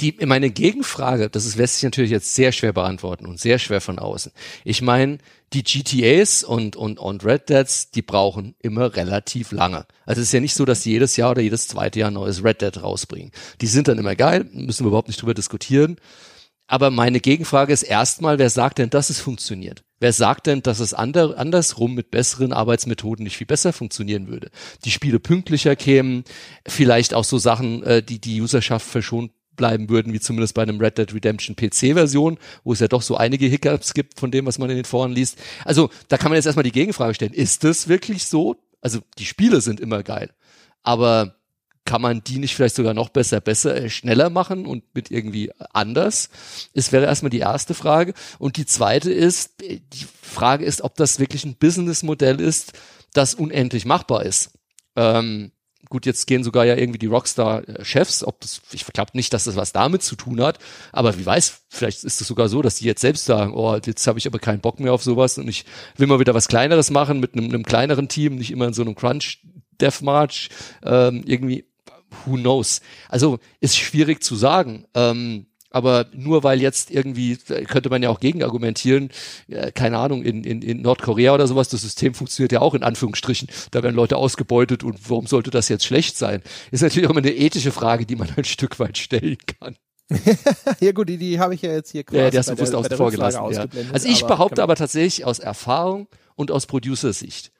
S2: Die, meine Gegenfrage, das ist, lässt sich natürlich jetzt sehr schwer beantworten und sehr schwer von außen. Ich meine, die G T As und, und, und Red Deads, die brauchen immer relativ lange. Also es ist ja nicht so, dass die jedes Jahr oder jedes zweite Jahr ein neues Red Dead rausbringen. Die sind dann immer geil, müssen wir überhaupt nicht drüber diskutieren. Aber meine Gegenfrage ist erstmal, wer sagt denn, dass es funktioniert? Wer sagt denn, dass es ander, andersrum mit besseren Arbeitsmethoden nicht viel besser funktionieren würde? Die Spiele pünktlicher kämen, vielleicht auch so Sachen, äh, die die Userschaft verschont bleiben würden, wie zumindest bei einem Red Dead Redemption P C-Version, wo es ja doch so einige Hiccups gibt von dem, was man in den Foren liest. Also da kann man jetzt erstmal die Gegenfrage stellen, ist das wirklich so? Also die Spiele sind immer geil, aber kann man die nicht vielleicht sogar noch besser, besser, äh, schneller machen und mit irgendwie anders? Das wäre erstmal die erste Frage. Und die zweite ist, die Frage ist, ob das wirklich ein Businessmodell ist, das unendlich machbar ist. Ähm, Gut, jetzt gehen sogar ja irgendwie die Rockstar-Chefs, ob das, ich glaube nicht, dass das was damit zu tun hat, aber wie weiß, vielleicht ist es sogar so, dass die jetzt selbst sagen, oh, jetzt habe ich aber keinen Bock mehr auf sowas und ich will mal wieder was Kleineres machen mit einem, einem kleineren Team, nicht immer in so einem Crunch-Deathmatch, ähm, irgendwie, who knows. Also, ist schwierig zu sagen, ähm, aber nur weil jetzt irgendwie, könnte man ja auch gegenargumentieren, äh, keine Ahnung, in, in, in Nordkorea oder sowas, das System funktioniert ja auch in Anführungsstrichen, da werden Leute ausgebeutet und warum sollte das jetzt schlecht sein? Ist natürlich auch immer eine ethische Frage, die man ein Stück weit stellen kann.
S1: Ja gut, die, die habe ich ja jetzt hier quasi
S2: ja, die hast du
S1: bei
S2: bewusst
S1: der,
S2: außen
S1: bei der
S2: vor
S1: Rückfrage
S2: gelassen. Ja.
S1: ausgeblendet.
S2: Also ich
S1: aber,
S2: behaupte
S1: genau.
S2: aber tatsächlich aus Erfahrung und aus Producer-Sicht,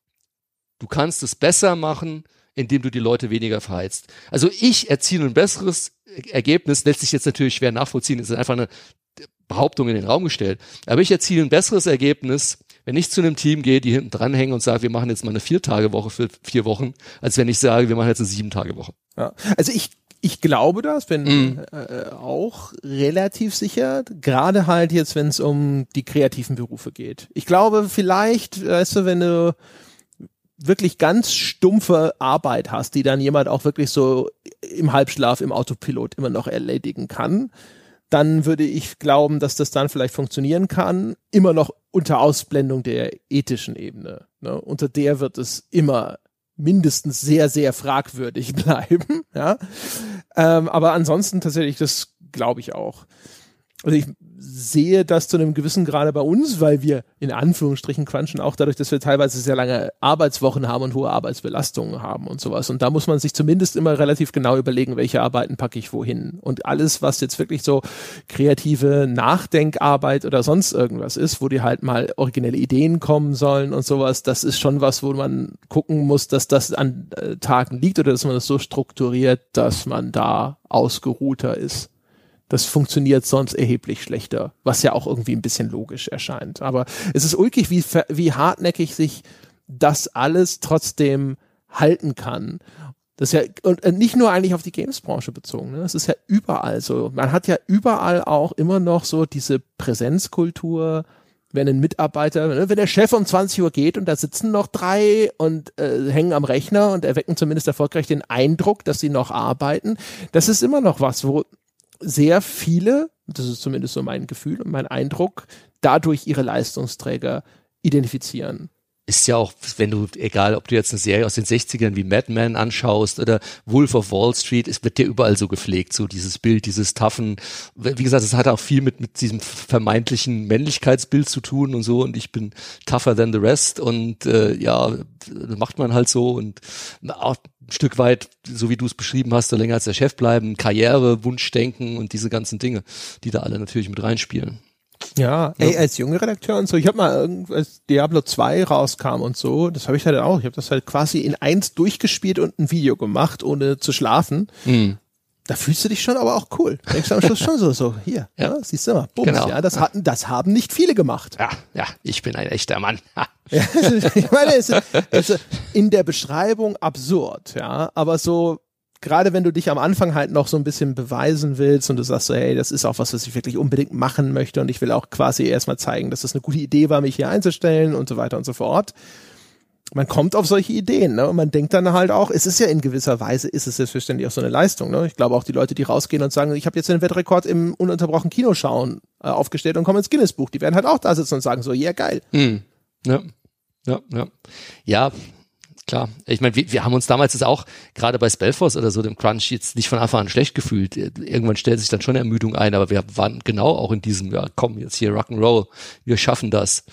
S2: du kannst es besser machen, indem du die Leute weniger verheizt. Also ich erziele ein besseres Ergebnis, lässt sich jetzt natürlich schwer nachvollziehen, ist einfach eine Behauptung in den Raum gestellt, aber ich erziele ein besseres Ergebnis, wenn ich zu einem Team gehe, die hinten dranhängen und sage, wir machen jetzt mal eine Vier-Tage-Woche für vier Wochen, als wenn ich sage, wir machen jetzt eine Sieben-Tage-Woche.
S1: Ja. Also ich Ich glaube das, bin
S2: Mhm.
S1: äh, auch relativ sicher, gerade halt jetzt, wenn es um die kreativen Berufe geht. Ich glaube vielleicht, weißt du, wenn du wirklich ganz stumpfe Arbeit hast, die dann jemand auch wirklich so im Halbschlaf, im Autopilot immer noch erledigen kann, dann würde ich glauben, dass das dann vielleicht funktionieren kann, immer noch unter Ausblendung der ethischen Ebene. Ne? Unter der wird es immer mindestens sehr, sehr fragwürdig bleiben. Ja? Ähm, aber ansonsten tatsächlich, das glaube ich auch. Also ich sehe das zu einem gewissen Grade bei uns, weil wir in Anführungsstrichen crunchen, auch dadurch, dass wir teilweise sehr lange Arbeitswochen haben und hohe Arbeitsbelastungen haben und sowas. Und da muss man sich zumindest immer relativ genau überlegen, welche Arbeiten packe ich wohin. Und alles, was jetzt wirklich so kreative Nachdenkarbeit oder sonst irgendwas ist, wo die halt mal originelle Ideen kommen sollen und sowas, das ist schon was, wo man gucken muss, dass das an äh, Tagen liegt oder dass man das so strukturiert, dass man da ausgeruhter ist. Das funktioniert sonst erheblich schlechter, was ja auch irgendwie ein bisschen logisch erscheint. Aber es ist ulkig, wie, wie hartnäckig sich das alles trotzdem halten kann. Das ist ja, und nicht nur eigentlich auf die Games-Branche bezogen, ne? Das ist ja überall so. Man hat ja überall auch immer noch so diese Präsenzkultur, wenn ein Mitarbeiter, ne, wenn der Chef um zwanzig Uhr geht und da sitzen noch drei und äh, hängen am Rechner und erwecken zumindest erfolgreich den Eindruck, dass sie noch arbeiten. Das ist immer noch was, wo sehr viele, das ist zumindest so mein Gefühl und mein Eindruck, dadurch ihre Leistungsträger identifizieren.
S2: Ist ja auch, wenn du, egal ob du jetzt eine Serie aus den sechzigern wie Mad Men anschaust oder Wolf of Wall Street, es wird ja überall so gepflegt, so dieses Bild, dieses taffen, wie gesagt, es hat auch viel mit, mit diesem vermeintlichen Männlichkeitsbild zu tun und so und ich bin tougher than the rest und äh, ja, macht man halt so und auch ein Stück weit, so wie du es beschrieben hast, so länger als der Chef bleiben, Karriere, Wunschdenken und diese ganzen Dinge, die da alle natürlich mit reinspielen.
S1: Ja, ey, als junger Redakteur und so, ich habe mal irgendwas, als Diablo zwei rauskam und so, das habe ich halt auch, ich habe das halt quasi in eins durchgespielt und ein Video gemacht, ohne zu schlafen. Mhm. Da fühlst du dich schon aber auch cool. Da denkst du am Schluss schon so, so, hier, ja. Ja, siehst du mal, bums, genau. Ja, das hatten, das haben nicht viele gemacht.
S2: Ja, ja, ich bin ein echter Mann.
S1: Ja, ich meine, es ist, es ist in der Beschreibung absurd, ja, aber so, gerade wenn du dich am Anfang halt noch so ein bisschen beweisen willst und du sagst so, hey, das ist auch was, was ich wirklich unbedingt machen möchte und ich will auch quasi erstmal zeigen, dass das eine gute Idee war, mich hier einzustellen und so weiter und so fort. Man kommt auf solche Ideen, ne? Und man denkt dann halt auch, es ist ja in gewisser Weise, ist es selbstverständlich auch so eine Leistung, ne? Ich glaube auch die Leute, die rausgehen und sagen, ich habe jetzt den Weltrekord im ununterbrochenen Kinoschauen äh, aufgestellt und kommen ins Guinness-Buch, die werden halt auch da sitzen und sagen so, ja, yeah, geil.
S2: Hm. Ja, ja, ja. Ja, klar. Ich meine, wir, wir haben uns damals jetzt auch, gerade bei Spellforce oder so, dem Crunch, jetzt nicht von Anfang an schlecht gefühlt. Irgendwann stellt sich dann schon Ermüdung ein, aber wir waren genau auch in diesem, ja komm, jetzt hier Rock'n'Roll, wir schaffen das.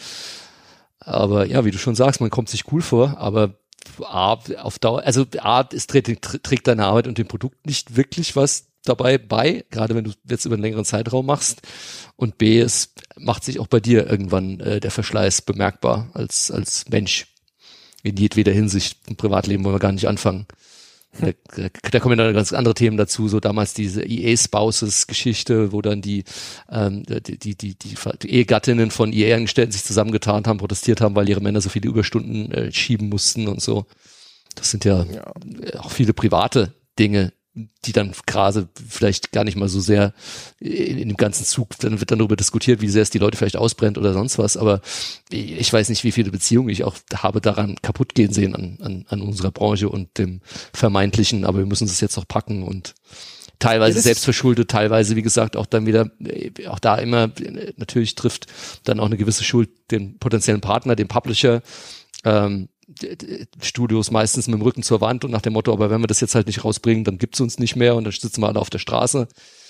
S2: Aber ja, wie du schon sagst, man kommt sich cool vor, aber A, auf Dauer, also A, es trägt, trägt deine Arbeit und dem Produkt nicht wirklich was dabei bei, gerade wenn du jetzt über einen längeren Zeitraum machst. Und B, es macht sich auch bei dir irgendwann äh, der Verschleiß bemerkbar als als Mensch. In jedweder Hinsicht. Im Privatleben wollen wir gar nicht anfangen. Da, da kommen dann ganz andere Themen dazu, so damals diese E A-Spouses-Geschichte, wo dann die, ähm, die, die, die, die, die Ehegattinnen von E A-Angestellten sich zusammengetan haben, protestiert haben, weil ihre Männer so viele Überstunden äh, schieben mussten und so. Das sind ja, ja auch viele private Dinge, die dann gerade vielleicht gar nicht mal so sehr in, in dem ganzen Zug, dann wird dann darüber diskutiert, wie sehr es die Leute vielleicht ausbrennt oder sonst was, aber ich weiß nicht, wie viele Beziehungen ich auch habe daran kaputt gehen sehen an, an, an unserer Branche und dem Vermeintlichen, aber wir müssen es jetzt noch packen und teilweise ja, selbst verschuldet, teilweise, wie gesagt, auch dann wieder, auch da immer, natürlich trifft dann auch eine gewisse Schuld den potenziellen Partner, den Publisher, ähm, Studios meistens mit dem Rücken zur Wand und nach dem Motto, aber wenn wir das jetzt halt nicht rausbringen, dann gibt's uns nicht mehr und dann sitzen wir alle auf der Straße.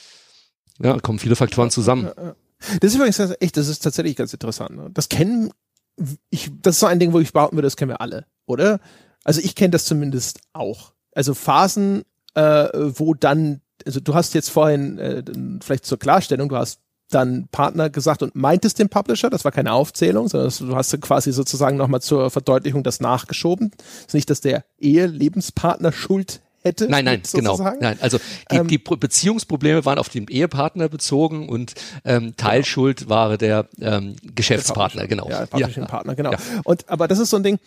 S2: Ja, kommen viele Faktoren zusammen.
S1: Das ist übrigens echt, das ist tatsächlich ganz interessant. Das kennen, ich, das ist so ein Ding, wo ich behaupten würde, das kennen wir alle, oder? Also ich kenne das zumindest auch. Also Phasen, äh, wo dann, also du hast jetzt vorhin, äh, vielleicht zur Klarstellung, du hast dann Partner gesagt und meintest den Publisher, das war keine Aufzählung, sondern du hast quasi sozusagen nochmal zur Verdeutlichung das nachgeschoben. Es ist nicht, dass der Ehe-Lebenspartner Schuld hätte.
S2: Nein, nein, sozusagen. Genau. Nein, also die, ähm, die Beziehungsprobleme waren auf den Ehepartner bezogen und ähm, Teilschuld genau. war der ähm, Geschäftspartner,
S1: der
S2: genau.
S1: Ja, Publishing
S2: ja.
S1: Partner, genau.
S2: Ja.
S1: Und aber das ist so ein Ding,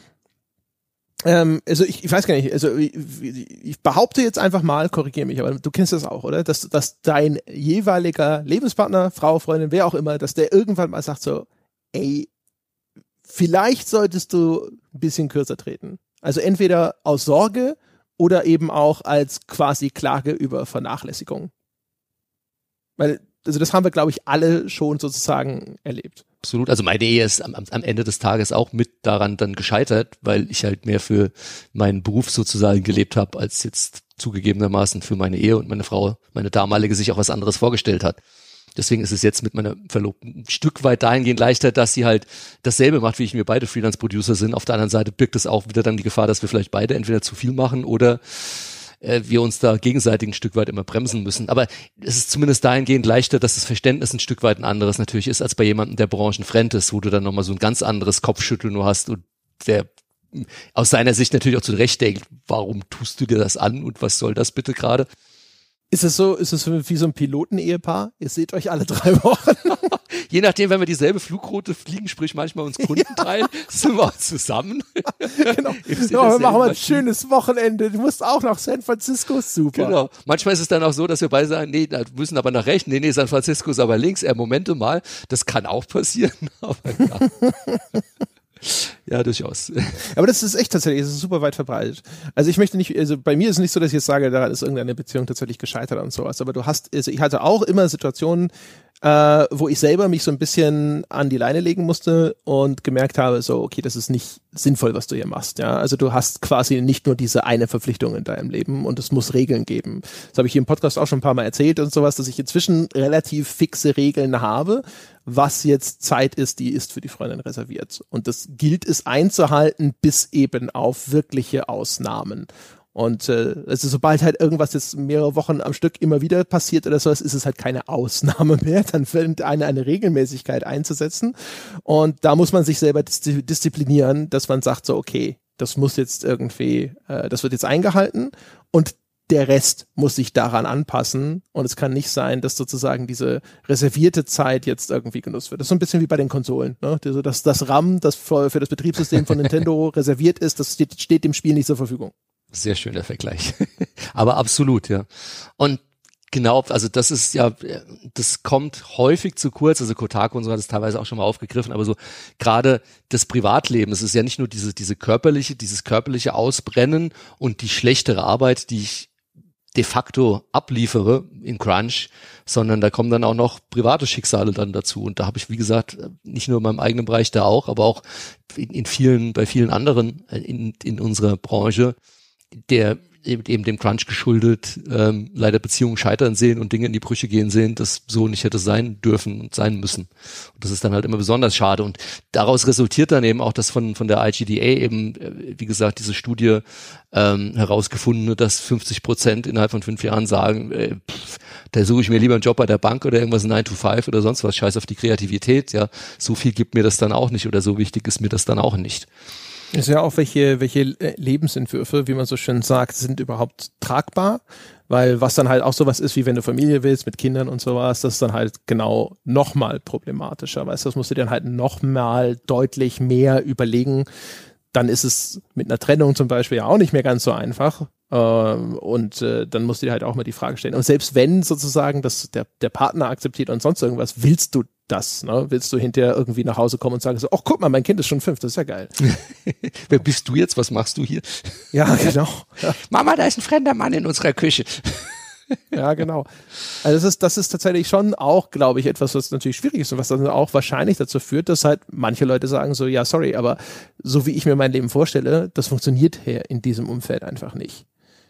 S1: Ähm, also ich, ich weiß gar nicht, also ich, ich behaupte jetzt einfach mal, korrigiere mich, aber du kennst das auch, oder? Dass, dass dein jeweiliger Lebenspartner, Frau, Freundin, wer auch immer, dass der irgendwann mal sagt so, ey, vielleicht solltest du ein bisschen kürzer treten. Also entweder aus Sorge oder eben auch als quasi Klage über Vernachlässigung. Weil, also das haben wir, glaube ich, alle schon sozusagen erlebt.
S2: Absolut. Also meine Ehe ist am, am Ende des Tages auch mit daran dann gescheitert, weil ich halt mehr für meinen Beruf sozusagen gelebt habe, als jetzt zugegebenermaßen für meine Ehe und meine Frau, meine damalige, sich auch was anderes vorgestellt hat. Deswegen ist es jetzt mit meiner Verlobten ein Stück weit dahingehend leichter, dass sie halt dasselbe macht, wie ich mir beide Freelance-Producer sind. Auf der anderen Seite birgt es auch wieder dann die Gefahr, dass wir vielleicht beide entweder zu viel machen oder wir uns da gegenseitig ein Stück weit immer bremsen müssen. Aber es ist zumindest dahingehend leichter, dass das Verständnis ein Stück weit ein anderes natürlich ist, als bei jemandem, der branchenfremd ist, wo du dann nochmal so ein ganz anderes Kopfschütteln nur hast und der aus seiner Sicht natürlich auch zu Recht denkt, warum tust du dir das an und was soll das bitte gerade?
S1: Ist es so, ist es wie so ein Piloten-Ehepaar? Ihr seht euch alle drei Wochen.
S2: Je nachdem, wenn wir dieselbe Flugroute fliegen, sprich manchmal uns Kunden ja. teilen, sind wir zusammen.
S1: Genau. Ja, wir machen mal ein schönes Wochenende. Du musst auch nach San Francisco, super.
S2: Genau. Manchmal ist es dann auch so, dass wir beide sagen, nee, wir müssen aber nach rechts. Nee, nee, San Francisco ist aber links. Äh, Momente mal, das kann auch passieren. Aber ja. Ja, durchaus.
S1: Aber das ist echt tatsächlich, das ist super weit verbreitet. Also ich möchte nicht, also bei mir ist es nicht so, dass ich jetzt sage, da ist irgendeine Beziehung tatsächlich gescheitert und sowas, aber du hast, also ich hatte auch immer Situationen, äh, wo ich selber mich so ein bisschen an die Leine legen musste und gemerkt habe, so, okay, das ist nicht sinnvoll, was du hier machst, ja. Also du hast quasi nicht nur diese eine Verpflichtung in deinem Leben und es muss Regeln geben. Das habe ich hier im Podcast auch schon ein paar Mal erzählt und sowas, dass ich inzwischen relativ fixe Regeln habe, was jetzt Zeit ist, die ist für die Freundin reserviert. Und das gilt es einzuhalten, bis eben auf wirkliche Ausnahmen. Und äh, also sobald halt irgendwas jetzt mehrere Wochen am Stück immer wieder passiert oder sowas, ist es halt keine Ausnahme mehr. Dann fällt eine, eine Regelmäßigkeit einzusetzen. Und da muss man sich selber disziplinieren, dass man sagt so, okay, das muss jetzt irgendwie, äh, das wird jetzt eingehalten und der Rest muss sich daran anpassen und es kann nicht sein, dass sozusagen diese reservierte Zeit jetzt irgendwie genutzt wird. Das ist so ein bisschen wie bei den Konsolen, ne? Das, das RAM, das für, für das Betriebssystem von Nintendo reserviert ist, das steht, steht dem Spiel nicht zur Verfügung.
S2: Sehr schöner Vergleich. Aber absolut, ja. Und genau, also das ist ja, das kommt häufig zu kurz, also Kotaku und so hat es teilweise auch schon mal aufgegriffen, aber so gerade das Privatleben, es ist ja nicht nur diese, diese körperliche, dieses körperliche Ausbrennen und die schlechtere Arbeit, die ich de facto abliefere in Crunch, sondern da kommen dann auch noch private Schicksale dann dazu. Und da habe ich, wie gesagt, nicht nur in meinem eigenen Bereich da auch, aber auch in, in vielen, bei vielen anderen in, in unserer Branche, der eben, eben dem Crunch geschuldet ähm, leider Beziehungen scheitern sehen und Dinge in die Brüche gehen sehen, das so nicht hätte sein dürfen und sein müssen. Und das ist dann halt immer besonders schade. Und daraus resultiert dann eben auch, dass von von der I G D A eben, wie gesagt, diese Studie ähm, herausgefunden, dass fünfzig Prozent innerhalb von fünf Jahren sagen, äh, pff, da suche ich mir lieber einen Job bei der Bank oder irgendwas nine to five oder sonst was, scheiß auf die Kreativität. Ja, so viel gibt mir das dann auch nicht oder so wichtig ist mir das dann auch nicht.
S1: Ist ja auch, welche, welche Lebensentwürfe, wie man so schön sagt, sind überhaupt tragbar, weil was dann halt auch sowas ist, wie wenn du Familie willst mit Kindern und sowas, das ist dann halt genau nochmal problematischer, weißt du, das musst du dir dann halt nochmal deutlich mehr überlegen, dann ist es mit einer Trennung zum Beispiel ja auch nicht mehr ganz so einfach. Und äh, dann musst du dir halt auch mal die Frage stellen. Und selbst wenn sozusagen das der, der Partner akzeptiert und sonst irgendwas, willst du das? Ne? Willst du hinterher irgendwie nach Hause kommen und sagen so, ach guck mal, mein Kind ist schon fünf, das ist ja geil.
S2: Wer bist du jetzt? Was machst du hier?
S1: Ja, genau. Ja.
S2: Mama, da ist ein fremder Mann in unserer Küche.
S1: Ja, genau. Also das ist, das ist tatsächlich schon auch, glaube ich, etwas, was natürlich schwierig ist und was dann auch wahrscheinlich dazu führt, dass halt manche Leute sagen so, ja, sorry, aber so wie ich mir mein Leben vorstelle, das funktioniert hier in diesem Umfeld einfach nicht.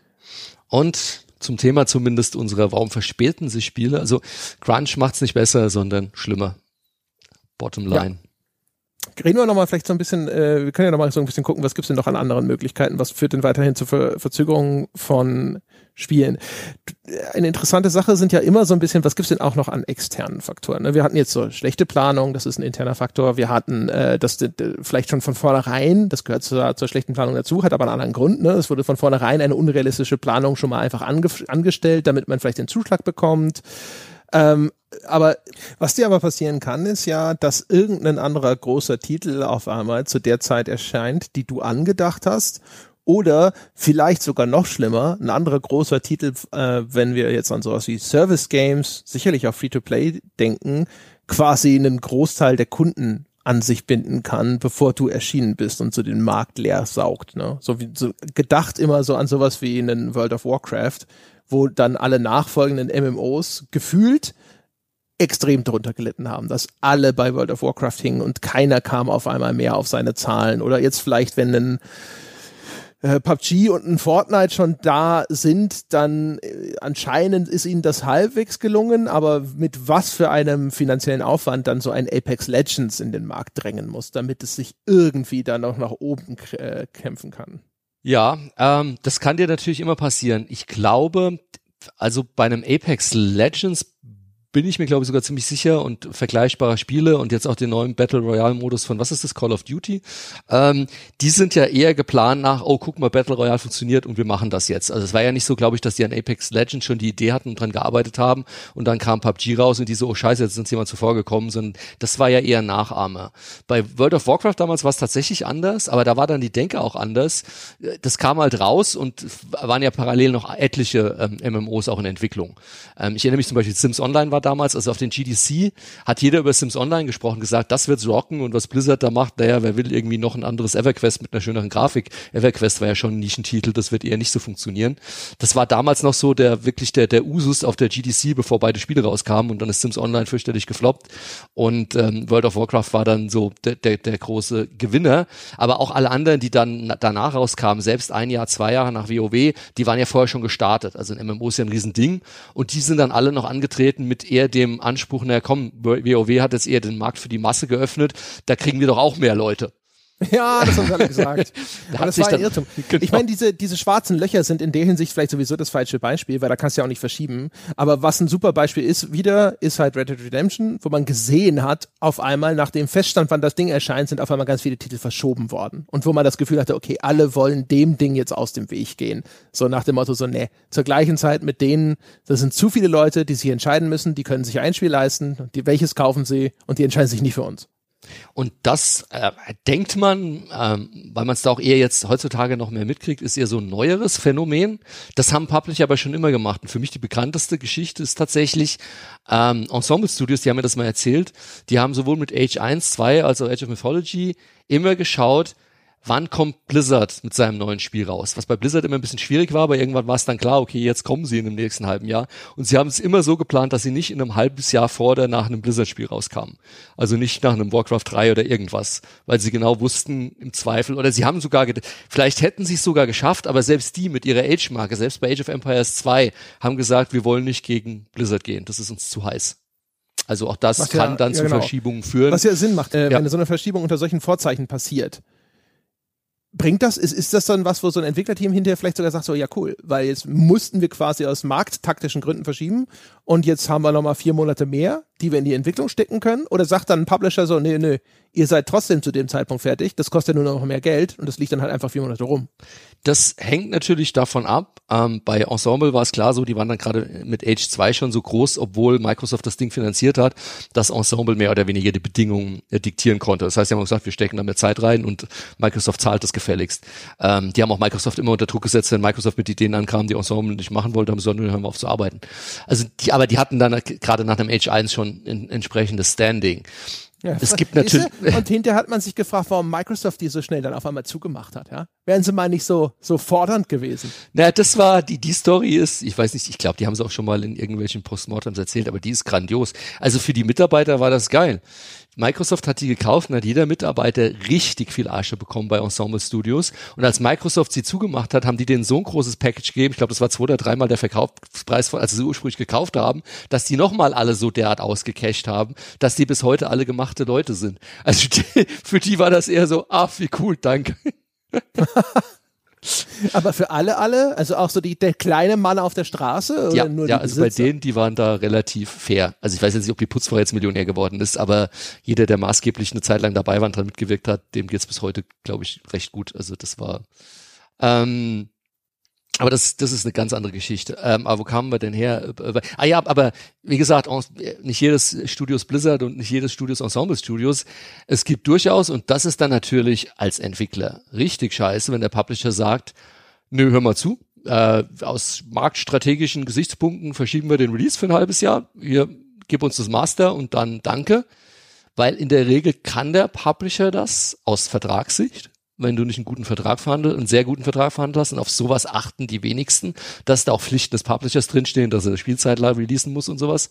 S2: Und zum Thema zumindest unserer, warum verspäten sich Spiele? Also Crunch macht's nicht besser, sondern schlimmer. Bottom line.
S1: Ja. Reden wir nochmal vielleicht so ein bisschen, äh, wir können ja nochmal so ein bisschen gucken, was gibt's denn noch an anderen Möglichkeiten? Was führt denn weiterhin zur Ver- Verzögerung von Spielen? Eine interessante Sache sind ja immer so ein bisschen, was gibt's denn auch noch an externen Faktoren? Ne? Wir hatten jetzt so schlechte Planung, das ist ein interner Faktor. Wir hatten äh, das äh, vielleicht schon von vornherein, das gehört zur, zur schlechten Planung dazu, hat aber einen anderen Grund. Ne? Es wurde von vornherein eine unrealistische Planung schon mal einfach ange- angestellt, damit man vielleicht den Zuschlag bekommt. Ähm, aber was dir aber passieren kann, ist ja, dass irgendein anderer großer Titel auf einmal zu der Zeit erscheint, die du angedacht hast. Oder vielleicht sogar noch schlimmer, ein anderer großer Titel, äh, wenn wir jetzt an sowas wie Service Games, sicherlich auch Free-to-Play denken, quasi einen Großteil der Kunden an sich binden kann, bevor du erschienen bist und so den Markt leer saugt. Ne? So wie so gedacht immer so an sowas wie einen World of Warcraft, wo dann alle nachfolgenden M M Os gefühlt extrem drunter gelitten haben, dass alle bei World of Warcraft hingen und keiner kam auf einmal mehr auf seine Zahlen. Oder jetzt vielleicht, wenn ein äh, P U B G und ein Fortnite schon da sind, dann äh, anscheinend ist ihnen das halbwegs gelungen, aber mit was für einem finanziellen Aufwand dann so ein Apex Legends in den Markt drängen muss, damit es sich irgendwie dann noch nach oben äh, kämpfen kann.
S2: Ja, ähm, das kann dir natürlich immer passieren. Ich glaube, also bei einem Apex Legends bin ich mir, glaube ich, sogar ziemlich sicher und vergleichbare Spiele und jetzt auch den neuen Battle Royale Modus von, was ist das, Call of Duty, ähm, die sind ja eher geplant nach, oh, guck mal, Battle Royale funktioniert und wir machen das jetzt. Also es war ja nicht so, glaube ich, dass die an Apex Legends schon die Idee hatten und dran gearbeitet haben und dann kam P U B G raus und die so, oh scheiße, jetzt ist uns jemand zuvor gekommen, sondern das war ja eher Nachahmer. Bei World of Warcraft damals war es tatsächlich anders, aber da war dann die Denke auch anders. Das kam halt raus und waren ja parallel noch etliche ähm, M M Os auch in Entwicklung. Ähm, ich erinnere mich zum Beispiel, Sims Online war damals, also auf den G D C hat jeder über Sims Online gesprochen, gesagt, das wird's rocken und was Blizzard da macht, naja, wer will irgendwie noch ein anderes EverQuest mit einer schöneren Grafik? EverQuest war ja schon ein Nischentitel, das wird eher nicht so funktionieren. Das war damals noch so der, wirklich der, der Usus auf der G D C, bevor beide Spiele rauskamen und dann ist Sims Online fürchterlich gefloppt und ähm, World of Warcraft war dann so der, der, der große Gewinner, aber auch alle anderen, die dann danach rauskamen, selbst ein Jahr, zwei Jahre nach WoW, die waren ja vorher schon gestartet, also ein M M O ist ja ein Riesending und die sind dann alle noch angetreten mit eher dem Anspruch, naja komm, WoW hat jetzt eher den Markt für die Masse geöffnet, da kriegen wir doch auch mehr Leute.
S1: Ja, das haben sie alle gesagt.
S2: da
S1: Aber das war ein Irrtum. Genau. Ich meine, diese, diese schwarzen Löcher sind in der Hinsicht vielleicht sowieso das falsche Beispiel, weil da kannst du ja auch nicht verschieben. Aber was ein super Beispiel ist, wieder, ist halt Red Dead Redemption, wo man gesehen hat, auf einmal, nachdem feststand, wann das Ding erscheint, sind auf einmal ganz viele Titel verschoben worden. Und wo man das Gefühl hatte, okay, alle wollen dem Ding jetzt aus dem Weg gehen. So nach dem Motto, so, ne, zur gleichen Zeit mit denen, das sind zu viele Leute, die sich entscheiden müssen, die können sich ein Spiel leisten, die, welches kaufen sie und die entscheiden sich nicht für uns.
S2: Und das äh, denkt man, ähm, weil man es da auch eher jetzt heutzutage noch mehr mitkriegt, ist eher so ein neueres Phänomen. Das haben Publisher aber schon immer gemacht. Und für mich die bekannteste Geschichte ist tatsächlich ähm, Ensemble Studios, die haben mir das mal erzählt. Die haben sowohl mit Age eins, zwei als auch Age of Mythology immer geschaut, wann kommt Blizzard mit seinem neuen Spiel raus? Was bei Blizzard immer ein bisschen schwierig war, aber irgendwann war es dann klar, okay, jetzt kommen sie in dem nächsten halben Jahr. Und sie haben es immer so geplant, dass sie nicht in einem halbes Jahr vor oder nach einem Blizzard-Spiel rauskamen. Also nicht nach einem Warcraft drei oder irgendwas, weil sie genau wussten, im Zweifel, oder sie haben sogar, vielleicht hätten sie es sogar geschafft, aber selbst die mit ihrer Age-Marke, selbst bei Age of Empires zwei, haben gesagt, wir wollen nicht gegen Blizzard gehen, das ist uns zu heiß. Also auch das
S1: Was
S2: kann
S1: ja,
S2: dann
S1: ja,
S2: zu
S1: genau.
S2: Verschiebungen führen.
S1: Was ja Sinn macht, äh,
S2: ja.
S1: wenn so eine Verschiebung unter solchen Vorzeichen passiert. Bringt das, ist, ist das dann was, wo so ein Entwicklerteam hinterher vielleicht sogar sagt, so, ja cool, weil jetzt mussten wir quasi aus markttaktischen Gründen verschieben und jetzt haben wir nochmal vier Monate mehr, die wir in die Entwicklung stecken können? Oder sagt dann ein Publisher so, nee, nee, ihr seid trotzdem zu dem Zeitpunkt fertig, das kostet ja nur noch mehr Geld und das liegt dann halt einfach vier Monate rum?
S2: Das hängt natürlich davon ab. Ähm, bei Ensemble war es klar so, die waren dann gerade mit Age zwei schon so groß, obwohl Microsoft das Ding finanziert hat, dass Ensemble mehr oder weniger die Bedingungen äh, diktieren konnte. Das heißt, sie haben gesagt, wir stecken da mehr Zeit rein und Microsoft zahlt das gefälligst. Ähm, die haben auch Microsoft immer unter Druck gesetzt, wenn Microsoft mit Ideen ankam, die Ensemble nicht machen wollte, haben sie gesagt, hören wir auf zu arbeiten. Also die, aber die hatten dann gerade nach dem Age eins schon ein entsprechendes Standing.
S1: Ja,
S2: es gibt natürlich
S1: und hinterher hat man sich gefragt, warum Microsoft die so schnell dann auf einmal zugemacht hat. Ja? Wären sie mal nicht so so fordernd gewesen?
S2: Naja, das war, die die Story ist, ich weiß nicht, ich glaube, die haben es auch schon mal in irgendwelchen Postmortems erzählt, aber die ist grandios. Also für die Mitarbeiter war das geil. Microsoft hat die gekauft und hat jeder Mitarbeiter richtig viel Asche bekommen bei Ensemble Studios. Und als Microsoft sie zugemacht hat, haben die denen so ein großes Package gegeben, ich glaube, das war zwei oder dreimal der Verkaufspreis, als sie ursprünglich gekauft haben, dass die nochmal alle so derart ausgecasht haben, dass die bis heute alle gemachte Leute sind. Also die, für die war das eher so, ah, wie cool, danke.
S1: Aber für alle, alle? Also auch so die, der kleine Mann auf der Straße? Oder
S2: ja,
S1: nur
S2: ja
S1: die
S2: also bei
S1: Besitzer?
S2: denen, die waren da relativ fair. Also ich weiß jetzt nicht, ob die Putzfrau jetzt Millionär geworden ist, aber jeder, der maßgeblich eine Zeit lang dabei war und dran mitgewirkt hat, dem geht's bis heute, glaube ich, recht gut. Also das war, ähm, aber das, das ist eine ganz andere Geschichte. Ähm, aber wo kamen wir denn her? Ah ja, aber wie gesagt, nicht jedes Studio ist Blizzard und nicht jedes Studio ist Ensemble Studios. Es gibt durchaus, und das ist dann natürlich als Entwickler richtig scheiße, wenn der Publisher sagt, nö, hör mal zu, äh, aus marktstrategischen Gesichtspunkten verschieben wir den Release für ein halbes Jahr. Hier, gib uns das Master und dann danke. Weil in der Regel kann der Publisher das aus Vertragssicht, wenn du nicht einen guten Vertrag verhandelst, einen sehr guten Vertrag verhandelt hast, und auf sowas achten die wenigsten, dass da auch Pflichten des Publishers drinstehen, dass er Spielzeit live releasen muss und sowas.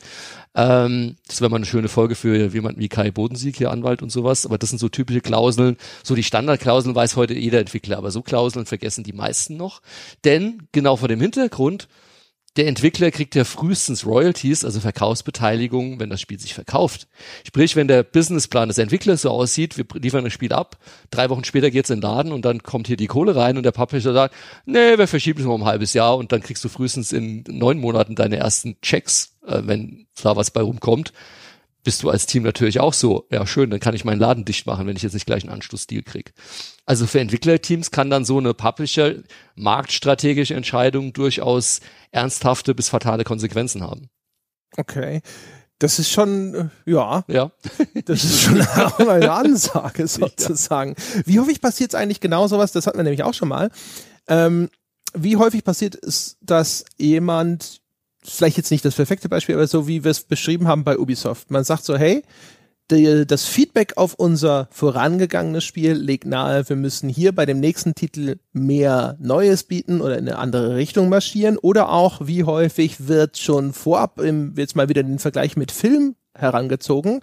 S2: Ähm, das wäre mal eine schöne Folge für jemanden wie Kai Bodensieg, hier Anwalt und sowas, aber das sind so typische Klauseln, so die Standardklauseln weiß heute jeder Entwickler, aber so Klauseln vergessen die meisten noch, denn genau vor dem Hintergrund, der Entwickler kriegt ja frühestens Royalties, also Verkaufsbeteiligung, wenn das Spiel sich verkauft. Sprich, wenn der Businessplan des Entwicklers so aussieht, wir liefern das Spiel ab, drei Wochen später geht's in den Laden und dann kommt hier die Kohle rein und der Publisher sagt, nee, wir verschieben es mal um ein halbes Jahr und dann kriegst du frühestens in neun Monaten deine ersten Checks, äh, wenn da was bei rumkommt. Bist du als Team natürlich auch so, ja schön, dann kann ich meinen Laden dicht machen, wenn ich jetzt nicht gleich einen Anschlussdeal krieg. Also für Entwicklerteams kann dann so eine Publisher marktstrategische Entscheidung durchaus ernsthafte bis fatale Konsequenzen haben.
S1: Okay. Das ist schon, ja,
S2: ja.
S1: das ist schon eine Ansage sozusagen. Wie häufig passiert es eigentlich genau sowas? Das hatten wir nämlich auch schon mal. Ähm, wie häufig passiert es, dass jemand, vielleicht jetzt nicht das perfekte Beispiel, aber so wie wir es beschrieben haben bei Ubisoft, man sagt so, hey, die, das Feedback auf unser vorangegangenes Spiel legt nahe, wir müssen hier bei dem nächsten Titel mehr Neues bieten oder in eine andere Richtung marschieren, oder auch, wie häufig wird schon vorab, im, jetzt mal wieder den Vergleich mit Film herangezogen,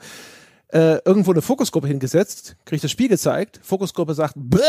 S1: äh, irgendwo eine Fokusgruppe hingesetzt, kriegt das Spiel gezeigt, Fokusgruppe sagt, Bäh,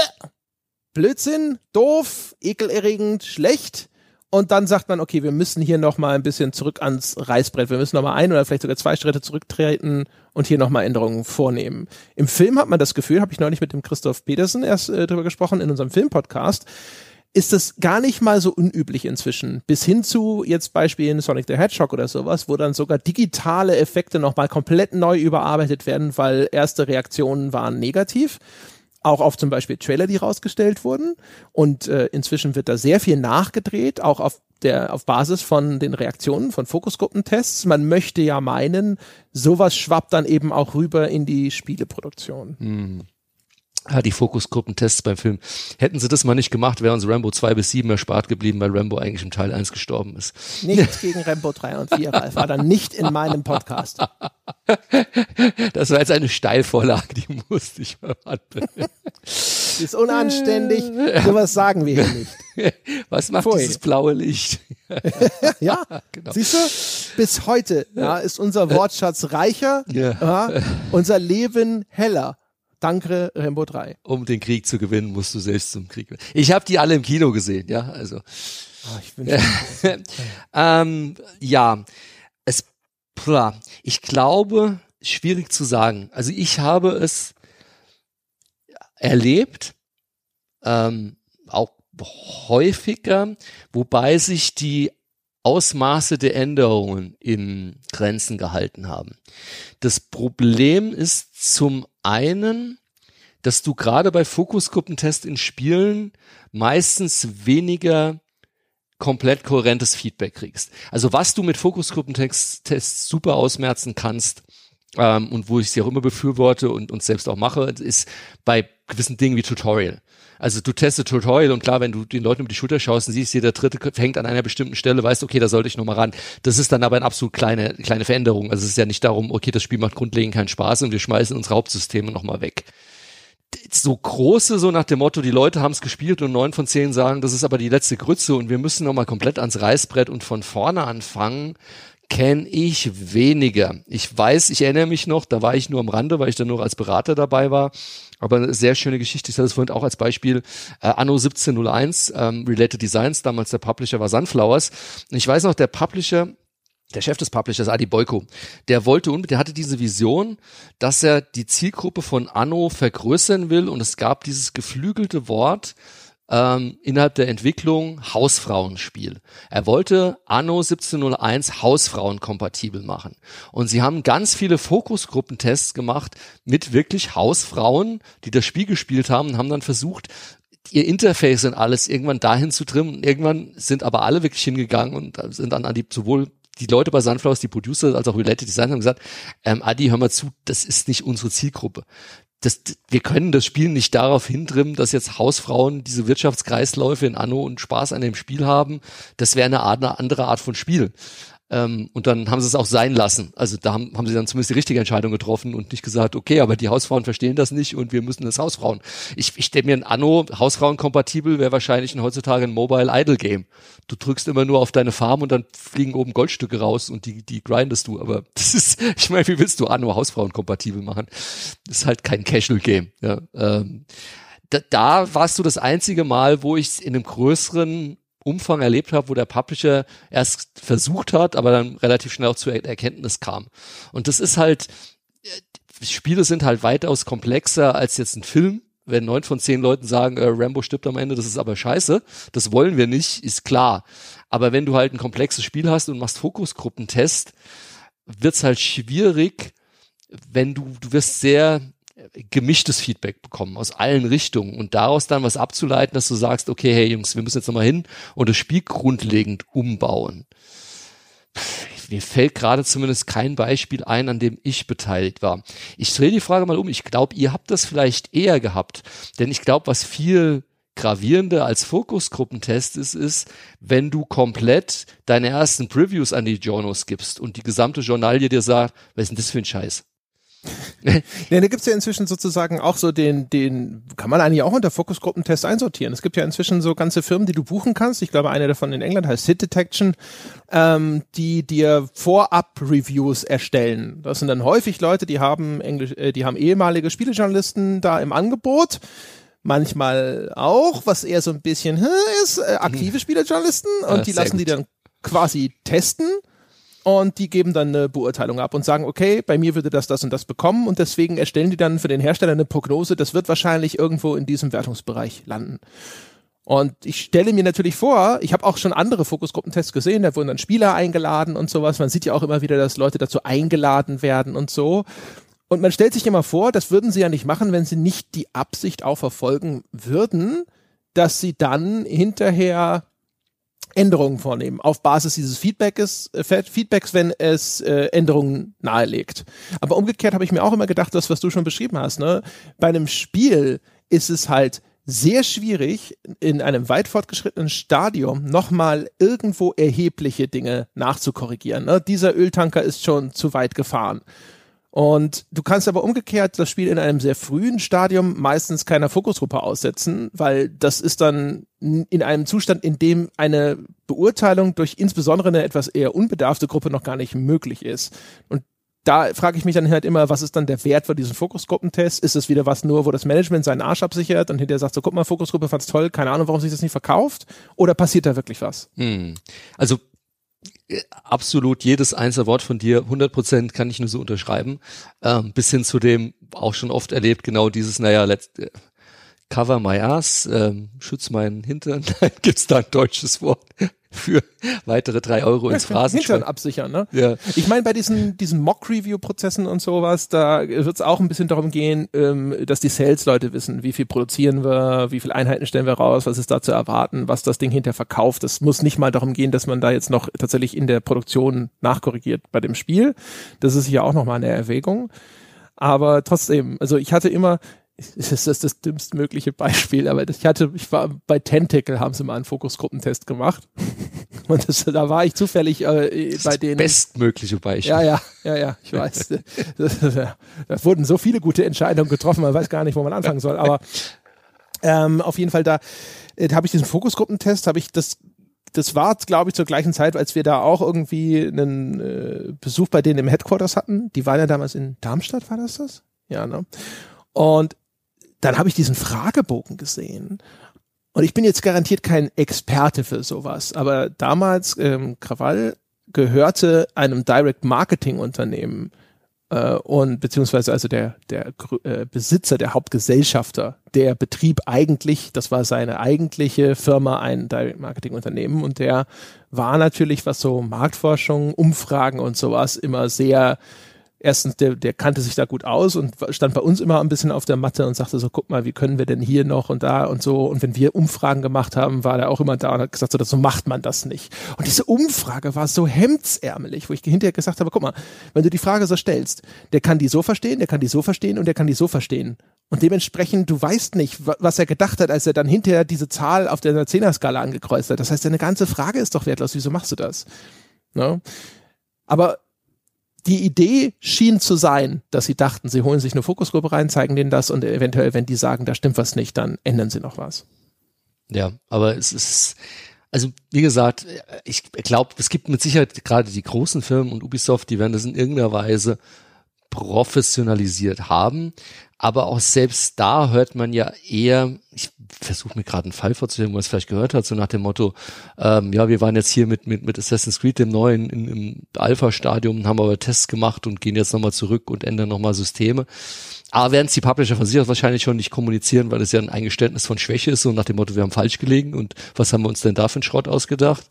S1: Blödsinn, doof, ekelerregend, schlecht. Und dann sagt man, okay, wir müssen hier nochmal ein bisschen zurück ans Reißbrett. Wir müssen nochmal ein oder vielleicht sogar zwei Schritte zurücktreten und hier nochmal Änderungen vornehmen. Im Film hat man das Gefühl, habe ich neulich mit dem Christoph Petersen erst äh, drüber gesprochen, in unserem Filmpodcast, ist das gar nicht mal so unüblich inzwischen. Bis hin zu jetzt Beispielen Sonic the Hedgehog oder sowas, wo dann sogar digitale Effekte nochmal komplett neu überarbeitet werden, weil erste Reaktionen waren negativ. Auch auf zum Beispiel Trailer, die rausgestellt wurden. Und äh, inzwischen wird da sehr viel nachgedreht, auch auf der auf Basis von den Reaktionen von Fokusgruppentests. Man möchte ja meinen, sowas schwappt dann eben auch rüber in die Spieleproduktion.
S2: Hm. Ja, die Fokusgruppentests beim Film. Hätten sie das mal nicht gemacht, wäre uns Rambo zwei bis sieben erspart geblieben, weil Rambo eigentlich im Teil eins gestorben ist.
S1: Nichts gegen Rambo drei und vier, Ralf, war dann nicht in meinem Podcast.
S2: Das war jetzt eine Steilvorlage, die musste ich mal anbringen.
S1: Das ist unanständig, sowas sagen wir hier nicht.
S2: Was macht
S1: Pfui.
S2: dieses blaue Licht?
S1: Ja, genau. Siehst du, bis heute ja, ist unser Wortschatz reicher,
S2: Ja.
S1: ja, unser Leben heller. Danke, Rambo drei.
S2: Um den Krieg zu gewinnen, musst du selbst zum Krieg gewinnen. Ich habe die alle im Kino gesehen, ja, also.
S1: Oh, ich wünsche
S2: ähm, ja, es, pla, ich glaube, schwierig zu sagen. Also ich habe es erlebt, ähm, auch häufiger, wobei sich die Ausmaße der Änderungen in Grenzen gehalten haben. Das Problem ist zum einen, dass du gerade bei Fokusgruppentests in Spielen meistens weniger komplett kohärentes Feedback kriegst. Also was du mit Fokusgruppentests super ausmerzen kannst, ähm, und wo ich sie auch immer befürworte und, und selbst auch mache, ist bei gewissen Dingen wie Tutorial. Also du testest Tutorial und klar, wenn du den Leuten über die Schulter schaust und siehst, jeder Dritte hängt an einer bestimmten Stelle, weißt, okay, da sollte ich nochmal ran. Das ist dann aber eine absolut kleine kleine Veränderung. Also es ist ja nicht darum, okay, das Spiel macht grundlegend keinen Spaß und wir schmeißen unsere Hauptsysteme nochmal weg. So große, so nach dem Motto, die Leute haben es gespielt und neun von zehn sagen, das ist aber die letzte Grütze und wir müssen nochmal komplett ans Reißbrett und von vorne anfangen, kenne ich weniger. Ich weiß, ich erinnere mich noch, da war ich nur am Rande, weil ich dann nur als Berater dabei war, aber eine sehr schöne Geschichte. Ich hatte es vorhin auch als Beispiel, äh, Anno siebzehn null eins, ähm, Related Designs, damals der Publisher war Sunflowers. Und ich weiß noch, der Publisher, der Chef des Publishers, Adi Boyko, der wollte unbedingt, der hatte diese Vision, dass er die Zielgruppe von Anno vergrößern will und es gab dieses geflügelte Wort, Ähm, innerhalb der Entwicklung Hausfrauenspiel. Er wollte Anno siebzehn null eins Hausfrauen-kompatibel machen. Und sie haben ganz viele Fokusgruppentests gemacht mit wirklich Hausfrauen, die das Spiel gespielt haben und haben dann versucht, ihr Interface und alles irgendwann dahin zu trimmen. Und irgendwann sind aber alle wirklich hingegangen und sind dann an die, sowohl die Leute bei Sunflowers, die Producer, als auch Related Design haben gesagt, ähm, Adi, hör mal zu, das ist nicht unsere Zielgruppe. Das, wir können das Spiel nicht darauf hintrimmen, dass jetzt Hausfrauen diese Wirtschaftskreisläufe in Anno und Spaß an dem Spiel haben. Das wäre eine, Art, eine andere Art von Spiel. Ähm, und dann haben sie es auch sein lassen. Also da haben, haben sie dann zumindest die richtige Entscheidung getroffen und nicht gesagt, okay, aber die Hausfrauen verstehen das nicht und wir müssen das Hausfrauen. Ich, ich stelle mir ein Anno Hausfrauen-kompatibel wäre wahrscheinlich ein, heutzutage ein Mobile Idle Game. Du drückst immer nur auf deine Farm und dann fliegen oben Goldstücke raus und die, die grindest du. Aber das ist, ich meine, wie willst du Anno Hausfrauen-kompatibel machen? Das ist halt kein Casual Game. Ja, ähm, da, da warst du das einzige Mal, wo ich es in einem größeren Umfang erlebt habe, wo der Publisher erst versucht hat, aber dann relativ schnell auch zur Erkenntnis kam. Und das ist halt, Spiele sind halt weitaus komplexer als jetzt ein Film. Wenn neun von zehn Leuten sagen, äh, Rambo stirbt am Ende, das ist aber scheiße, das wollen wir nicht, ist klar. Aber wenn du halt ein komplexes Spiel hast und machst Fokusgruppentest, wird's halt schwierig, wenn du, du wirst sehr gemischtes Feedback bekommen aus allen Richtungen und daraus dann was abzuleiten, dass du sagst, okay, hey Jungs, wir müssen jetzt nochmal hin und das Spiel grundlegend umbauen. Mir fällt gerade zumindest kein Beispiel ein, an dem ich beteiligt war. Ich drehe die Frage mal um. Ich glaube, ihr habt das vielleicht eher gehabt, denn ich glaube, was viel gravierender als Fokusgruppentest ist, ist, wenn du komplett deine ersten Previews an die Journos gibst und die gesamte Journalie dir sagt, was ist denn das für ein Scheiß?
S1: Ja, da gibt's ja inzwischen sozusagen auch so den, den kann man eigentlich auch unter Fokusgruppentest einsortieren. Es gibt ja inzwischen so ganze Firmen, die du buchen kannst. Ich glaube, eine davon in England heißt Hit Detection, ähm, die dir Vorab-Reviews erstellen. Das sind dann häufig Leute, die haben Englisch, äh, die haben ehemalige Spielejournalisten da im Angebot. Manchmal auch, was eher so ein bisschen hm, ist, äh, aktive Spielejournalisten und
S2: ja,
S1: die lassen
S2: gut.
S1: die dann quasi testen. Und die geben dann eine Beurteilung ab und sagen, okay, bei mir würde das, das und das bekommen und deswegen erstellen die dann für den Hersteller eine Prognose, das wird wahrscheinlich irgendwo in diesem Wertungsbereich landen. Und ich stelle mir natürlich vor, ich habe auch schon andere Fokusgruppentests gesehen, da wurden dann Spieler eingeladen und sowas. Man sieht ja auch immer wieder, dass Leute dazu eingeladen werden und so. Und man stellt sich immer vor, das würden sie ja nicht machen, wenn sie nicht die Absicht auch verfolgen würden, dass sie dann hinterher Änderungen vornehmen auf Basis dieses Feedbacks, äh, Feedbacks, wenn es äh, Änderungen nahelegt. Aber umgekehrt habe ich mir auch immer gedacht, das, was du schon beschrieben hast, ne? Bei einem Spiel ist es halt sehr schwierig, in einem weit fortgeschrittenen Stadium nochmal irgendwo erhebliche Dinge nachzukorrigieren. Ne? Dieser Öltanker ist schon zu weit gefahren. Und du kannst aber umgekehrt das Spiel in einem sehr frühen Stadium meistens keiner Fokusgruppe aussetzen, weil das ist dann in einem Zustand, in dem eine Beurteilung durch insbesondere eine etwas eher unbedarfte Gruppe noch gar nicht möglich ist. Und da frage ich mich dann halt immer, was ist dann der Wert von diesen Fokusgruppentests? Ist es wieder was nur, wo das Management seinen Arsch absichert und hinterher sagt so, guck mal, Fokusgruppe fand's toll, keine Ahnung, warum sich das nicht verkauft? Oder passiert da wirklich was?
S2: Hm. Also absolut jedes einzelne Wort von dir, hundert Prozent kann ich nur so unterschreiben, ähm, bis hin zu dem, auch schon oft erlebt, genau dieses, naja, let's, äh, cover my ass, ähm, schütz meinen Hintern, gibt's da ein deutsches Wort für weitere drei Euro ins Phrasenschwein.
S1: Hintern absichern, ne?
S2: Ja.
S1: Ich meine, bei diesen diesen Mock-Review-Prozessen und sowas, da wird es auch ein bisschen darum gehen, ähm, dass die Sales-Leute wissen, wie viel produzieren wir, wie viele Einheiten stellen wir raus, was ist da zu erwarten, was das Ding hinterher verkauft. Es muss nicht mal darum gehen, dass man da jetzt noch tatsächlich in der Produktion nachkorrigiert bei dem Spiel. Das ist ja auch nochmal eine Erwägung. Aber trotzdem, also ich hatte immer, ist das das dümmst mögliche Beispiel, aber ich hatte, ich war bei Tentacle, haben sie mal einen Fokusgruppentest gemacht und das, da war ich zufällig äh,
S2: das
S1: bei
S2: ist
S1: denen.
S2: Das bestmögliche Beispiel.
S1: Ja, ja, ja, ja, ich weiß. Da wurden so viele gute Entscheidungen getroffen, man weiß gar nicht, wo man anfangen soll, aber ähm, auf jeden Fall da, äh, da habe ich diesen Fokusgruppentest, habe ich das Das war, glaube ich, zur gleichen Zeit, als wir da auch irgendwie einen äh, Besuch bei denen im Headquarters hatten. Die waren ja damals in Darmstadt, war das das? Ja, ne? Und dann habe ich diesen Fragebogen gesehen und ich bin jetzt garantiert kein Experte für sowas, aber damals, ähm, Krawall gehörte einem Direct-Marketing-Unternehmen äh, und beziehungsweise also der, der äh, Besitzer, der Hauptgesellschafter, der betrieb eigentlich, das war seine eigentliche Firma, ein Direct-Marketing-Unternehmen und der war natürlich, was so Marktforschung, Umfragen und sowas immer sehr. Erstens, der, der kannte sich da gut aus und stand bei uns immer ein bisschen auf der Matte und sagte so, guck mal, wie können wir denn hier noch und da und so. Und wenn wir Umfragen gemacht haben, war der auch immer da und hat gesagt, so, so macht man das nicht. Und diese Umfrage war so hemdsärmelig, wo ich hinterher gesagt habe, guck mal, wenn du die Frage so stellst, der kann die so verstehen, der kann die so verstehen und der kann die so verstehen. Und dementsprechend, du weißt nicht, was er gedacht hat, als er dann hinterher diese Zahl auf der Zehner-Skala angekreuzt hat. Das heißt, deine ganze Frage ist doch wertlos, wieso machst du das? Ne? Aber die Idee schien zu sein, dass sie dachten, sie holen sich eine Fokusgruppe rein, zeigen denen das und eventuell, wenn die sagen, da stimmt was nicht, dann ändern sie noch was.
S2: Ja, aber es ist, also wie gesagt, ich glaube, es gibt mit Sicherheit gerade die großen Firmen und Ubisoft, die werden das in irgendeiner Weise professionalisiert haben, aber auch selbst da hört man ja eher, ich versuche mir gerade einen Fall vorzustellen, wo man es vielleicht gehört hat, so nach dem Motto, ähm, ja, wir waren jetzt hier mit mit mit Assassin's Creed, dem neuen, in, im Alpha-Stadium, haben aber Tests gemacht und gehen jetzt nochmal zurück und ändern nochmal Systeme. Aber werden es die Publisher von sich aus wahrscheinlich schon nicht kommunizieren, weil es ja ein Eingeständnis von Schwäche ist, so nach dem Motto, wir haben falsch gelegen und was haben wir uns denn da für einen Schrott ausgedacht?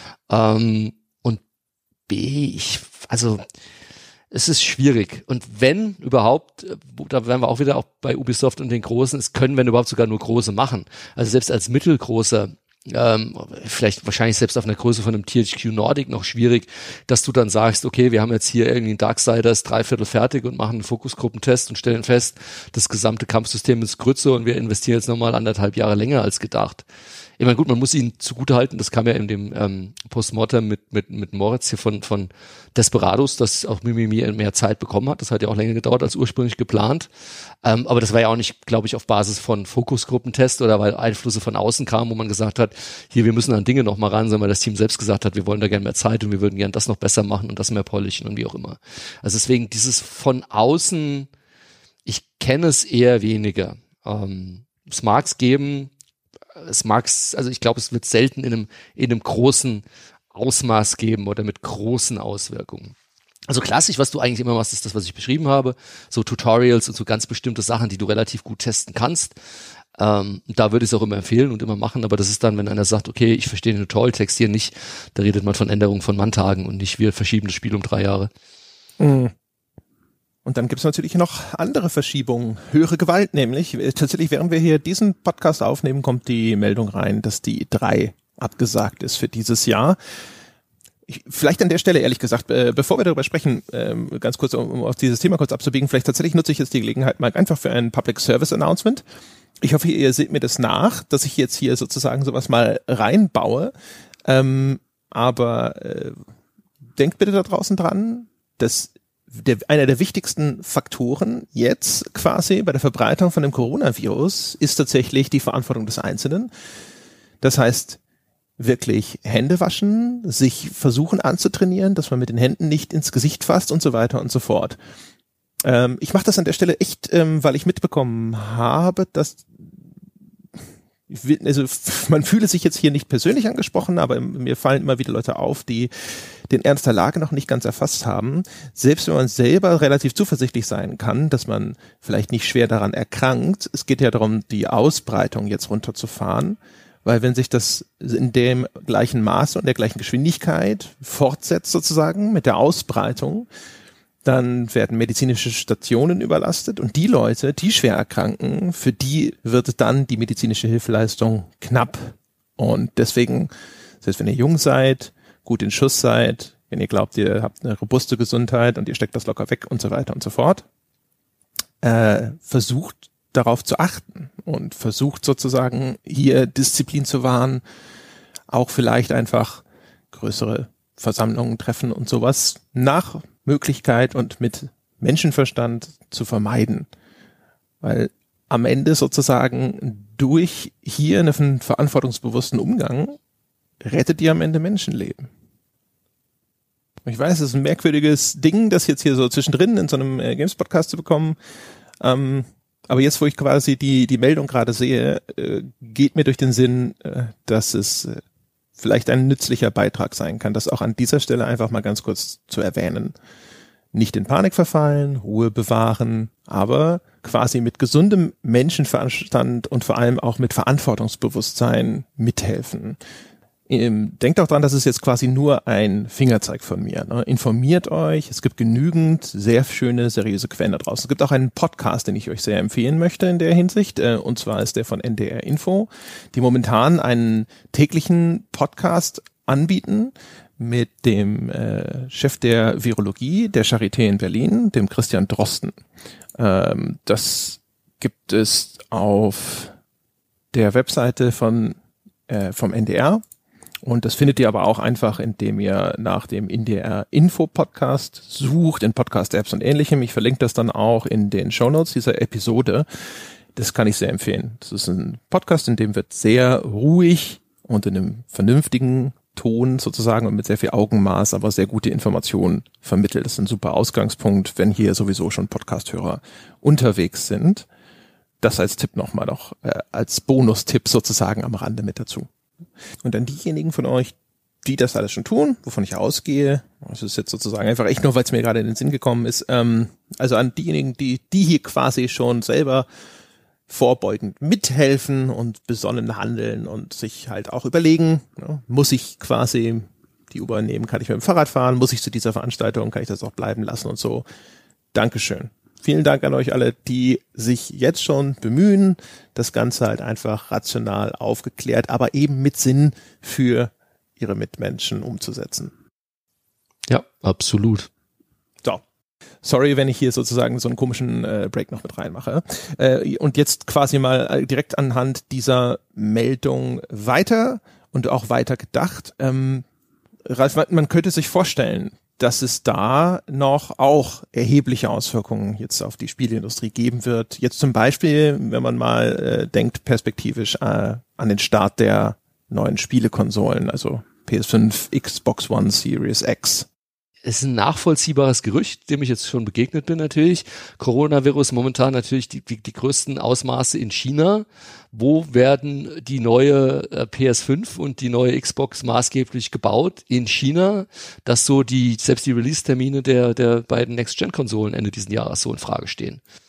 S2: Ähm, und B, ich, also es ist schwierig. Und wenn überhaupt, da wären wir auch wieder auch bei Ubisoft und den Großen, es können, wenn überhaupt, sogar nur Große machen. Also selbst als mittelgroßer, ähm, vielleicht wahrscheinlich selbst auf einer Größe von einem T H Q Nordic noch schwierig, dass du dann sagst, okay, wir haben jetzt hier irgendwie einen Darksiders dreiviertel fertig und machen einen Fokusgruppentest und stellen fest, das gesamte Kampfsystem ist Grütze und wir investieren jetzt nochmal anderthalb Jahre länger als gedacht. Ich meine, gut, man muss ihn zugutehalten, das kam ja in dem ähm, Postmortem mit mit mit Moritz hier von von Desperados, dass auch Mimimi mehr Zeit bekommen hat. Das hat ja auch länger gedauert als ursprünglich geplant. Ähm, aber das war ja auch nicht, glaube ich, auf Basis von Fokusgruppentest oder weil Einflüsse von außen kamen, wo man gesagt hat, hier, wir müssen an Dinge noch mal ran, sondern weil das Team selbst gesagt hat, wir wollen da gerne mehr Zeit und wir würden gerne das noch besser machen und das mehr polischen und wie auch immer. Also deswegen dieses von außen, ich kenne es eher weniger. Ähm, es mag es geben, es mag's, also ich glaube, es wird selten in einem, in einem großen Ausmaß geben oder mit großen Auswirkungen. Also klassisch, was du eigentlich immer machst, ist das, was ich beschrieben habe, so Tutorials und so ganz bestimmte Sachen, die du relativ gut testen kannst. Ähm, da würde ich es auch immer empfehlen und immer machen, aber das ist dann, wenn einer sagt, okay, ich verstehe den Tutorial-Text hier nicht, da redet man von Änderungen von Manntagen und nicht, wir verschieben das Spiel um drei Jahre.
S1: Mhm. Und dann gibt's natürlich noch andere Verschiebungen, höhere Gewalt nämlich. Tatsächlich, während wir hier diesen Podcast aufnehmen, kommt die Meldung rein, dass die drei abgesagt ist für dieses Jahr. Ich, vielleicht an der Stelle, ehrlich gesagt, äh, bevor wir darüber sprechen, ähm, ganz kurz, um, um auf dieses Thema kurz abzubiegen, vielleicht tatsächlich nutze ich jetzt die Gelegenheit mal einfach für ein Public Service Announcement. Ich hoffe, ihr seht mir das nach, dass ich jetzt hier sozusagen sowas mal reinbaue. Ähm, aber äh, denkt bitte da draußen dran, dass der, einer der wichtigsten Faktoren jetzt quasi bei der Verbreitung von dem Coronavirus ist tatsächlich die Verantwortung des Einzelnen. Das heißt, wirklich Hände waschen, sich versuchen anzutrainieren, dass man mit den Händen nicht ins Gesicht fasst und so weiter und so fort. Ähm, ich mache das an der Stelle echt, ähm, weil ich mitbekommen habe, dass also man fühle sich jetzt hier nicht persönlich angesprochen, aber mir fallen immer wieder Leute auf, die den Ernst der Lage noch nicht ganz erfasst haben. Selbst wenn man selber relativ zuversichtlich sein kann, dass man vielleicht nicht schwer daran erkrankt, es geht ja darum, die Ausbreitung jetzt runterzufahren, weil wenn sich das in dem gleichen Maße und der gleichen Geschwindigkeit fortsetzt sozusagen mit der Ausbreitung, dann werden medizinische Stationen überlastet und die Leute, die schwer erkranken, für die wird dann die medizinische Hilfeleistung knapp. Und deswegen, selbst wenn ihr jung seid, gut in Schuss seid, wenn ihr glaubt, ihr habt eine robuste Gesundheit und ihr steckt das locker weg und so weiter und so fort, äh, versucht darauf zu achten und versucht sozusagen hier Disziplin zu wahren, auch vielleicht einfach größere Versammlungen, Treffen und sowas nach Möglichkeit und mit Menschenverstand zu vermeiden. Weil am Ende sozusagen durch hier einen verantwortungsbewussten Umgang rettet ihr am Ende Menschenleben. Ich weiß, es ist ein merkwürdiges Ding, das jetzt hier so zwischendrin in so einem äh, Games-Podcast zu bekommen. Ähm, aber jetzt, wo ich quasi die die Meldung gerade sehe, äh, geht mir durch den Sinn, äh, dass es äh, vielleicht ein nützlicher Beitrag sein kann, das auch an dieser Stelle einfach mal ganz kurz zu erwähnen. Nicht in Panik verfallen, Ruhe bewahren, aber quasi mit gesundem Menschenverstand und vor allem auch mit Verantwortungsbewusstsein mithelfen. Denkt auch dran, das ist jetzt quasi nur ein Fingerzeig von mir. Ne? Informiert euch, es gibt genügend sehr schöne, seriöse Quellen da draußen. Es gibt auch einen Podcast, den ich euch sehr empfehlen möchte in der Hinsicht, und zwar ist der von N D R Info, die momentan einen täglichen Podcast anbieten mit dem äh, Chef der Virologie der Charité in Berlin, dem Christian Drosten. Ähm, das gibt es auf der Webseite von äh, vom N D R. Und das findet ihr aber auch einfach, indem ihr nach dem N D R Info Podcast sucht, in Podcast-Apps und ähnlichem. Ich verlinke das dann auch in den Shownotes dieser Episode. Das kann ich sehr empfehlen. Das ist ein Podcast, in dem wird sehr ruhig und in einem vernünftigen Ton sozusagen und mit sehr viel Augenmaß, aber sehr gute Informationen vermittelt. Das ist ein super Ausgangspunkt, wenn hier sowieso schon Podcast-Hörer unterwegs sind. Das als Tipp nochmal noch, äh, als Bonustipp sozusagen am Rande mit dazu. Und dann diejenigen von euch, die das alles schon tun, wovon ich ausgehe, das ist jetzt sozusagen einfach echt nur, weil es mir gerade in den Sinn gekommen ist, ähm, also an diejenigen, die die hier quasi schon selber vorbeugend mithelfen und besonnen handeln und sich halt auch überlegen, ja, muss ich quasi die U-Bahn nehmen, kann ich mit dem Fahrrad fahren, muss ich zu dieser Veranstaltung, kann ich das auch bleiben lassen und so. Dankeschön. Vielen Dank an euch alle, die sich jetzt schon bemühen, das Ganze halt einfach rational aufgeklärt, aber eben mit Sinn für ihre Mitmenschen umzusetzen.
S2: Ja, absolut.
S1: So. Sorry, wenn ich hier sozusagen so einen komischen äh, Break noch mit reinmache. Äh, und jetzt quasi mal direkt anhand dieser Meldung weiter und auch weiter gedacht. Ähm, Ralf, man könnte sich vorstellen, dass es da noch auch erhebliche Auswirkungen jetzt auf die Spieleindustrie geben wird. Jetzt zum Beispiel, wenn man mal äh, denkt, perspektivisch äh, an den Start der neuen Spielekonsolen, also P S fünf, Xbox One, Series X.
S2: Es ist ein nachvollziehbares Gerücht, dem ich jetzt schon begegnet bin natürlich. Coronavirus momentan natürlich die, die, die größten Ausmaße in China. Wo werden die neue äh, P S fünf und die neue Xbox maßgeblich gebaut? In China, dass so die, selbst die Release-Termine der, der beiden Next-Gen-Konsolen Ende diesen Jahres so in Frage stehen.
S1: Ja,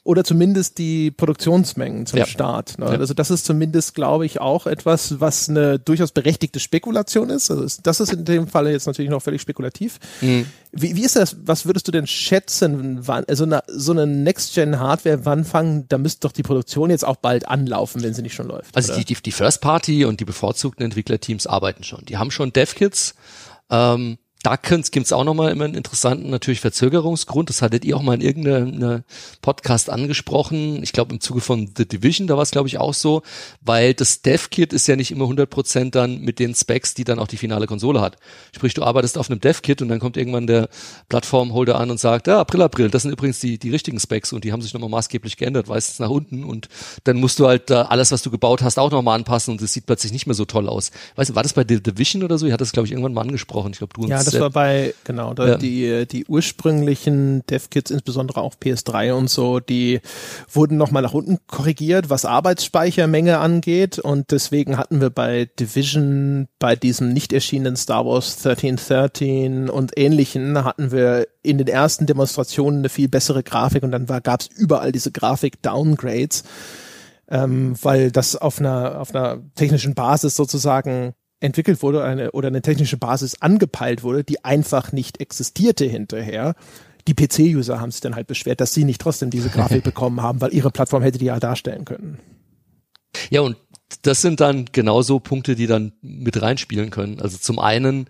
S1: oder zumindest die Produktionsmengen zum
S2: ja.
S1: Start. Ne?
S2: Ja.
S1: Also das ist zumindest, glaube ich, auch etwas, was eine durchaus berechtigte Spekulation ist. Also das ist in dem Falle jetzt natürlich noch völlig spekulativ. Mhm. Wie, wie ist das? Was würdest du denn schätzen, wann, also eine, so eine Next-Gen-Hardware, wann fangen, da müsste doch die Produktion jetzt auch bald anlaufen, wenn sie nicht schon läuft.
S2: Also
S1: oder?
S2: die, die, die First-Party und die bevorzugten Entwicklerteams arbeiten schon. Die haben schon Dev-Kits. Ähm, Da gibt es auch nochmal immer einen interessanten natürlich Verzögerungsgrund. Das hattet ihr auch mal in irgendeinem Podcast angesprochen. Ich glaube im Zuge von The Division, da war es glaube ich auch so, weil das Dev-Kit ist ja nicht immer hundert Prozent dann mit den Specs, die dann auch die finale Konsole hat. Sprich, du arbeitest auf einem Dev-Kit und dann kommt irgendwann der Plattformholder an und sagt, ja, April, April, das sind übrigens die die richtigen Specs und die haben sich nochmal maßgeblich geändert, meistens nach unten und dann musst du halt da alles, was du gebaut hast, auch nochmal anpassen und das sieht plötzlich nicht mehr so toll aus. Weißt du, war das bei The Division oder so? Ich hatte das glaube ich irgendwann mal angesprochen. Ich glaube, du
S1: ja, das war bei, genau, da ja. die die ursprünglichen Dev-Kits, insbesondere auch P S drei und so, die wurden nochmal nach unten korrigiert, was Arbeitsspeichermenge angeht und deswegen hatten wir bei Division, bei diesem nicht erschienenen Star Wars dreizehn dreizehn und ähnlichen, hatten wir in den ersten Demonstrationen eine viel bessere Grafik und dann gab es überall diese Grafik-Downgrades, ähm, weil das auf einer auf einer technischen Basis sozusagen entwickelt wurde eine, oder eine technische Basis angepeilt wurde, die einfach nicht existierte hinterher. Die P C-User haben sich dann halt beschwert, dass sie nicht trotzdem diese Grafik bekommen haben, weil ihre Plattform hätte die ja darstellen können.
S2: Ja, und das sind dann genauso Punkte, die dann mit reinspielen können. Also zum einen,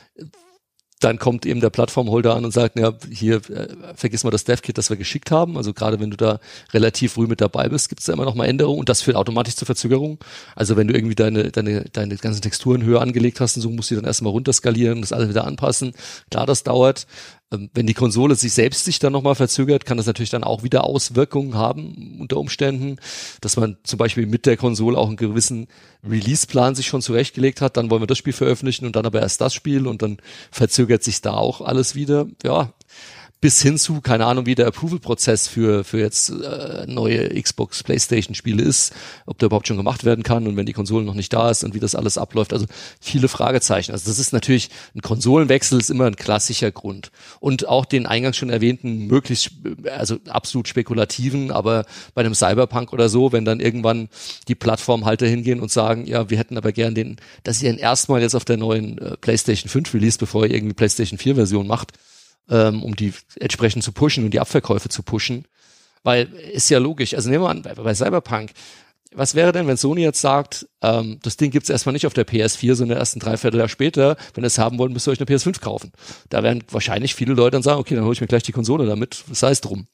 S2: dann kommt eben der Plattformholder an und sagt, ja, hier, äh, vergiss mal das Dev-Kit, das wir geschickt haben. Also gerade wenn du da relativ früh mit dabei bist, gibt es da immer noch mal Änderungen und das führt automatisch zur Verzögerung. Also wenn du irgendwie deine deine deine ganzen Texturen höher angelegt hast und so, musst du die dann erstmal runterskalieren und das alles wieder anpassen. Klar, das dauert. Ähm, wenn die Konsole sich selbst sich dann nochmal verzögert, kann das natürlich dann auch wieder Auswirkungen haben unter Umständen, dass man zum Beispiel mit der Konsole auch einen gewissen Release-Plan sich schon zurechtgelegt hat, dann wollen wir das Spiel veröffentlichen und dann aber erst das Spiel und dann verzögert sich da auch alles wieder. Ja, bis hin zu, keine Ahnung, wie der Approval-Prozess für für jetzt äh, neue Xbox, Playstation-Spiele ist, ob der überhaupt schon gemacht werden kann und wenn die Konsole noch nicht da ist und wie das alles abläuft. Also viele Fragezeichen. Also das ist natürlich, ein Konsolenwechsel ist immer ein klassischer Grund. Und auch den eingangs schon erwähnten, möglichst, also absolut spekulativen, aber bei einem Cyberpunk oder so, wenn dann irgendwann die Plattformhalter hingehen und sagen, ja, wir hätten aber gern den, dass ihr ihn erstmal jetzt auf der neuen äh, PlayStation fünf release, bevor ihr irgendwie PlayStation vier Version macht, um die entsprechend zu pushen und die Abverkäufe zu pushen. Weil, ist ja logisch, also nehmen wir an, bei, bei Cyberpunk, was wäre denn, wenn Sony jetzt sagt, ähm, das Ding gibt's erstmal nicht auf der P S vier, sondern erst ein Dreivierteljahr später, wenn ihr es haben wollt, müsst ihr euch eine P S fünf kaufen. Da werden wahrscheinlich viele Leute dann sagen, okay, dann hole ich mir gleich die Konsole damit, sei es drum.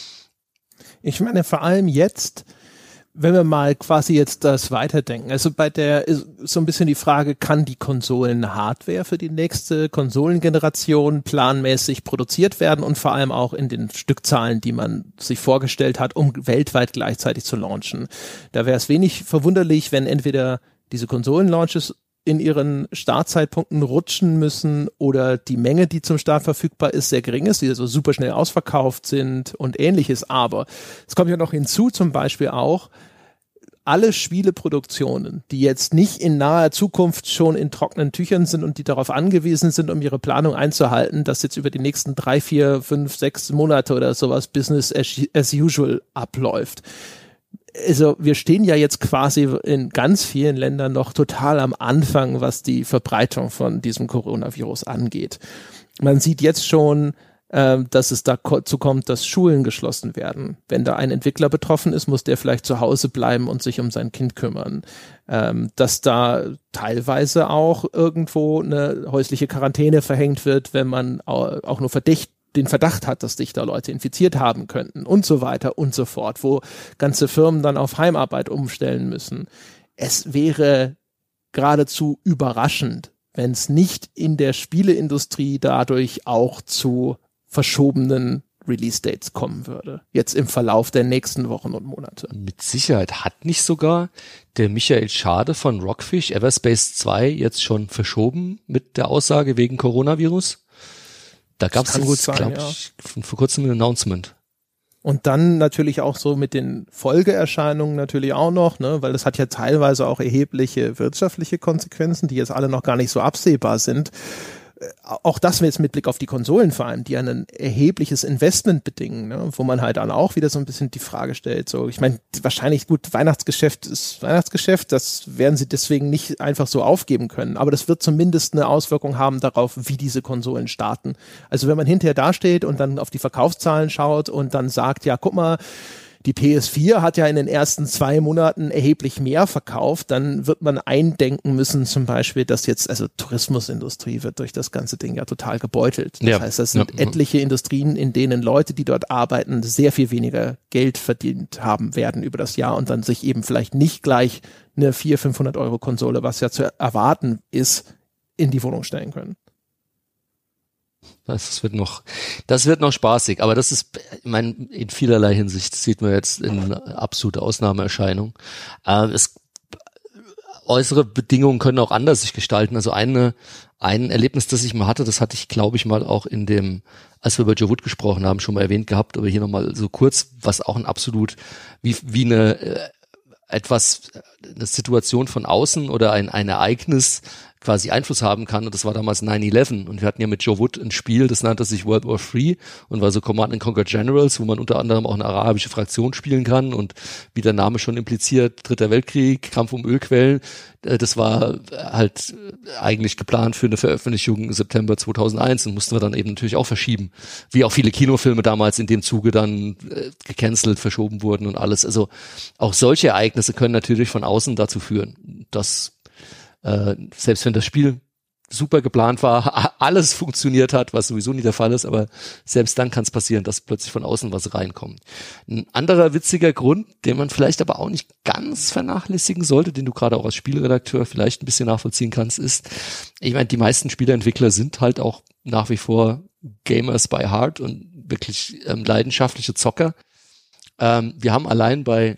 S1: Ich meine, vor allem jetzt, wenn wir mal quasi jetzt das weiterdenken, also bei der ist so ein bisschen die Frage, kann die Konsolen-Hardware für die nächste Konsolengeneration planmäßig produziert werden und vor allem auch in den Stückzahlen, die man sich vorgestellt hat, um weltweit gleichzeitig zu launchen. Da wäre es wenig verwunderlich, wenn entweder diese Konsolen-Launches in ihren Startzeitpunkten rutschen müssen oder die Menge, die zum Start verfügbar ist, sehr gering ist, die so super schnell ausverkauft sind und ähnliches. Aber es kommt ja noch hinzu zum Beispiel auch, alle Spieleproduktionen, die jetzt nicht in naher Zukunft schon in trockenen Tüchern sind und die darauf angewiesen sind, um ihre Planung einzuhalten, dass jetzt über die nächsten drei, vier, fünf, sechs Monate oder sowas Business as, as usual abläuft. Also wir stehen ja jetzt quasi in ganz vielen Ländern noch total am Anfang, was die Verbreitung von diesem Coronavirus angeht. Man sieht jetzt schon, äh, dass es dazu kommt, dass Schulen geschlossen werden. Wenn da ein Entwickler betroffen ist, muss der vielleicht zu Hause bleiben und sich um sein Kind kümmern. Ähm, dass da teilweise auch irgendwo eine häusliche Quarantäne verhängt wird, wenn man auch nur verdächtigt den Verdacht hat, dass sich da Leute infiziert haben könnten und so weiter und so fort, wo ganze Firmen dann auf Heimarbeit umstellen müssen. Es wäre geradezu überraschend, wenn es nicht in der Spieleindustrie dadurch auch zu verschobenen Release-Dates kommen würde, jetzt im Verlauf der nächsten Wochen und Monate.
S2: Mit Sicherheit hat nicht sogar der Michael Schade von Rockfish Everspace zwei jetzt schon verschoben mit der Aussage wegen Coronavirus? Da gab es, glaube ich, ja. vor kurzem ein Announcement.
S1: Und dann natürlich auch so mit den Folgeerscheinungen natürlich auch noch, ne, weil das hat ja teilweise auch erhebliche wirtschaftliche Konsequenzen, die jetzt alle noch gar nicht so absehbar sind. auch das jetzt mit Blick auf die Konsolen vor allem, die ein erhebliches Investment bedingen, ne? Wo man halt dann auch wieder so ein bisschen die Frage stellt, so, ich meine, wahrscheinlich gut, Weihnachtsgeschäft ist Weihnachtsgeschäft, das werden sie deswegen nicht einfach so aufgeben können, aber das wird zumindest eine Auswirkung haben darauf, wie diese Konsolen starten. Also wenn man hinterher dasteht und dann auf die Verkaufszahlen schaut und dann sagt, ja, guck mal, die P S vier hat ja in den ersten zwei Monaten erheblich mehr verkauft, dann wird man eindenken müssen zum Beispiel, dass jetzt, also Tourismusindustrie wird durch das ganze Ding ja total gebeutelt. Das
S2: ja.
S1: heißt, das sind
S2: ja.
S1: etliche Industrien, in denen Leute, die dort arbeiten, sehr viel weniger Geld verdient haben werden über das Jahr und dann sich eben vielleicht nicht gleich eine vierhundert, fünfhundert Euro Konsole, was ja zu erwarten ist, in die Wohnung stellen können.
S2: Das wird noch, das wird noch spaßig, aber das ist, ich meine, in vielerlei Hinsicht sieht man jetzt in absolute Ausnahmeerscheinung. Äh, es, äußere Bedingungen können auch anders sich gestalten. Also eine, ein Erlebnis, das ich mal hatte, das hatte ich, glaube ich, mal auch in dem, als wir über Joe Wood gesprochen haben, schon mal erwähnt gehabt, aber hier nochmal so kurz, was auch ein absolut, wie, wie eine, äh, etwas, eine Situation von außen oder ein, ein Ereignis quasi Einfluss haben kann, und das war damals nine eleven, und wir hatten ja mit Joe Wood ein Spiel, das nannte sich World War Three und war so Command and Conquer Generals, wo man unter anderem auch eine arabische Fraktion spielen kann, und wie der Name schon impliziert, Dritter Weltkrieg, Kampf um Ölquellen, das war halt eigentlich geplant für eine Veröffentlichung im September zweitausendeins und mussten wir dann eben natürlich auch verschieben, wie auch viele Kinofilme damals in dem Zuge dann gecancelt, verschoben wurden und alles. Also auch solche Ereignisse können natürlich von außen dazu führen, dass Äh, selbst wenn das Spiel super geplant war, alles funktioniert hat, was sowieso nicht der Fall ist, aber selbst dann kann es passieren, dass plötzlich von außen was reinkommt. Ein anderer witziger Grund, den man vielleicht aber auch nicht ganz vernachlässigen sollte, den du gerade auch als Spielredakteur vielleicht ein bisschen nachvollziehen kannst, ist, ich meine, die meisten Spieleentwickler sind halt auch nach wie vor Gamers by Heart und wirklich ähm, leidenschaftliche Zocker. Ähm, wir haben allein bei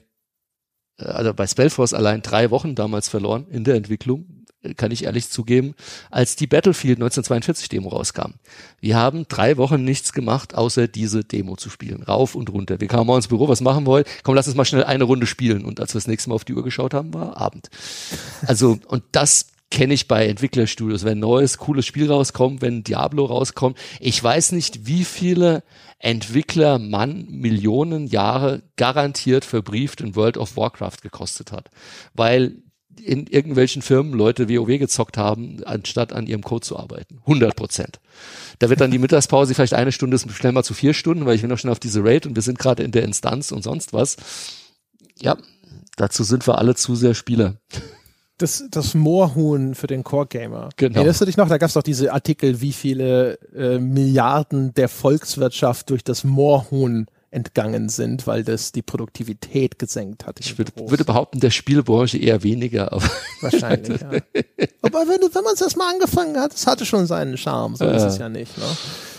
S2: also bei Spellforce allein drei Wochen damals verloren in der Entwicklung, kann ich ehrlich zugeben, als die Battlefield neunzehnhundertzweiundvierzig Demo rauskam. Wir haben drei Wochen nichts gemacht, außer diese Demo zu spielen. Rauf und runter. Wir kamen mal ins Büro, was machen wir heute? Komm, lass uns mal schnell eine Runde spielen. Und als wir das nächste Mal auf die Uhr geschaut haben, war Abend. Also, und das kenne ich bei Entwicklerstudios. Wenn ein neues, cooles Spiel rauskommt, wenn Diablo rauskommt. Ich weiß nicht, wie viele Entwickler man Millionen Jahre garantiert verbrieft in World of Warcraft gekostet hat. Weil in irgendwelchen Firmen Leute WoW gezockt haben, anstatt an ihrem Code zu arbeiten. hundert Prozent. Da wird dann die Mittagspause vielleicht eine Stunde, ist schnell mal zu vier Stunden, weil ich will noch schnell auf diese Raid und wir sind gerade in der Instanz und sonst was. Ja, dazu sind wir alle zu sehr Spieler.
S1: Das, das Moorhuhn für den Core-Gamer.
S2: Genau.
S1: Erinnerst du dich noch? Da gab es doch diese Artikel, wie viele äh, Milliarden der Volkswirtschaft durch das Moorhuhn entgangen sind, weil das die Produktivität gesenkt hat.
S2: Ich würde, würde behaupten, der Spielbranche eher weniger. Aber
S1: wahrscheinlich, ja. Aber wenn, wenn man es erstmal angefangen hat, es hatte schon seinen Charme, so äh, ist es ja nicht. Ne?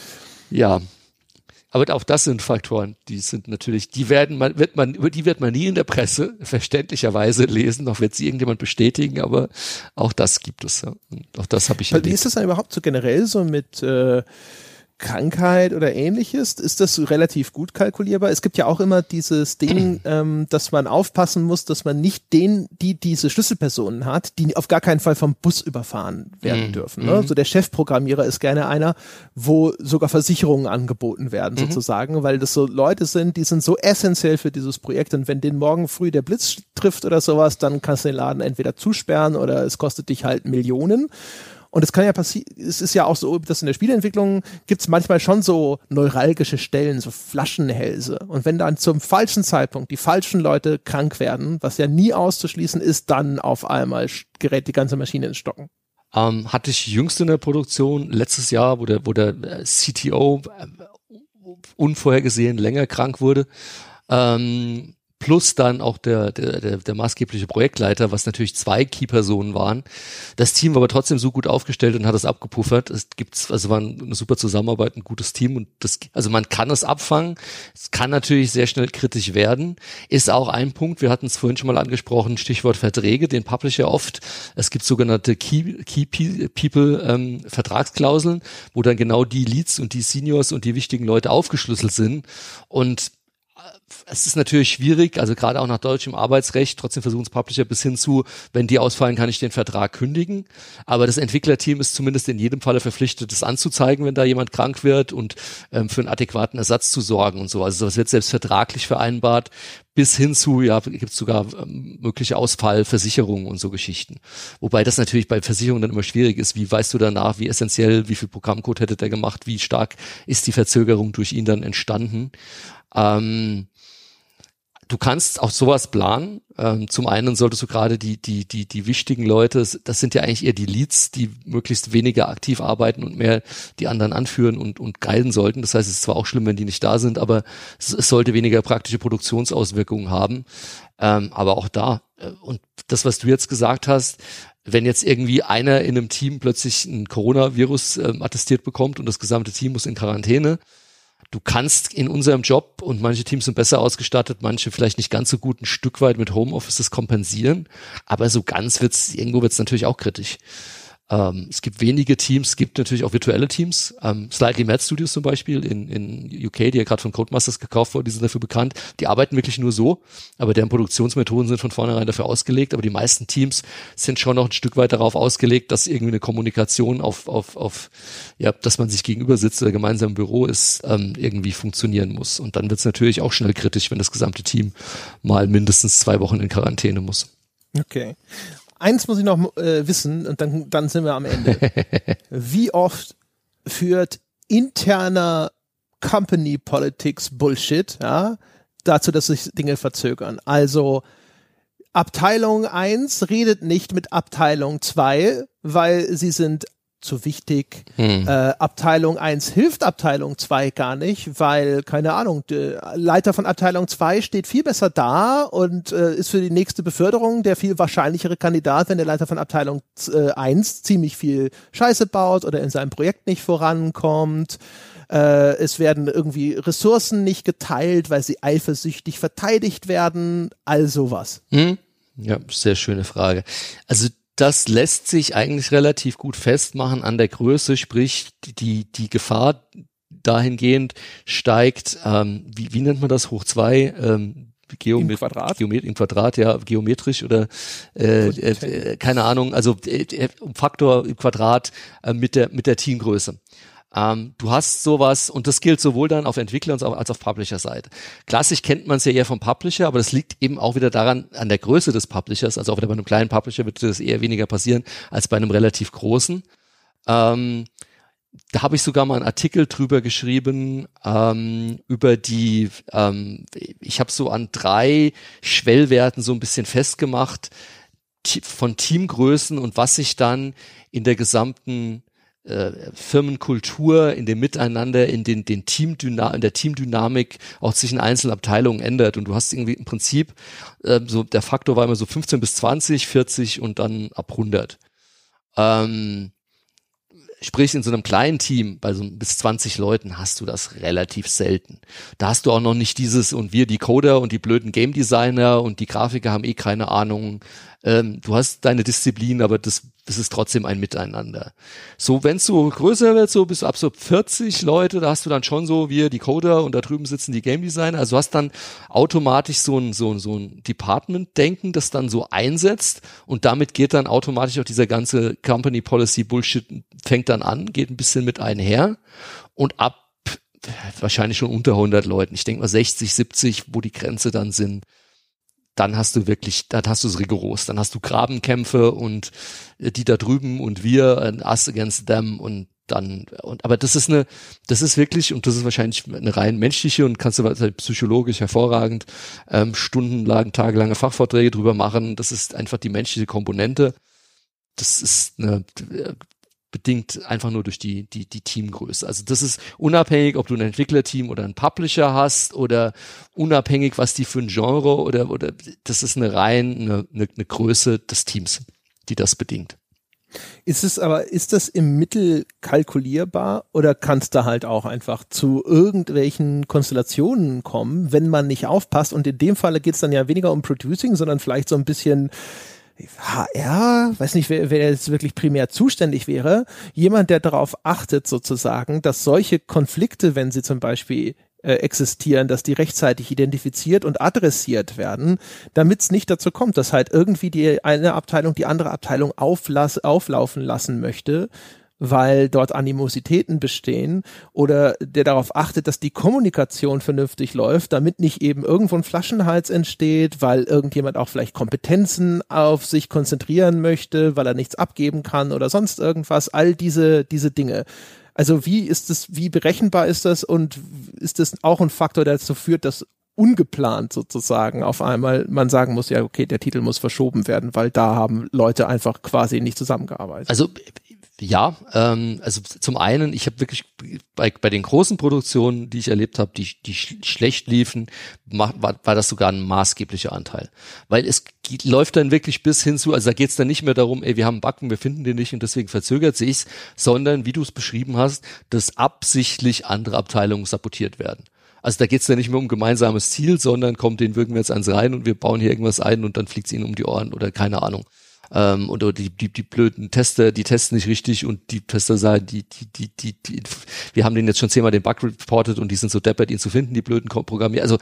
S2: Ja. Aber auch das sind Faktoren, die sind natürlich, die werden man, wird man, über die wird man nie in der Presse verständlicherweise lesen, noch wird sie irgendjemand bestätigen, aber auch das gibt es. Ja. Und auch das habe ich
S1: erlebt. Wie ist das dann überhaupt so generell so mit äh, Krankheit oder ähnliches? Ist das so relativ gut kalkulierbar? Es gibt ja auch immer dieses Ding, ähm, dass man aufpassen muss, dass man nicht den, die diese Schlüsselpersonen hat, die auf gar keinen Fall vom Bus überfahren werden mhm. dürfen. Ne?
S2: Mhm.
S1: So der Chefprogrammierer ist gerne einer, wo sogar Versicherungen angeboten werden
S2: mhm.
S1: sozusagen, weil das so Leute sind, die sind so essentiell für dieses Projekt, und wenn den morgen früh der Blitz trifft oder sowas, dann kannst du den Laden entweder zusperren oder es kostet dich halt Millionen. Und es kann ja passieren, es ist ja auch so, dass in der Spieleentwicklung gibt es manchmal schon so neuralgische Stellen, so Flaschenhälse. Und wenn dann zum falschen Zeitpunkt die falschen Leute krank werden, was ja nie auszuschließen ist, dann auf einmal gerät die ganze Maschine ins Stocken.
S2: Ähm, hatte ich jüngst in der Produktion letztes Jahr, wo der, wo der C T O unvorhergesehen länger krank wurde. Ähm, plus dann auch der, der, der, der maßgebliche Projektleiter, was natürlich zwei Key-Personen waren. Das Team war aber trotzdem so gut aufgestellt und hat es abgepuffert. Es gibt's, also war eine super Zusammenarbeit, ein gutes Team, und das, also man kann es abfangen. Es kann natürlich sehr schnell kritisch werden. Ist auch ein Punkt, wir hatten es vorhin schon mal angesprochen, Stichwort Verträge, den Publisher oft. Es gibt sogenannte Key, Key People ähm, Vertragsklauseln, wo dann genau die Leads und die Seniors und die wichtigen Leute aufgeschlüsselt sind, und es ist natürlich schwierig, also gerade auch nach deutschem Arbeitsrecht, trotzdem versuchen es Publisher bis hin zu, wenn die ausfallen, kann ich den Vertrag kündigen. Aber das Entwicklerteam ist zumindest in jedem Falle verpflichtet, das anzuzeigen, wenn da jemand krank wird und ähm, für einen adäquaten Ersatz zu sorgen und so. Also das wird selbst vertraglich vereinbart, bis hin zu, ja, gibt es sogar ähm, mögliche Ausfallversicherungen und so Geschichten. Wobei das natürlich bei Versicherungen dann immer schwierig ist. Wie weißt du danach, wie essentiell, wie viel Programmcode hätte der gemacht, wie stark ist die Verzögerung durch ihn dann entstanden? Ähm, Du kannst auch sowas planen. Ähm, zum einen solltest du gerade die, die, die, die wichtigen Leute, das sind ja eigentlich eher die Leads, die möglichst weniger aktiv arbeiten und mehr die anderen anführen und, und guiden sollten. Das heißt, es ist zwar auch schlimm, wenn die nicht da sind, aber es, es sollte weniger praktische Produktionsauswirkungen haben. Ähm, aber auch da. Und das, was du jetzt gesagt hast, wenn jetzt irgendwie einer in einem Team plötzlich ein Coronavirus ähm, attestiert bekommt und das gesamte Team muss in Quarantäne, du kannst in unserem Job, und manche Teams sind besser ausgestattet, manche vielleicht nicht ganz so gut, ein Stück weit mit Homeoffices kompensieren, aber so ganz wird's, irgendwo wird's natürlich auch kritisch. Ähm, es gibt wenige Teams, es gibt natürlich auch virtuelle Teams, ähm, Slightly Mad Studios zum Beispiel in, in U K, die ja gerade von Codemasters gekauft wurden, die sind dafür bekannt, die arbeiten wirklich nur so, aber deren Produktionsmethoden sind von vornherein dafür ausgelegt, aber die meisten Teams sind schon noch ein Stück weit darauf ausgelegt, dass irgendwie eine Kommunikation auf, auf, auf, ja, dass man sich gegenüber sitzt oder gemeinsam im Büro ist, ähm, irgendwie funktionieren muss. Und dann wird's natürlich auch schnell kritisch, wenn das gesamte Team mal mindestens zwei Wochen in Quarantäne muss.
S1: Okay. Eins muss ich noch äh, wissen und dann, dann sind wir am Ende. Wie oft führt interner Company Politics Bullshit, ja, dazu, dass sich Dinge verzögern? Also Abteilung eins redet nicht mit Abteilung zwei, weil sie sind zu wichtig. Hm. Äh, Abteilung eins hilft Abteilung zwei gar nicht, weil, keine Ahnung, der Leiter von Abteilung zwei steht viel besser da und äh, ist für die nächste Beförderung der viel wahrscheinlichere Kandidat, wenn der Leiter von Abteilung äh, eins ziemlich viel Scheiße baut oder in seinem Projekt nicht vorankommt. Äh, es werden irgendwie Ressourcen nicht geteilt, weil sie eifersüchtig verteidigt werden, all sowas.
S2: Hm. Ja, sehr schöne Frage. Also das lässt sich eigentlich relativ gut festmachen an der Größe, sprich die die Gefahr dahingehend steigt, ähm, wie, wie nennt man das, hoch zwei, ähm, Geomet-
S1: Im Quadrat?
S2: Geomet- im Quadrat, ja, geometrisch oder äh, äh, keine Ahnung, also äh, um Faktor im Quadrat äh, mit der mit der Teamgröße. Ähm, du hast sowas, und das gilt sowohl dann auf Entwickler- als auf Publisher-Seite. Klassisch kennt man es ja eher vom Publisher, aber das liegt eben auch wieder daran, an der Größe des Publishers. Also auch wieder bei einem kleinen Publisher wird das eher weniger passieren als bei einem relativ großen. Ähm, da habe ich sogar mal einen Artikel drüber geschrieben, ähm, über die, ähm, ich habe so an drei Schwellwerten so ein bisschen festgemacht, von Teamgrößen und was sich dann in der gesamten Äh, Firmenkultur, in dem Miteinander, in den, den Teamdyna- in der Teamdynamik auch zwischen einzelnen Abteilungen ändert. Und du hast irgendwie im Prinzip, äh, so der Faktor war immer so fünfzehn bis zwanzig, vierzig und dann ab hundert. Ähm, sprich, in so einem kleinen Team, bei so bis zwanzig Leuten hast du das relativ selten. Da hast du auch noch nicht dieses und wir die Coder und die blöden Game Designer und die Grafiker haben eh keine Ahnung. Ähm, du hast deine Disziplin, aber das, das ist trotzdem ein Miteinander. So, wenn es so größer wird, so bis ab so vierzig Leute, da hast du dann schon so wir die Coder und da drüben sitzen die Game Designer. Also du hast dann automatisch so ein, so ein, so ein Department-Denken, das dann so einsetzt und damit geht dann automatisch auch dieser ganze Company Policy Bullshit fängt dann an, geht ein bisschen mit einher und ab wahrscheinlich schon unter hundert Leuten, ich denke mal sechzig, siebzig, wo die Grenze dann sind, dann hast du wirklich, dann hast du es rigoros, dann hast du Grabenkämpfe und die da drüben und wir, and us against them und dann, und aber das ist eine, das ist wirklich, und das ist wahrscheinlich eine rein menschliche und kannst du halt psychologisch hervorragend ähm, stundenlang, tagelange Fachvorträge drüber machen, das ist einfach die menschliche Komponente, das ist eine bedingt einfach nur durch die die die Teamgröße. Also das ist unabhängig, ob du ein Entwicklerteam oder ein Publisher hast oder unabhängig, was die für ein Genre oder oder das ist eine rein eine, eine, eine Größe des Teams, die das bedingt.
S1: Ist es aber, ist das im Mittel kalkulierbar oder kann es da halt auch einfach zu irgendwelchen Konstellationen kommen, wenn man nicht aufpasst? Und in dem Falle geht es dann ja weniger um Producing, sondern vielleicht so ein bisschen H R, weiß nicht, wer, wer jetzt wirklich primär zuständig wäre, jemand, der darauf achtet sozusagen, dass solche Konflikte, wenn sie zum Beispiel äh, existieren, dass die rechtzeitig identifiziert und adressiert werden, damit es nicht dazu kommt, dass halt irgendwie die eine Abteilung die andere Abteilung auflass, auflaufen lassen möchte, weil dort Animositäten bestehen, oder der darauf achtet, dass die Kommunikation vernünftig läuft, damit nicht eben irgendwo ein Flaschenhals entsteht, weil irgendjemand auch vielleicht Kompetenzen auf sich konzentrieren möchte, weil er nichts abgeben kann oder sonst irgendwas, all diese diese Dinge. Also wie ist es, wie berechenbar ist das, und ist das auch ein Faktor, der dazu führt, dass ungeplant sozusagen auf einmal man sagen muss, ja okay, der Titel muss verschoben werden, weil da haben Leute einfach quasi nicht zusammengearbeitet.
S2: Also ja, ähm, also zum einen, ich habe wirklich bei, bei den großen Produktionen, die ich erlebt habe, die, die sch- schlecht liefen, war, war das sogar ein maßgeblicher Anteil. Weil es geht, läuft dann wirklich bis hin zu, also da geht es dann nicht mehr darum, ey, wir haben einen Bug und wir finden den nicht und deswegen verzögert sich's, sondern, wie du es beschrieben hast, dass absichtlich andere Abteilungen sabotiert werden. Also da geht es dann nicht mehr um gemeinsames Ziel, sondern kommt, den wirken wir jetzt ans rein und wir bauen hier irgendwas ein und dann fliegt es ihnen um die Ohren oder keine Ahnung. Ähm, oder die, die, die blöden Tester, die testen nicht richtig und die Tester sagen, die, die, die, die, die, wir haben denen jetzt schon zehnmal den Bug reportet und die sind so deppert, ihn zu finden, die blöden Programmierer. Also,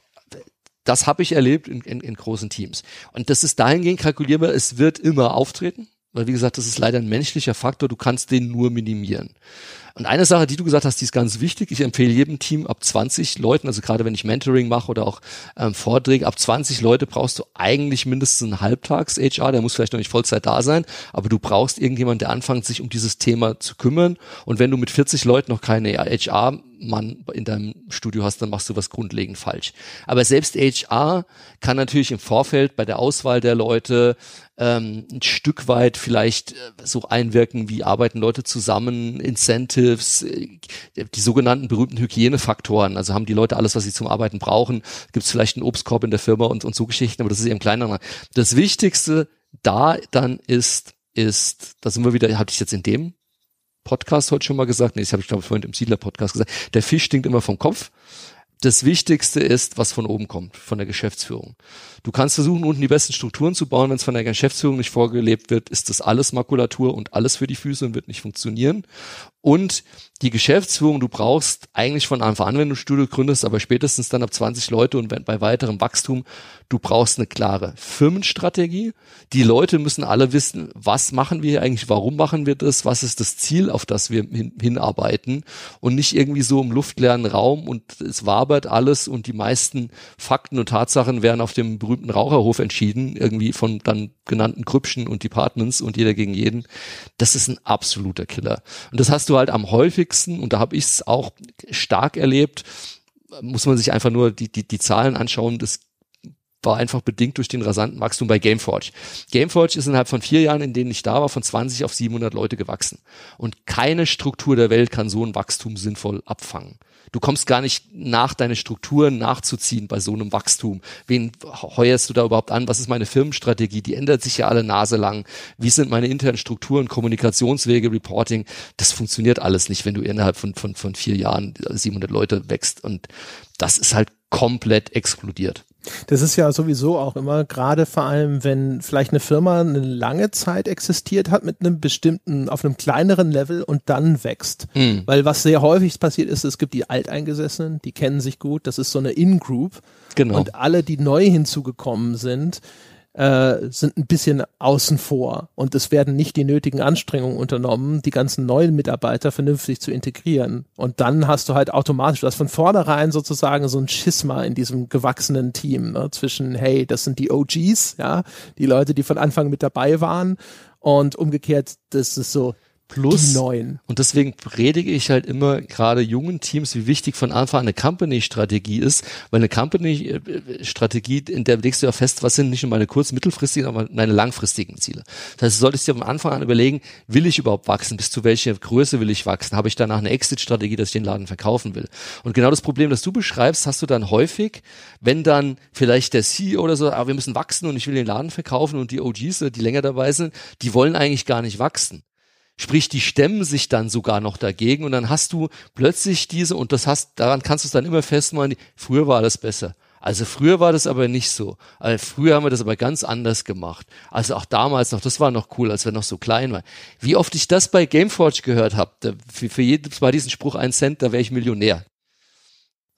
S2: das habe ich erlebt in, in, in großen Teams. Und das ist dahingehend kalkulierbar, es wird immer auftreten, weil wie gesagt, das ist leider ein menschlicher Faktor, du kannst den nur minimieren. Und eine Sache, die du gesagt hast, die ist ganz wichtig. Ich empfehle jedem Team ab zwanzig Leuten, also gerade wenn ich Mentoring mache oder auch ähm, Vorträge, ab zwanzig Leute brauchst du eigentlich mindestens einen Halbtags-H R, der muss vielleicht noch nicht Vollzeit da sein, aber du brauchst irgendjemanden, der anfängt, sich um dieses Thema zu kümmern. Und wenn du mit vierzig Leuten noch keine H R-Mann in deinem Studio hast, dann machst du was grundlegend falsch. Aber selbst H R kann natürlich im Vorfeld bei der Auswahl der Leute ähm, ein Stück weit vielleicht äh, so einwirken, wie arbeiten Leute zusammen, Incentives, äh, die sogenannten berühmten Hygienefaktoren. Also haben die Leute alles, was sie zum Arbeiten brauchen? Gibt es vielleicht einen Obstkorb in der Firma und, und so Geschichten, aber das ist eben kleiner. Das Wichtigste da dann ist, ist, da sind wir wieder, hatte ich jetzt in dem Podcast heute schon mal gesagt, nee, das habe ich glaube ich vorhin im Siedler-Podcast gesagt, der Fisch stinkt immer vom Kopf. Das Wichtigste ist, was von oben kommt, von der Geschäftsführung. Du kannst versuchen, unten die besten Strukturen zu bauen. Wenn es von der Geschäftsführung nicht vorgelebt wird, ist das alles Makulatur und alles für die Füße und wird nicht funktionieren. Und die Geschäftsführung, du brauchst eigentlich von Anfang an, wenn du ein Studio gründest, aber spätestens dann ab zwanzig Leute und bei weiterem Wachstum, du brauchst eine klare Firmenstrategie. Die Leute müssen alle wissen, was machen wir hier eigentlich, warum machen wir das, was ist das Ziel, auf das wir hin, hinarbeiten, und nicht irgendwie so im luftleeren Raum und es wabert alles und die meisten Fakten und Tatsachen werden auf dem berühmten Raucherhof entschieden, irgendwie von dann genannten Grüppchen und Departments und jeder gegen jeden. Das ist ein absoluter Killer. Und das hast du halt am häufigsten, und da habe ich es auch stark erlebt, muss man sich einfach nur die, die, die Zahlen anschauen, das war einfach bedingt durch den rasanten Wachstum bei Gameforge. Gameforge ist innerhalb von vier Jahren, in denen ich da war, von zwanzig auf siebenhundert Leute gewachsen. Und keine Struktur der Welt kann so ein Wachstum sinnvoll abfangen. Du kommst gar nicht nach, deine Strukturen nachzuziehen bei so einem Wachstum. Wen heuerst du da überhaupt an? Was ist meine Firmenstrategie? Die ändert sich ja alle Nase lang. Wie sind meine internen Strukturen, Kommunikationswege, Reporting? Das funktioniert alles nicht, wenn du innerhalb von, von, von vier Jahren siebenhundert Leute wächst. Und das ist halt komplett explodiert.
S1: Das ist ja sowieso auch immer, gerade vor allem, wenn vielleicht eine Firma eine lange Zeit existiert hat mit einem bestimmten, auf einem kleineren Level und dann wächst. Mhm. Weil was sehr häufig passiert ist, es gibt die Alteingesessenen, die kennen sich gut, das ist so eine In-Group. Genau. Und alle, die neu hinzugekommen sind, äh, sind ein bisschen außen vor, und es werden nicht die nötigen Anstrengungen unternommen, die ganzen neuen Mitarbeiter vernünftig zu integrieren. Und dann hast du halt automatisch, du hast von vornherein sozusagen so ein Schisma in diesem gewachsenen Team, ne, zwischen, hey, das sind die O Gs, ja, die Leute, die von Anfang mit dabei waren, und umgekehrt, das ist so plus neun.
S2: Und deswegen predige ich halt immer gerade jungen Teams, wie wichtig von Anfang an eine Company-Strategie ist, weil eine Company-Strategie, in der legst du ja fest, was sind nicht nur meine kurz-, mittelfristigen, aber meine langfristigen Ziele. Das heißt, du solltest dir am Anfang an überlegen, will ich überhaupt wachsen? Bis zu welcher Größe will ich wachsen? Habe ich danach eine Exit-Strategie, dass ich den Laden verkaufen will? Und genau das Problem, das du beschreibst, hast du dann häufig, wenn dann vielleicht der C E O oder so, aber wir müssen wachsen und ich will den Laden verkaufen, und die O Gs, die länger dabei sind, die wollen eigentlich gar nicht wachsen. Sprich, die stemmen sich dann sogar noch dagegen, und dann hast du plötzlich diese, und das hast, daran kannst du es dann immer festmachen, früher war das besser. Also früher war das aber nicht so. Also früher haben wir das aber ganz anders gemacht. Also auch damals noch, das war noch cool, als wir noch so klein waren. Wie oft ich das bei Gameforge gehört habe, für, für jedes Mal diesen Spruch ein Cent, da wäre ich Millionär.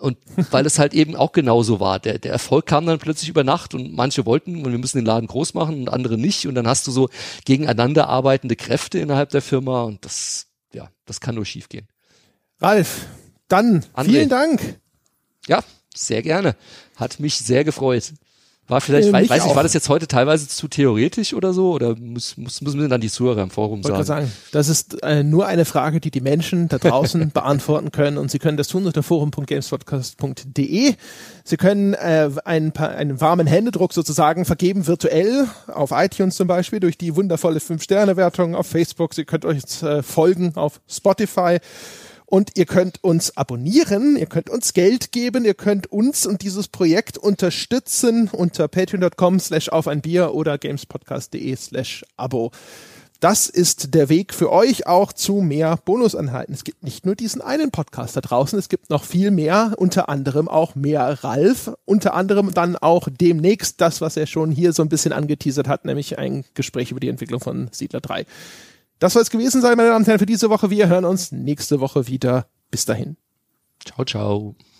S2: Und weil es halt eben auch genauso war. Der, der Erfolg kam dann plötzlich über Nacht und manche wollten, und wir müssen den Laden groß machen und andere nicht. Und dann hast du so gegeneinander arbeitende Kräfte innerhalb der Firma und das, ja, das kann nur schief gehen.
S1: Ralf, dann
S2: André.
S1: Vielen Dank.
S2: Ja, sehr gerne. Hat mich sehr gefreut. War vielleicht,
S1: Äh,
S2: weiß,
S1: mich
S2: weiß nicht,
S1: auch.
S2: war das jetzt heute teilweise zu theoretisch oder so? Oder muss, muss, müssen wir dann die Zuhörer im Forum
S1: Wollte
S2: sagen?
S1: gerade sagen, das ist äh, nur eine Frage, die die Menschen da draußen beantworten können und sie können das tun unter forum punkt gamespodcast punkt de. Sie können äh, ein paar, einen warmen Händedruck sozusagen vergeben, virtuell, auf iTunes zum Beispiel, durch die wundervolle fünf Sterne Wertung auf Facebook. Sie könnt euch äh, folgen auf Spotify. Und ihr könnt uns abonnieren, ihr könnt uns Geld geben, ihr könnt uns und dieses Projekt unterstützen unter patreon punkt com slash auf ein Bier oder gamespodcast punkt de slash abo. Das ist der Weg für euch auch zu mehr Bonusanhalten. Es gibt nicht nur diesen einen Podcast da draußen, es gibt noch viel mehr, unter anderem auch mehr Ralf, unter anderem dann auch demnächst das, was er schon hier so ein bisschen angeteasert hat, nämlich ein Gespräch über die Entwicklung von Siedler drei. Das soll es gewesen sein, meine Damen und Herren, für diese Woche. Wir hören uns nächste Woche wieder. Bis dahin.
S2: Ciao, ciao.